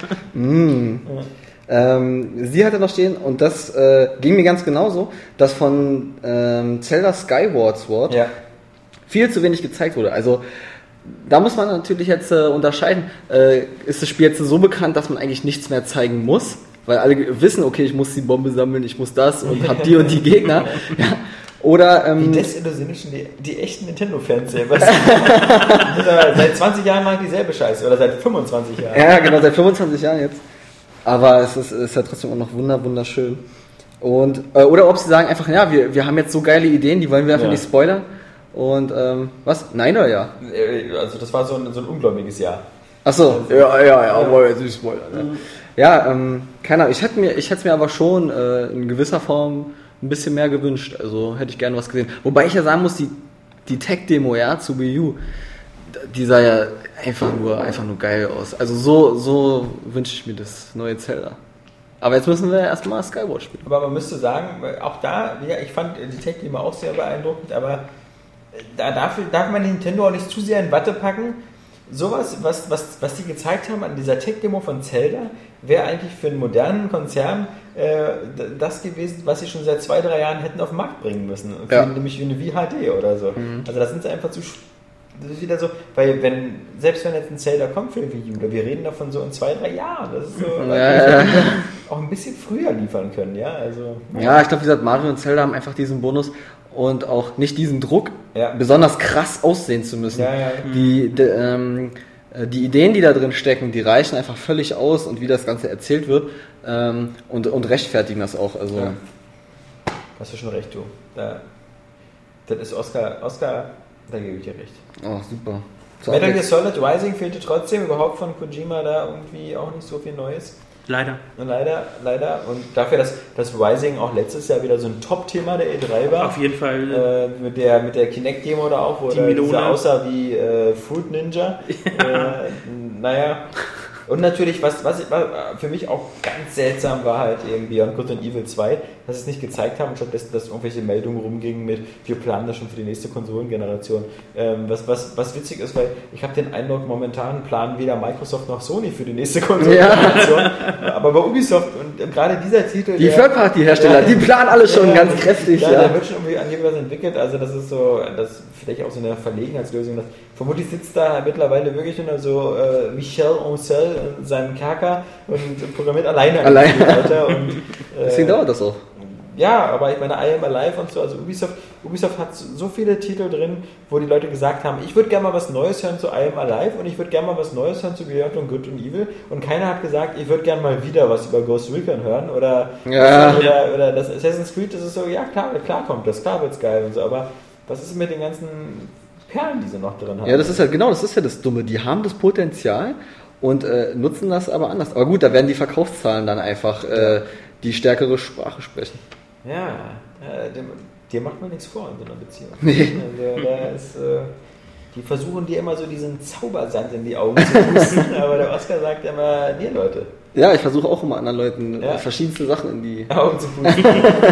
Sie hatte noch stehen, und das ging mir ganz genauso, dass von Zelda Skyward Sword viel zu wenig gezeigt wurde. Also da muss man natürlich jetzt unterscheiden, ist das Spiel jetzt so bekannt, dass man eigentlich nichts mehr zeigen muss, weil alle wissen, okay, ich muss die Bombe sammeln, ich muss das und hab die und die Gegner. Ja. Oder, die desillusionischen, die echten Nintendo-Fans selber. Seit 20 Jahren machen dieselbe Scheiße. Oder seit 25 Jahren. Ja, genau, seit 25 Jahren jetzt. Aber es ist ja trotzdem auch noch wunderschön. Und, oder ob sie sagen einfach, ja, wir haben jetzt so geile Ideen, die wollen wir einfach nicht spoilern. Und, was? Nein oder ja? Also das war so ein ungläubiges Jahr. Achso, ja, wollen wir jetzt nicht spoilern. Ne? Ja, keine Ahnung, ich hätte es mir aber schon in gewisser Form ein bisschen mehr gewünscht. Also hätte ich gerne was gesehen. Wobei ich ja sagen muss, die Tech-Demo, ja, zu Wii U, die sah ja einfach nur geil aus. Also so wünsche ich mir das neue Zelda. Aber jetzt müssen wir erstmal Skyward spielen. Aber man müsste sagen, auch da, ja, ich fand die Tech-Demo auch sehr beeindruckend, aber da darf man Nintendo auch nicht zu sehr in Watte packen. Sowas, was die gezeigt haben an dieser Tech-Demo von Zelda, wäre eigentlich für einen modernen Konzern das gewesen, was sie schon seit 2-3 Jahren hätten auf den Markt bringen müssen. Nämlich wie eine Wii HD oder so. Also da sind sie einfach das ist wieder so, weil selbst wenn jetzt ein Zelda kommt für Wii U, oder wir reden davon so in 2-3 Jahren, das ist so, auch ein bisschen früher liefern können, ja, also. Ja, ich glaube, wie gesagt, Mario und Zelda haben einfach diesen Bonus und auch nicht diesen Druck, besonders krass aussehen zu müssen. Die Ideen, die da drin stecken, die reichen einfach völlig aus und wie das Ganze erzählt wird und rechtfertigen das auch. Also. Ja. Hast du schon recht, du. Das ist Oscar, da gebe ich dir recht. Oh, super. Metal Gear Solid Rising fehlte trotzdem überhaupt von Kojima da irgendwie auch nicht so viel Neues. Leider. Und dafür, dass Rising auch letztes Jahr wieder so ein Top-Thema der E3 war. Auf jeden Fall. Mit der Kinect-Demo da auch, wo der aussah wie Fruit Ninja. Naja. Und natürlich, was für mich auch ganz seltsam war, halt irgendwie Beyond Good and Evil 2, dass sie es nicht gezeigt haben und stattdessen, dass irgendwelche Meldungen rumgingen mit, wir planen das schon für die nächste Konsolengeneration. Was witzig ist, weil ich habe den Eindruck, momentan planen weder Microsoft noch Sony für die nächste Konsolengeneration. Aber bei Ubisoft und gerade dieser Titel... Die Third-Party-Hersteller, die planen alle schon ganz kräftig. Da wird schon irgendwie angeblich was entwickelt, also das ist so, das vielleicht auch so eine Verlegenheitslösung. Vermutlich sitzt da mittlerweile wirklich nur so Michel Ancel in seinem Kerker und programmiert alleine. Deswegen dauert das auch. Ja, aber ich meine, I Am Alive und so, also Ubisoft hat so viele Titel drin, wo die Leute gesagt haben, ich würde gerne mal was Neues hören zu I Am Alive und ich würde gerne mal was Neues hören zu Beyond Good and Evil und keiner hat gesagt, ich würde gerne mal wieder was über Ghost Recon hören oder das Assassin's Creed, das ist so, ja klar kommt das, klar wird's geil und so, aber was ist mit den ganzen Perlen, die sie noch drin haben? Ja, das ist ja das Dumme, die haben das Potenzial und nutzen das aber anders. Aber gut, da werden die Verkaufszahlen dann einfach die stärkere Sprache sprechen. Ja, dir macht man nichts vor in so einer Beziehung. Nee. Also, die versuchen dir immer so diesen Zaubersand in die Augen zu pusten, aber der Oscar sagt immer, dir Leute. Ja, ich versuche auch immer anderen Leuten verschiedenste Sachen in die Augen zu pusten.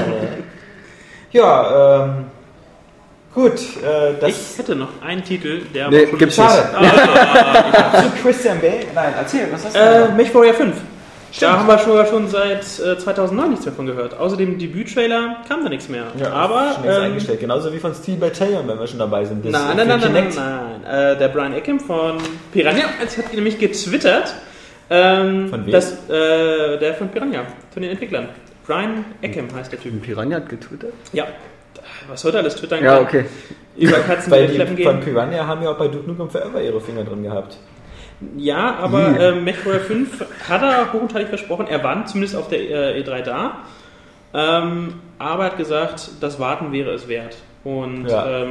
Gut, ich hätte noch einen Titel, der aber schon gibt's schade. Zu Christian Bale? Nein, erzähl, was hast du? MechWarrior 5. Stimmt. Da haben wir schon seit 2009 nichts mehr von gehört. Außer dem Debüt-Trailer kam da nichts mehr. Ja, aber eingestellt. Genauso wie von Steel Battalion, wenn wir schon dabei sind. Nein. Der Brian Eckham von Piranha hat nämlich getwittert. Von wem? Der von Piranha, von den Entwicklern. Brian Eckham heißt der Typ. Piranha hat getwittert? Ja. Was heute alles twittern kann. Ja, okay. Über Katzen, weil die von Piranha haben ja auch bei Duke Nukem Forever ihre Finger drin gehabt. Ja, aber MechWarrior 5 hat er hochenteilig versprochen. Er war zumindest auf der E3 da. Aber hat gesagt, das Warten wäre es wert. Und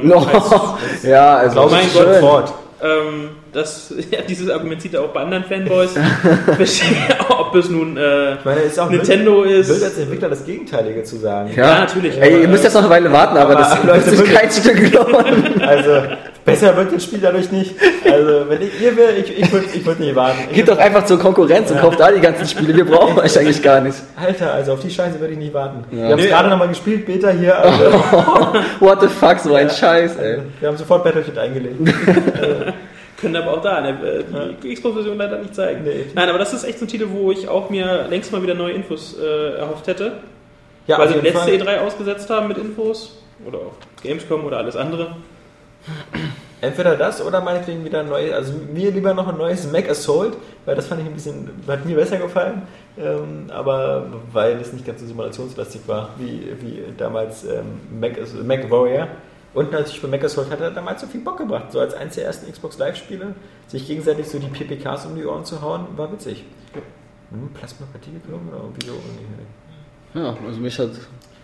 also mein Gott, fort. Dieses Argument sieht er auch bei anderen Fanboys. Ob es nun Nintendo ist. Ich will als Entwickler das Gegenteilige zu sagen. Ja natürlich. Ihr müsst jetzt noch eine Weile warten, aber das ist kein Stück dauern. Also, besser wird das Spiel dadurch nicht. Also, wenn ihr will, ich würde nicht warten. Geht doch einfach zur Konkurrenz und kauft da die ganzen Spiele. Wir brauchen euch eigentlich gar nicht. Alter, also auf die Scheiße würde ich nicht warten. Ja. Wir haben es gerade nochmal gespielt, Beta hier. Also. What the fuck, so ein Scheiß, ey. Wir haben sofort Battlefield eingelegt. Können aber auch da die Xbox-Version leider nicht zeigen. Nee. Nein, aber das ist echt so ein Titel, wo ich auch mir längst mal wieder neue Infos erhofft hätte. Ja, weil sie die letzte E3 ausgesetzt haben mit Infos. Oder auch Gamescom oder alles andere. Entweder das oder meinetwegen wieder ein neues, also mir lieber noch ein neues Mac Assault, weil das fand ich hat mir besser gefallen, aber weil es nicht ganz so simulationslastig war wie damals Mac Warrior. Und natürlich bei Mac Assault hat er damals so viel Bock gebracht, so als eins der ersten Xbox Live-Spiele, sich gegenseitig so die PPKs um die Ohren zu hauen, war witzig. Plasma-Partikelklon oder irgendwie so? Ja, also mich hat...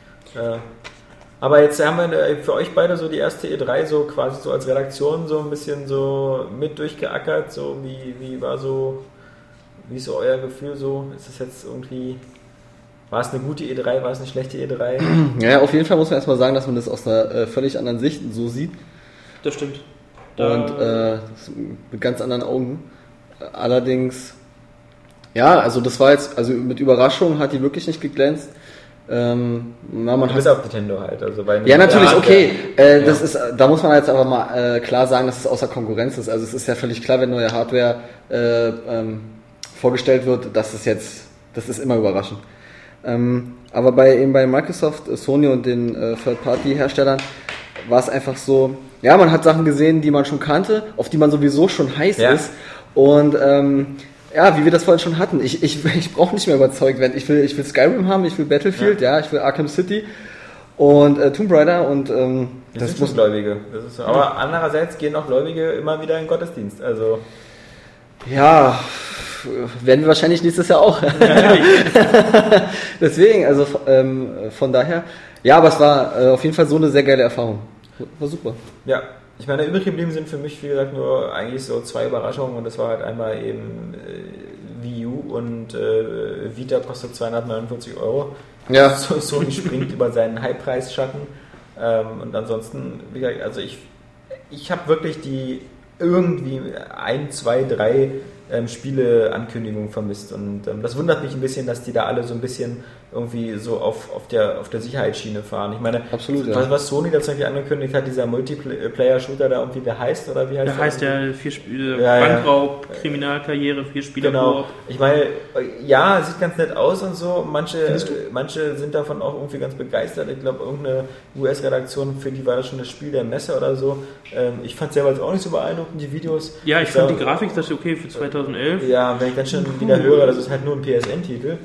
Aber jetzt haben wir für euch beide so die erste E3 so quasi so als Redaktion so ein bisschen so mit durchgeackert, so wie ist so euer Gefühl so? Ist es jetzt irgendwie, war es eine gute E3, war es eine schlechte E3? Ja, auf jeden Fall muss man erstmal sagen, dass man das aus einer völlig anderen Sicht so sieht. Das stimmt. Und mit ganz anderen Augen. Allerdings, ja, also das war jetzt, also mit Überraschung hat die wirklich nicht geglänzt. Man bis auf Nintendo halt. Also ja, natürlich, okay. Das ist, da muss man jetzt aber mal klar sagen, dass es außer Konkurrenz ist. Also es ist ja völlig klar, wenn neue Hardware vorgestellt wird, das ist immer überraschend. Aber bei Microsoft, Sony und den Third-Party-Herstellern war es einfach so, ja, man hat Sachen gesehen, die man schon kannte, auf die man sowieso schon heiß ist. Und ja, wie wir das vorhin schon hatten. Ich brauche nicht mehr überzeugt werden. Ich will Skyrim haben, ich will Battlefield, ich will Arkham City und Tomb Raider und das muss Gläubige. Das ist so. Aber andererseits gehen auch Gläubige immer wieder in den Gottesdienst. Also ja, werden wir wahrscheinlich nächstes Jahr auch. Deswegen, also von daher. Ja, aber es war auf jeden Fall so eine sehr geile Erfahrung. War super. Ja. Ich meine, übrig geblieben sind für mich, wie gesagt, nur eigentlich so 2 Überraschungen und das war halt einmal eben Wii U und Vita kostet 249 €. Ja. Sony springt über seinen Hype-Preisschatten und ansonsten, wie gesagt, also ich habe wirklich die irgendwie 1, 2, 3 Spiele-Ankündigungen vermisst und das wundert mich ein bisschen, dass die da alle so ein bisschen irgendwie so auf der Sicherheitsschiene fahren. Ich meine, absolut, was Sony tatsächlich angekündigt hat, dieser Multiplayer-Shooter da irgendwie, der heißt, oder wie heißt der? Der heißt ja 4 Spiele, Bankraub, Kriminalkarriere, 4 Spieler. Genau. Ich meine, ja, sieht ganz nett aus und so. Manche sind davon auch irgendwie ganz begeistert. Ich glaube, irgendeine US-Redaktion, für die war das schon das Spiel der Messe oder so. Ich fand es selber jetzt auch nicht so beeindruckend, die Videos. Ja, ich fand die Grafik, das ist okay für 2011. Ja, wenn ich dann schon wieder höre, das ist halt nur ein PSN-Titel.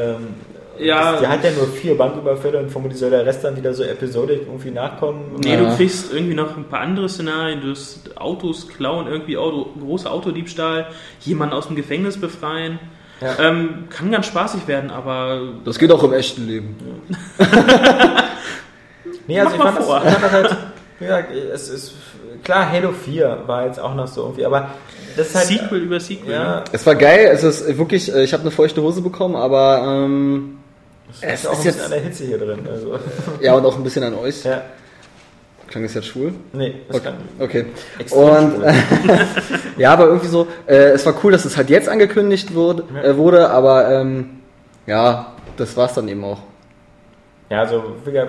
Ja, die hat ja nur 4 Banküberfälle und vermutlich soll der Rest dann wieder so episodisch irgendwie nachkommen. Nee, du kriegst irgendwie noch ein paar andere Szenarien, du hast Autos klauen, irgendwie großer Autodiebstahl, jemanden aus dem Gefängnis befreien. Ja. Kann ganz spaßig werden, aber... Das geht auch im echten Leben. Nee, also ich fand das halt... Ja, es ist... Klar, Halo 4 war jetzt auch noch so irgendwie, aber... Das ist halt, Sequel über Sequel. Ja. Es war geil, es ist wirklich... Ich habe eine feuchte Hose bekommen, aber... es ist auch ein bisschen an der Hitze hier drin. Also. Ja, und auch ein bisschen an euch. Ja. Klang das jetzt schwul? Nee, das kann okay. Und ja, aber irgendwie so, es war cool, dass es halt jetzt angekündigt wurde, aber ja, das war's dann eben auch. Ja, also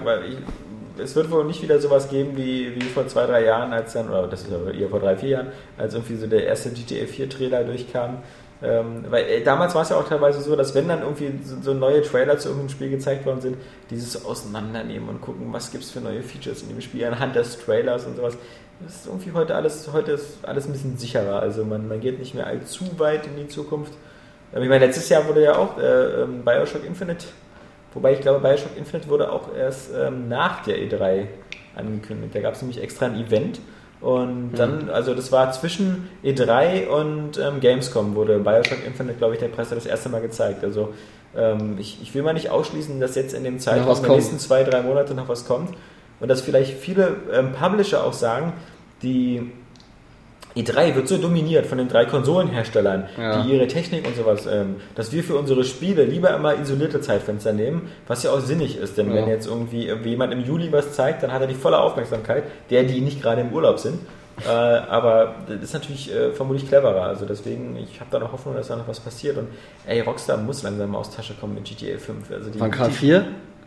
es wird wohl nicht wieder sowas geben wie vor 2-3 Jahren, als dann, oder das ist ja eher vor 3-4 Jahren, als irgendwie so der erste GTA 4 Trailer durchkam. Weil damals war es ja auch teilweise so, dass wenn dann irgendwie so neue Trailer zu irgendeinem Spiel gezeigt worden sind, dieses so auseinandernehmen und gucken, was gibt es für neue Features in dem Spiel anhand des Trailers und sowas. Das ist irgendwie heute ist alles ein bisschen sicherer. Also man geht nicht mehr allzu weit in die Zukunft. Ich meine, letztes Jahr wurde ja auch Bioshock Infinite, wobei ich glaube, Bioshock Infinite wurde auch erst nach der E3 angekündigt. Da gab es nämlich extra ein Event. Und dann, also das war zwischen E3 und Gamescom wurde Bioshock Infinite, glaube ich, der Presse das erste Mal gezeigt. Also ich will mal nicht ausschließen, dass jetzt in dem Zeitraum in den nächsten 2-3 Monate noch was kommt. Und dass vielleicht viele Publisher auch sagen, die E3 wird so dominiert von den 3 Konsolenherstellern, die ihre Technik und sowas, dass wir für unsere Spiele lieber immer isolierte Zeitfenster nehmen, was ja auch sinnig ist, denn wenn jetzt irgendwie jemand im Juli was zeigt, dann hat er die volle Aufmerksamkeit, die nicht gerade im Urlaub sind, aber das ist natürlich vermutlich cleverer, also deswegen, ich habe da noch Hoffnung, dass da noch was passiert und Rockstar muss langsam aus Tasche kommen mit GTA 5. Also Wann kam 4?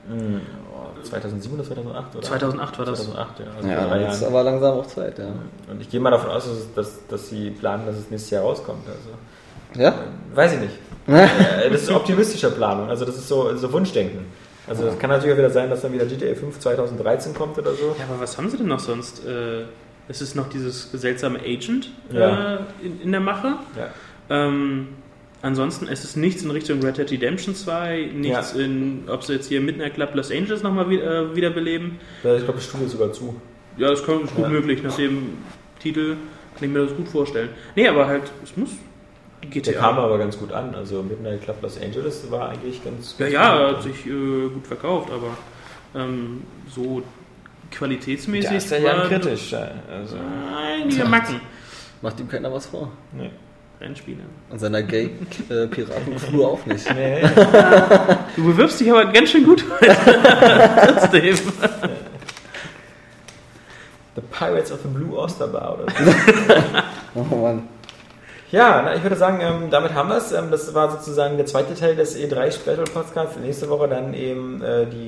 2007 oder 2008? Oder? 2008 war das. 2008, ja. Also ja, jetzt ist aber langsam auch Zeit, ja. Und ich gehe mal davon aus, dass sie planen, dass es nächstes Jahr rauskommt. Also, ja? Weiß ich nicht. Das ist optimistische Planung, also das ist so Wunschdenken. Also es kann natürlich auch wieder sein, dass dann wieder GTA 5 2013 kommt oder so. Ja, aber was haben sie denn noch sonst? Es ist noch dieses seltsame Agent in der Mache. Ja. Ansonsten es ist nichts in Richtung Red Dead Redemption 2, nichts in, ob sie jetzt hier Midnight Club Los Angeles nochmal wiederbeleben. Ja, ich glaube, das Studio ist sogar zu. Ja, das ist gut möglich. Nach dem Titel kann ich mir das gut vorstellen. Nee, aber halt, es muss GTA. Der kam aber ganz gut an. Also Midnight Club Los Angeles war eigentlich ganz gut. Ja, hat sich gut verkauft, aber so qualitätsmäßig ist ja kritisch. Also. Einige Macken. Macht ihm keiner was vor. Nee. Rennspiele. Und seiner Gay-Piraten-Crew auch nicht. Nee. Du bewirbst dich aber ganz schön gut trotzdem. The Pirates of the Blue Oyster Bar oder so. Oh Mann. Ja, ich würde sagen, damit haben wir es. Das war sozusagen der zweite Teil des E3 Special Podcasts. Nächste Woche dann eben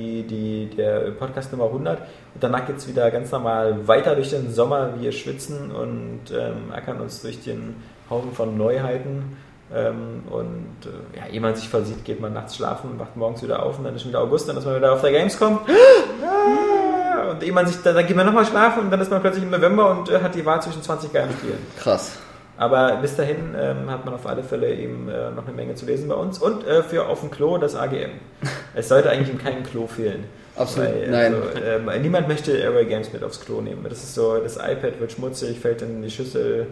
der Podcast Nummer 100. Und danach geht es wieder ganz normal weiter durch den Sommer. Wir schwitzen und ackern uns durch den Haufen von Neuheiten. Ehe man sich versieht, geht man nachts schlafen und wacht morgens wieder auf. Und dann ist schon wieder August, dann ist man wieder auf der Gamescom. Und ehe man sich, dann geht man nochmal schlafen und dann ist man plötzlich im November und hat die Wahl zwischen 20 geilen Spielen. Krass. Aber bis dahin hat man auf alle Fälle eben noch eine Menge zu lesen bei uns. Und für Auf dem Klo das AGM. Es sollte eigentlich in keinem Klo fehlen. Absolut, nein. Also, niemand möchte Airway Games mit aufs Klo nehmen. Das ist so, das iPad wird schmutzig, fällt in die Schüssel.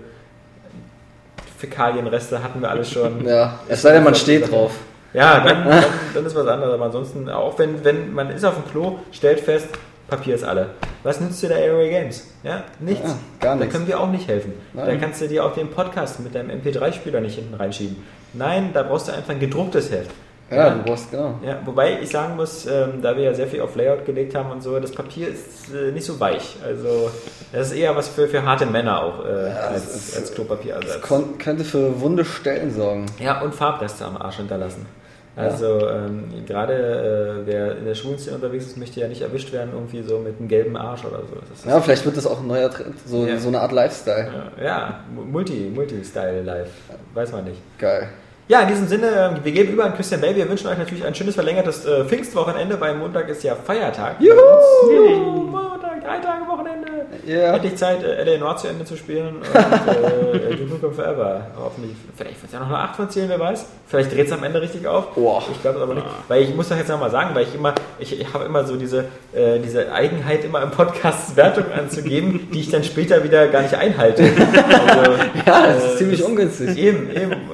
Fäkalienreste hatten wir alles schon. Ja, es sei denn, man steht drauf. Ja, dann ist was anderes. Aber ansonsten, auch wenn man ist auf dem Klo, stellt fest, Papier ist alle. Was nützt dir der Airway Games? Ja, nichts. Ja, gar nichts. Da können wir auch nicht helfen. Nein. Da kannst du dir auch den Podcast mit deinem MP3-Spieler nicht hinten reinschieben. Nein, da brauchst du einfach ein gedrucktes Heft. Ja, du brauchst, genau. Ja, wobei ich sagen muss, da wir ja sehr viel auf Layout gelegt haben und so, das Papier ist nicht so weich. Also das ist eher was für harte Männer auch als Klopapier. Also könnte für wunde Stellen sorgen. Ja, und Farbreste am Arsch hinterlassen. Also gerade wer in der Schwulenszene unterwegs ist, möchte ja nicht erwischt werden irgendwie so mit einem gelben Arsch oder so. Ja, vielleicht wird das auch ein neuer Trend, so eine Art Lifestyle. Ja, Multi-Style-Life, weiß man nicht. Geil. Ja, in diesem Sinne, wir geben über an Christian Bale. Wir wünschen euch natürlich ein schönes verlängertes Pfingstwochenende, weil Montag ist ja Feiertag. Juhu! Montag, 3 Tage Wochenende. Yeah. Hätte ich Zeit, L.A. Noire zu Ende zu spielen und Duke Nukem Forever. Hoffentlich, vielleicht wird es ja noch eine 8 von 10, wer weiß. Vielleicht dreht es am Ende richtig auf. Boah. Ich glaube es aber nicht. Weil ich muss doch jetzt nochmal sagen, weil ich habe immer so diese Eigenheit, immer im Podcast Wertung anzugeben, die ich dann später wieder gar nicht einhalte. Also, ja, das ist ziemlich ungünstig. Eben.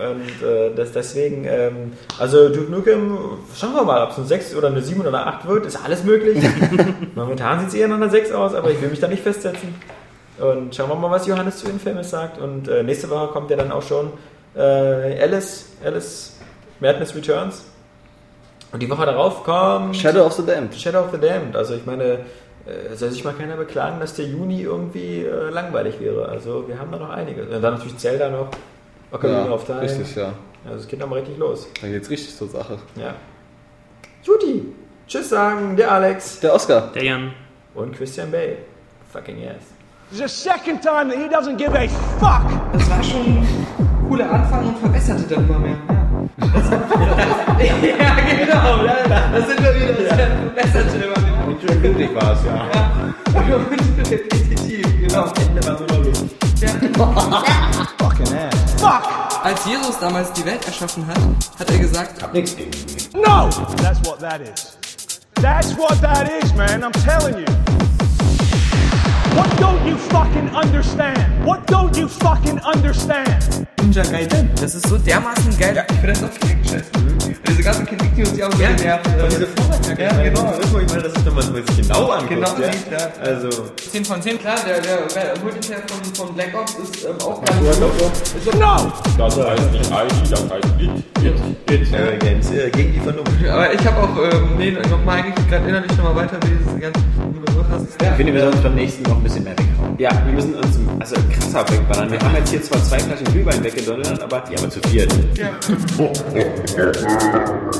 Und deswegen, also Duke Nukem, schauen wir mal, ob es eine 6 oder eine 7 oder eine 8 wird, ist alles möglich. Momentan sieht es eher nach einer 6 aus, aber ich will mich da nicht festsetzen. Und schauen wir mal, was Johannes zu Infamous sagt. Und nächste Woche kommt ja dann auch schon Alice Madness Returns. Und die Woche darauf kommt Shadow of the Damned. Also ich meine, soll sich mal keiner beklagen, dass der Juni irgendwie langweilig wäre. Also wir haben da noch einige. Und dann natürlich Zelda noch. Ocarina of Time. Richtig, ja. Also es geht nochmal richtig los. Dann geht's richtig zur Sache. Ja. Juti. Tschüss sagen, der Alex. Der Oscar. Der Jan. Und Christian Bale. Fucking yes. This is the second time that he doesn't give a fuck. Das war schon ein cooler Anfang und verbesserte dann immer mehr. Ja, genau. Das sind wir wieder. Das verbesserte immer mehr. Und schön windig war es, ja. Und repetitiv, genau. Am Ende war nur Luft. Fucking ass. Fuck! Als Jesus damals die Welt erschaffen hat, hat er gesagt, Ich hab nichts gegen ihn. No! That's what that is. That's what that is, man. I'm telling you. What don't you fucking understand? What don't you fucking understand? Ninja Gaiden. Das ist so dermaßen geil. Ja, ich finde das auch richtig scheiße. Diese ganzen Kritik-News, die auch so genervt. Diese Vorwärtsjacke, ja, genau. Ich meine, das ist, wenn man es genau anguckt. Genau, ja. sieht, ja. Also 10 von 10, klar, der Multiplayer von Black Ops ist auch ganz gut. No! Das heißt nicht ID, das heißt Airway Games gegen die Vernunft. Aber ich habe auch, nochmal eigentlich gerade innerlich nochmal weiter, wie diese ganzen Ich finde, wir sollten uns beim nächsten noch ein bisschen mehr weghauen. Ja, wir müssen uns krasser wegballern. Wir haben jetzt hier zwar 2 Flaschen Glühwein weggedonnert, aber zu viert. Ja.